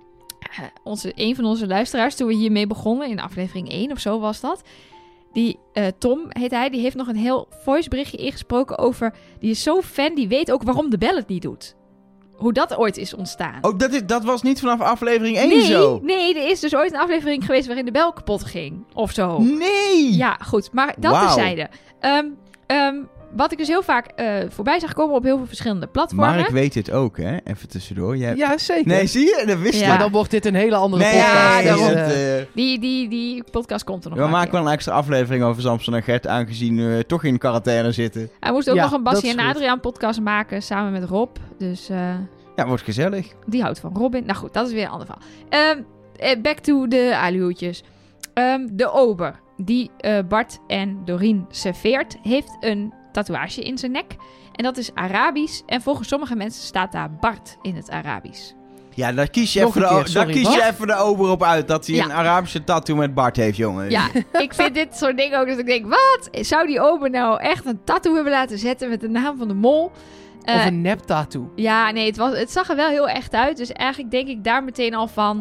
uh, onze, een van onze luisteraars, toen we hiermee begonnen... in aflevering één of zo was dat... Die uh, Tom, heet hij, die heeft nog een heel voiceberichtje ingesproken over... Die is zo fan, die weet ook waarom de bel het niet doet. Hoe dat ooit is ontstaan. Oh, dat, is, dat was niet vanaf aflevering één nee, zo? nee, er is dus ooit een aflevering geweest waarin de bel kapot ging. Of zo. Nee! Ja, goed. Maar dat Wauw. terzijde. Um, um, wat ik dus heel vaak uh, voorbij zag komen op heel veel verschillende platformen. Mark weet dit ook, hè? Even tussendoor. Jij... Ja, zeker. Nee, zie je? Dat wist Ja. je. Maar dan wordt dit een hele andere Nee, podcast. Ja, nee, daarom. Dus, het, eh, eh, Die, die, die podcast komt er nog we wel een maken keer. wel een extra aflevering over Samson en Gert, aangezien we toch in quarantaine zitten. Hij moest ook Ja, nog een dat Bassie is en goed. Adriaan podcast maken samen met Rob. Dus uh, Ja, wordt gezellig. die houdt van Robin. Nou goed, dat is weer een ander verhaal. Um, eh, back to de alihoedjes. Um, de ober, die uh, Bart en Doreen serveert, heeft een tatoeage in zijn nek. En dat is Arabisch. En volgens sommige mensen staat daar Bart in het Arabisch. Ja, daar kies je, Nog even een de, keer, o- sorry, daar kies wat? je even de ober op uit dat hij Ja. een Arabische tattoo met Bart heeft, jongen. Ja, ik vind dit soort dingen ook dat ik denk... Wat? Zou die ober nou echt een tattoo hebben laten zetten met de naam van de mol? Uh, of een nep tattoo. Ja, nee, het, was, het zag er wel heel echt uit. Dus eigenlijk denk ik daar meteen al van...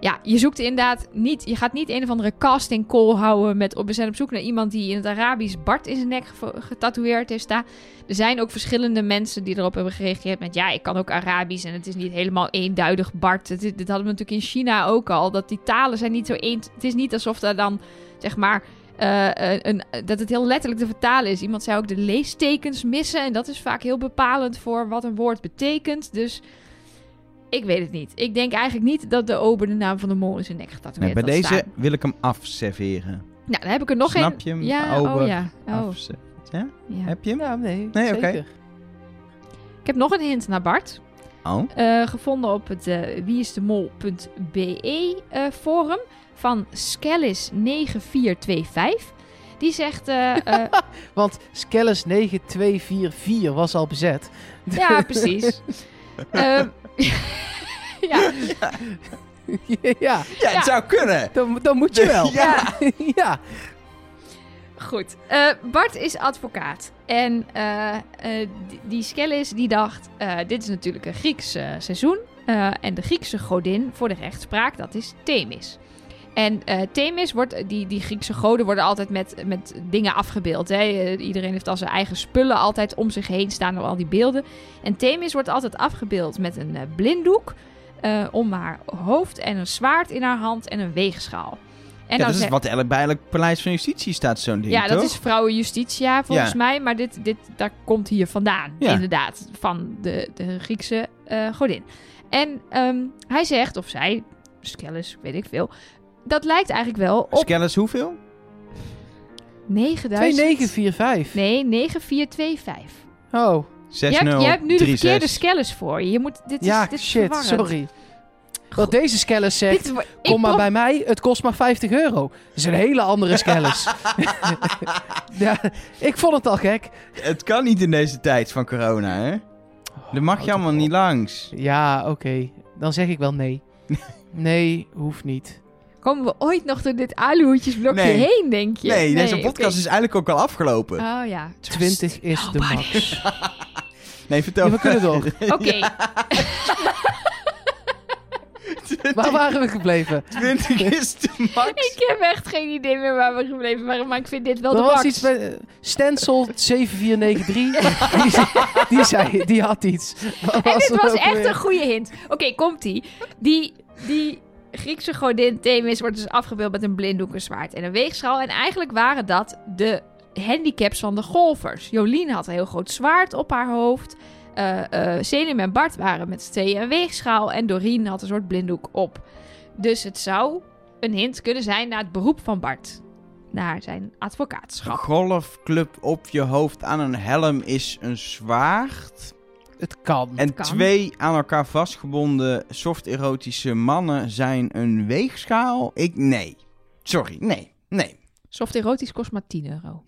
Ja, je zoekt inderdaad niet... Je gaat niet een of andere casting call houden met... We zijn op zoek naar iemand die in het Arabisch Bart in zijn nek ge- getatoeëerd heeft staan. Er zijn ook verschillende mensen die erop hebben gereageerd met... Ja, ik kan ook Arabisch en het is niet helemaal eenduidig Bart. Het, dit hadden we natuurlijk in China ook al. Dat die talen zijn niet zo één... Het is niet alsof er dan, zeg maar... Uh, een, dat het heel letterlijk te vertalen is. Iemand zei ook de leestekens missen. En dat is vaak heel bepalend voor wat een woord betekent. Dus... Ik weet het niet. Ik denk eigenlijk niet dat de ober de naam van de mol in zijn nek getatoeëerd Nee, bij had deze staan. wil ik hem afserveren. Nou, dan heb ik er nog Snap een. je hem? Ja, Ober, oh ja. Oh, afse- ja? ja. Heb je hem? Ja, nee, Nee, oké. zeker. Ik heb nog een hint naar Bart. Oh. Uh, gevonden op het uh, wieisdemol punt be uh, forum van Skellis negen vier twee vijf. Die zegt... Uh, uh, Want Skellis negen twee vier vier was al bezet. ja, precies. uh, ja. ja. Ja, het Ja. zou kunnen. Dan, dan moet je wel. Ja. ja. Goed. Uh, Bart is advocaat. En uh, uh, die, die Skellis die dacht... Uh, dit is natuurlijk een Grieks uh, seizoen. Uh, en de Griekse godin voor de rechtspraak, dat is Themis. En uh, Themis wordt... Die, die Griekse goden worden altijd met, met dingen afgebeeld. Hè? Uh, iedereen heeft al zijn eigen spullen altijd om zich heen staan door al die beelden. En Themis wordt altijd afgebeeld met een uh, blinddoek... Uh, om haar hoofd en een zwaard in haar hand en een weegschaal. En Ja, dan dat is ze- wat eigenlijk bij het Paleis van Justitie staat, zo'n ding, Ja, dat toch? is vrouwenjustitia volgens Ja. mij. Maar dit, dit, dat komt hier vandaan, Ja. inderdaad. Van de, de Griekse uh, godin. En um, hij zegt, of zij, Skellis, weet ik veel... Dat lijkt eigenlijk wel op Skellis hoeveel? negenduizend... twee negen vier vijf. Nee, negen vier twee vijf. Oh. zes Je nul hebt, je hebt nu de drie verkeerde zes. Skellis voor je. je moet, dit is, Ja, dit is shit, verwarrend. sorry. Wat deze Skellis zegt, Dit, ik kom maar pro- bij mij, het kost maar vijftig euro. Dat is een hele andere Skellis. ja, ik vond het al gek. Het kan niet in deze tijd van corona, hè? Daar mag je allemaal niet langs. Ja, oké. Okay. Dan zeg ik wel nee. Nee, hoeft niet. Komen we ooit nog door dit aluhoedjesblokje Nee. heen, denk je? Nee, deze podcast oké. is eigenlijk ook al afgelopen. Oh ja. twintig is de max. Nee, vertel. Ja, we kunnen door. Oké. Waar waren we gebleven? twintig is de max. Ik heb echt geen idee meer waar we gebleven waren, maar ik vind dit wel Er de was max. iets met uh, Stencil zeven vier negen drie. die, die zei, die had iets. Wat En was dit dat was ook echt weer? een goede hint. Oké, komt-ie. Die, die Griekse godin Themis wordt dus afgebeeld met een blinddoek, een zwaard en een weegschaal. En eigenlijk waren dat de handicaps van de golfers. Jolien had een heel groot zwaard op haar hoofd. Uh, uh, Selim en Bart waren met z'n tweeën een weegschaal. En Doreen had een soort blinddoek op. Dus het zou een hint kunnen zijn naar het beroep van Bart. Naar zijn advocaatschap. Golfclub op je hoofd aan een helm is een zwaard. Het kan. En kan. twee aan elkaar vastgebonden soft-erotische mannen zijn een weegschaal. Ik, nee. Sorry, nee. Nee. Soft erotisch kost maar tien euro.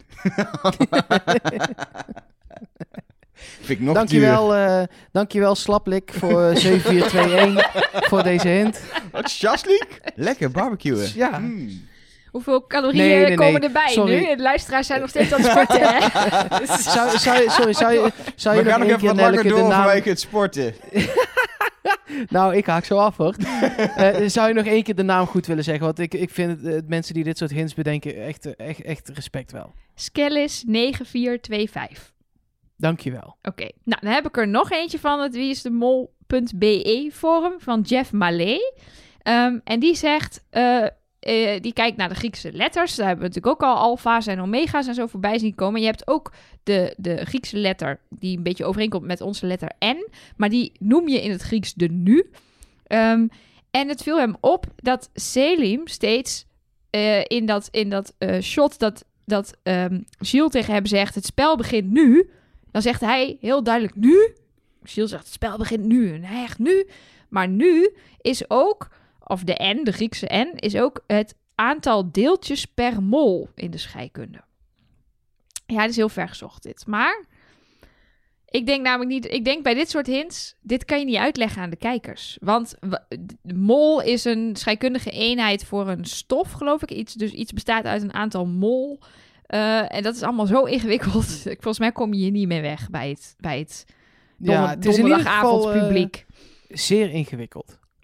Vind ik nog duur. Dankjewel, uh, dankjewel Slaplik voor uh, zeven vier twee een voor deze hint. Wat, Sjaslik? Lekker barbecuen. Ja. Mm. Hoeveel calorieën Nee, nee, komen nee. erbij Sorry. nu? De luisteraars zijn nog steeds aan het sporten, hè? Zou, zou, je- sorry, zou je, zou je We gaan nog nog even één keer wat langer Nelleke de door naam... vanwege het sporten. Nou, ik haak zo af hoor. uh, zou je nog één keer de naam goed willen zeggen? Want ik, ik vind het, uh, mensen die dit soort hints bedenken echt, uh, echt, echt respect wel. Skellis negen vier twee vijf. Dankjewel. Oké, nou dan heb ik er nog eentje van het wieisdemol punt be forum van Jeff Mallet. Um, en die zegt, uh, uh, die kijkt naar de Griekse letters. Daar hebben we natuurlijk ook al alfa's en omega's en zo voorbij zien komen. En je hebt ook de, de Griekse letter die een beetje overeenkomt met onze letter N. Maar die noem je in het Grieks de nu. Um, en het viel hem op dat Selim steeds uh, in dat, in dat uh, shot dat, dat um, Gilles tegen hem zegt, het spel begint nu. Dan zegt hij heel duidelijk nu. Gilles zegt, het spel begint nu. En hij zegt nu. Maar nu is ook, of de N, de Griekse N, is ook het aantal deeltjes per mol in de scheikunde. Ja, het is heel ver gezocht dit. Maar ik denk namelijk niet, ik denk bij dit soort hints, dit kan je niet uitleggen aan de kijkers. Want de mol is een scheikundige eenheid voor een stof, geloof ik. Iets, dus iets bestaat uit een aantal mol. Uh, en dat is allemaal zo ingewikkeld. Volgens mij kom je hier niet mee weg bij het, bij het, donder, Ja, het is in ieder geval uh, publiek. zeer ingewikkeld.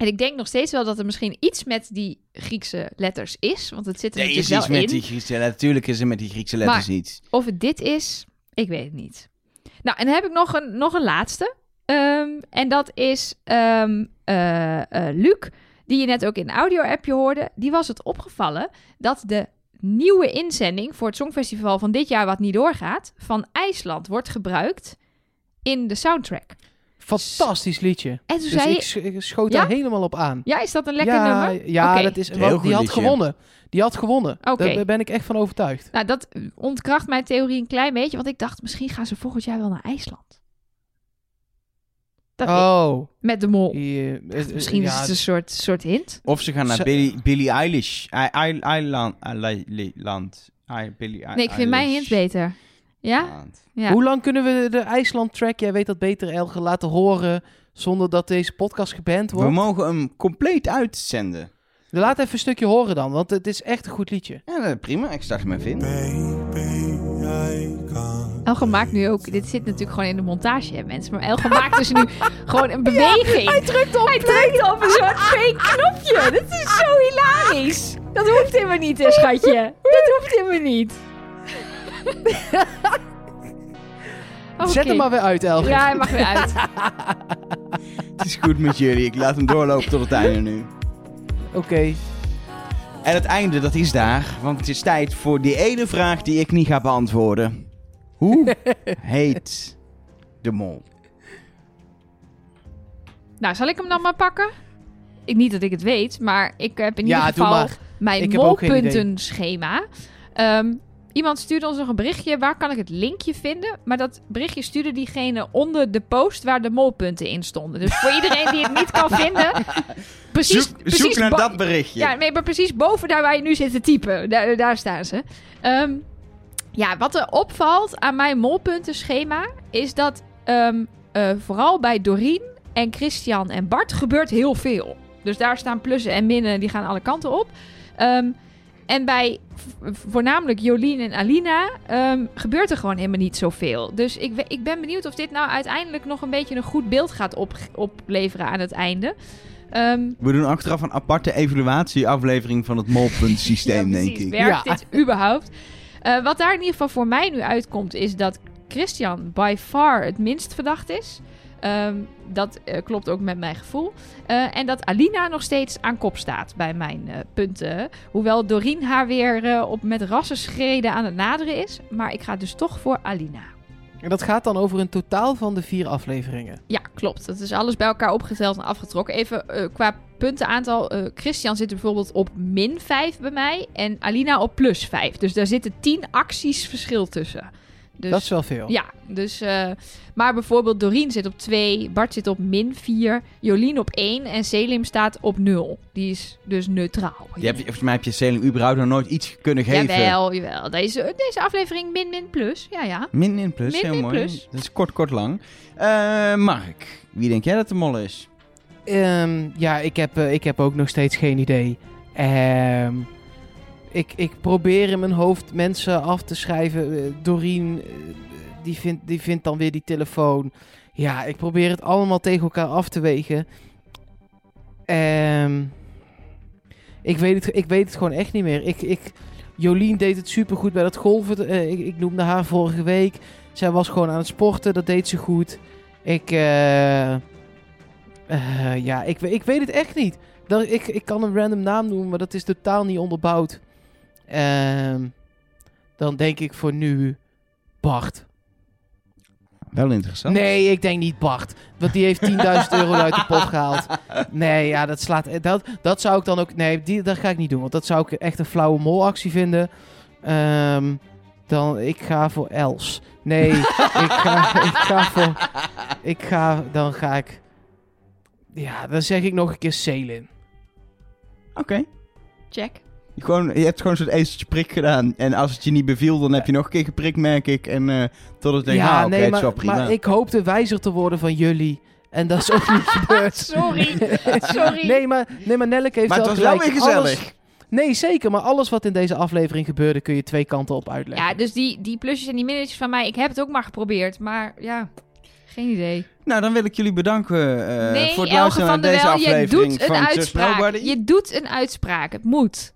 En ik denk nog steeds wel dat er misschien iets met die Griekse letters is. Want het zit er Er is natuurlijk iets wel met in. die Griekse letters. Natuurlijk is er met die Griekse letters Maar- iets. Of het dit is, ik weet het niet. Nou, en dan heb ik nog een, nog een laatste. Ehm, en dat is um, uh, uh, Luc, die je net ook in de audio-appje hoorde. Die was het opgevallen dat de nieuwe inzending voor het Songfestival van dit jaar wat niet doorgaat, van IJsland wordt gebruikt in de soundtrack. Fantastisch liedje. En toen Dus zei ik, je, sch- ik schoot Ja? daar helemaal op aan. ja, is dat een lekker ja, nummer? Ja, Oké. dat is, Heel want goed die had liedje. gewonnen. Die had gewonnen. Oké. Daar ben ik echt van overtuigd. Nou, dat ontkracht mijn theorie een klein beetje, want ik dacht misschien gaan ze volgend jaar wel naar IJsland. Dat Oh. met de mol. Die, eh, eh, Misschien ja, is het een soort, soort hint. Of ze gaan naar Ze- Billie, Billie Eilish. I, I, Island. I, land. I, Billie Nee, ik vind mijn hint beter. Ja? Land. Ja. Hoe lang kunnen we de IJsland-track, jij weet dat beter, Elge, laten horen zonder dat deze podcast geband We wordt? mogen hem compleet uitzenden. Laat even een stukje horen dan, want het is echt een goed liedje. Ja, dat- prima. Ik start hem even in. Elge maakt nu ook... Dit zit natuurlijk gewoon in de montage, hè, mensen. Maar Elge maakt dus nu gewoon een beweging. hij drukt op, hij drukt op een soort fake knopje. Dat is zo hilarisch. Dat hoeft helemaal niet, hè, schatje. Dat hoeft helemaal niet. Zet Oké. hem maar weer uit, Elge. Ja, hij mag weer uit. Het is goed met jullie. Ik laat hem doorlopen tot het einde nu. Oké. En het einde, dat is daar. Want het is tijd voor die ene vraag die ik niet ga beantwoorden. Hoe heet de mol? Nou, zal ik hem dan maar pakken? Ik, niet dat ik het weet, maar ik heb in Ja, ieder doe geval maar. mijn Ik heb ook geen idee. molpuntenschema. Ehm, iemand stuurde ons nog een berichtje. Waar kan ik het linkje vinden? Maar dat berichtje stuurde diegene onder de post waar de molpunten in stonden. Dus voor iedereen die het niet kan vinden... Precies, Zoek, precies zoek naar bo- dat berichtje. Ja, nee, maar precies boven daar waar je nu zit te typen. Daar, daar staan ze. Ehm, ja, wat er opvalt aan mijn molpuntenschema... is dat um, uh, vooral bij Doreen en Christian en Bart gebeurt heel veel. Dus daar staan plussen en minnen, die gaan alle kanten op. Um, en bij v- voornamelijk Jolien en Alina um, gebeurt er gewoon helemaal niet zoveel. Dus ik, we- ik ben benieuwd of dit nou uiteindelijk nog een beetje een goed beeld gaat op, opleveren aan het einde. Um, We doen achteraf een aparte evaluatieaflevering van het molpuntsysteem, ja, denk precies. ik. Werkt Ja. dit überhaupt? Uh, wat daar in ieder geval voor mij nu uitkomt, is dat Christian by far het minst verdacht is. Um, dat uh, klopt ook met mijn gevoel. Uh, en dat Alina nog steeds aan kop staat bij mijn uh, punten. Hoewel Doreen haar weer uh, op met rassenschreden aan het naderen is. Maar ik ga dus toch voor Alina. En dat gaat dan over een totaal van de vier afleveringen. Ja, klopt. Dat is alles bij elkaar opgeteld en afgetrokken. Even uh, qua puntenaantal. Uh, Christian zit bijvoorbeeld op min vijf bij mij. En Alina op plus vijf. Dus daar zitten tien acties verschil tussen. Dus, Dat is wel veel. ja, dus... Uh, maar bijvoorbeeld Doreen zit op twee. Bart zit op min vier. Jolien op één. En Selim staat op nul. Die is dus neutraal. Je hebt, volgens mij heb je Selim überhaupt nog nooit iets kunnen geven. Jawel, jawel. Deze, deze aflevering min min plus. Ja, ja. Min in plus, Min heel in mooi. plus. Dat is kort, kort lang. Uh, Mark, wie denk jij dat de mol is? Um, ja, ik heb, uh, ik heb ook nog steeds geen idee. Um, ik, ik probeer in mijn hoofd mensen af te schrijven. Uh, Doreen, uh, die, vindt, die vindt dan weer die telefoon. Ja, ik probeer het allemaal tegen elkaar af te wegen. Um, ik, weet het, ik weet het gewoon echt niet meer. Ik, ik, Jolien deed het supergoed bij dat golven. Uh, ik, ik noemde haar vorige week. Zij was gewoon aan het sporten, dat deed ze goed. Ik... Uh, Uh, ja, ik, ik weet het echt niet. Dat, ik, ik kan een random naam noemen, maar dat is totaal niet onderbouwd. Uh, dan denk ik voor nu Bart. Wel interessant. Nee, ik denk niet Bart. Want die heeft tienduizend euro uit de pot gehaald. Nee, ja, dat slaat... Dat, dat zou ik dan ook... Nee, die, dat ga ik niet doen. Want dat zou ik echt een flauwe molactie vinden. Um, dan, ik ga voor Els. Nee, ik, ga, ik ga voor... Ik ga... Dan ga ik... Ja, dan zeg ik nog een keer Selim. Oké. Okay. Check. Gewoon, je hebt gewoon zo'n ezeltje prik gedaan. En als het je niet beviel, dan heb je nog een keer geprikt, merk ik. En uh, tot het denk ja, ah, oké, okay, nee, het is wel maar, prima. maar ik hoopte wijzer te worden van jullie. En dat is ook niet gebeurd. Sorry. Sorry. Nee, maar, nee, maar Nelleke heeft maar het wel was wel gelijk. weer gezellig. Alles, nee, zeker. Maar alles wat in deze aflevering gebeurde, kun je twee kanten op uitleggen. Ja, dus die, die plusjes en die minnetjes van mij, ik heb het ook maar geprobeerd. Maar ja... Geen idee. Nou, dan wil ik jullie bedanken uh, nee, voor het Elge luisteren van naar der deze Wel, je aflevering doet een van Just uitspraak. Nobody. Je doet een uitspraak. Het moet.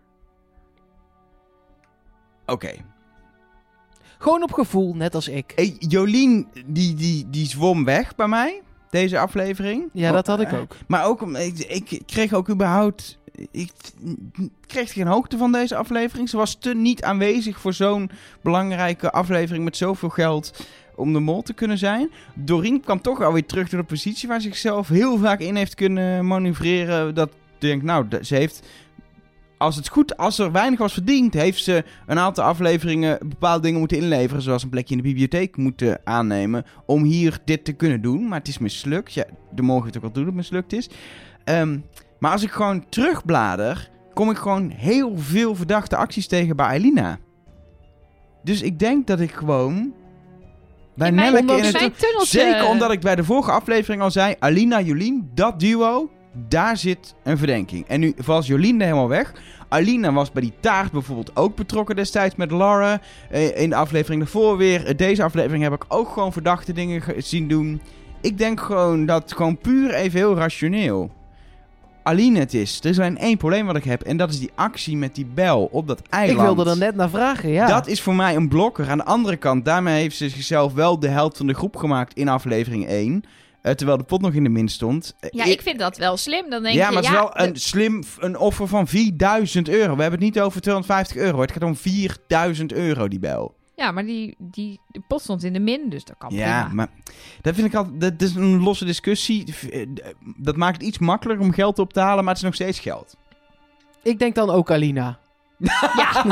Oké. Okay. Gewoon op gevoel, net als ik. Hey, Jolien, die, die, die zwom weg bij mij, deze aflevering. Ja, dat had ik Uh, ook. Maar ook, ik, ik kreeg ook überhaupt... Ik kreeg geen hoogte van deze aflevering. Ze was te niet aanwezig voor zo'n belangrijke aflevering met zoveel geld om de mol te kunnen zijn. Doreen kwam toch alweer terug naar de positie waar ze zichzelf heel vaak in heeft kunnen manoeuvreren. Dat ik denk, nou, ze heeft... Als het goed, als er weinig was verdiend, heeft ze een aantal afleveringen bepaalde dingen moeten inleveren. Zoals een plekje in de bibliotheek moeten aannemen om hier dit te kunnen doen. Maar het is mislukt. Ja, de mogen het ook wel doen dat het mislukt is. Um, maar als ik gewoon terugblader, kom ik gewoon heel veel verdachte acties tegen bij Alina. Dus ik denk dat ik gewoon bij in mijn, Nelleke in in het... mijn tunnels... Zeker uh, omdat ik bij de vorige aflevering al zei, Alina, Jolien, dat duo, daar zit een verdenking. En nu was Jolien er helemaal weg. Alina was bij die taart bijvoorbeeld ook betrokken destijds met Laura. Uh, in de aflevering daarvoor weer. Uh, deze aflevering heb ik ook gewoon verdachte dingen gezien doen. Ik denk gewoon dat gewoon puur even heel rationeel Aline het is. Er is alleen één probleem wat ik heb. En dat is die actie met die bel op dat eiland. Ik wilde er net naar vragen, ja. Dat is voor mij een blokker. Aan de andere kant, daarmee heeft ze zichzelf wel de held van de groep gemaakt in aflevering één. Uh, terwijl de pot nog in de min stond. Uh, Ja, ik vind dat wel slim. Dan denk ja, je, maar het is ja, wel een de- slim een offer van vierduizend euro. We hebben het niet over tweehonderdvijftig euro. Het gaat om vierduizend euro, die bel. ja, maar die, die de pot stond in de min, dus dat kan Ja, prima. maar dat vind ik altijd... Dat is een losse discussie. Dat maakt het iets makkelijker om geld op te halen, maar het is nog steeds geld. Ik denk dan ook Alina. Ja,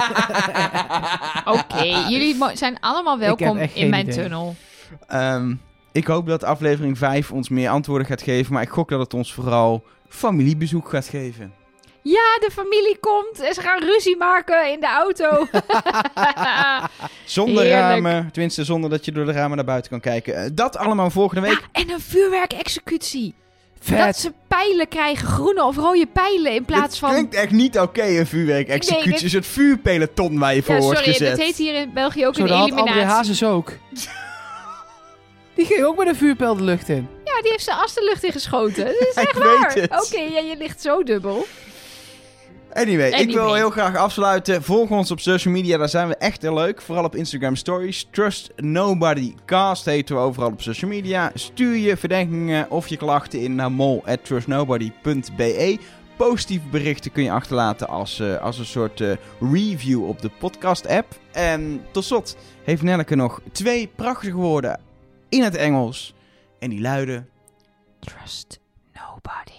oké. Jullie mo- zijn allemaal welkom echt in geen mijn idee. tunnel. Um, ik hoop dat aflevering vijf ons meer antwoorden gaat geven, maar ik gok dat het ons vooral familiebezoek gaat geven. Ja, de familie komt en ze gaan ruzie maken in de auto. Zonder Heerlijk. ramen, tenminste zonder dat je door de ramen naar buiten kan kijken. Uh, dat allemaal volgende week. Ja, en een vuurwerkexecutie. Vet. Dat ze pijlen krijgen, groene of rode pijlen in plaats Het van... klinkt echt niet oké, okay, een vuurwerkexecutie. Nee, dit- is het vuurpeloton waar je voor Ja, wordt sorry, gezet. dat heet hier in België ook Zo, een dat had André eliminatie. Hazes ook. Die ging ook met een vuurpijl de lucht in. Ja, die heeft zijn as de lucht in geschoten. Dat is Ik echt weet waar. het. Oké, ja, je ligt zo dubbel. Anyway, ik wil Anyway. heel graag afsluiten. Volg ons op social media, daar zijn we echt heel leuk. Vooral op Instagram Stories. Trust Nobody Cast heten we overal op social media. Stuur je verdenkingen of je klachten in naar mol at trust nobody punt b e. Positieve berichten kun je achterlaten als, uh, als een soort uh, review op de podcast-app. En tot slot heeft Nelleke nog twee prachtige woorden in het Engels. En die luiden... Trust nobody.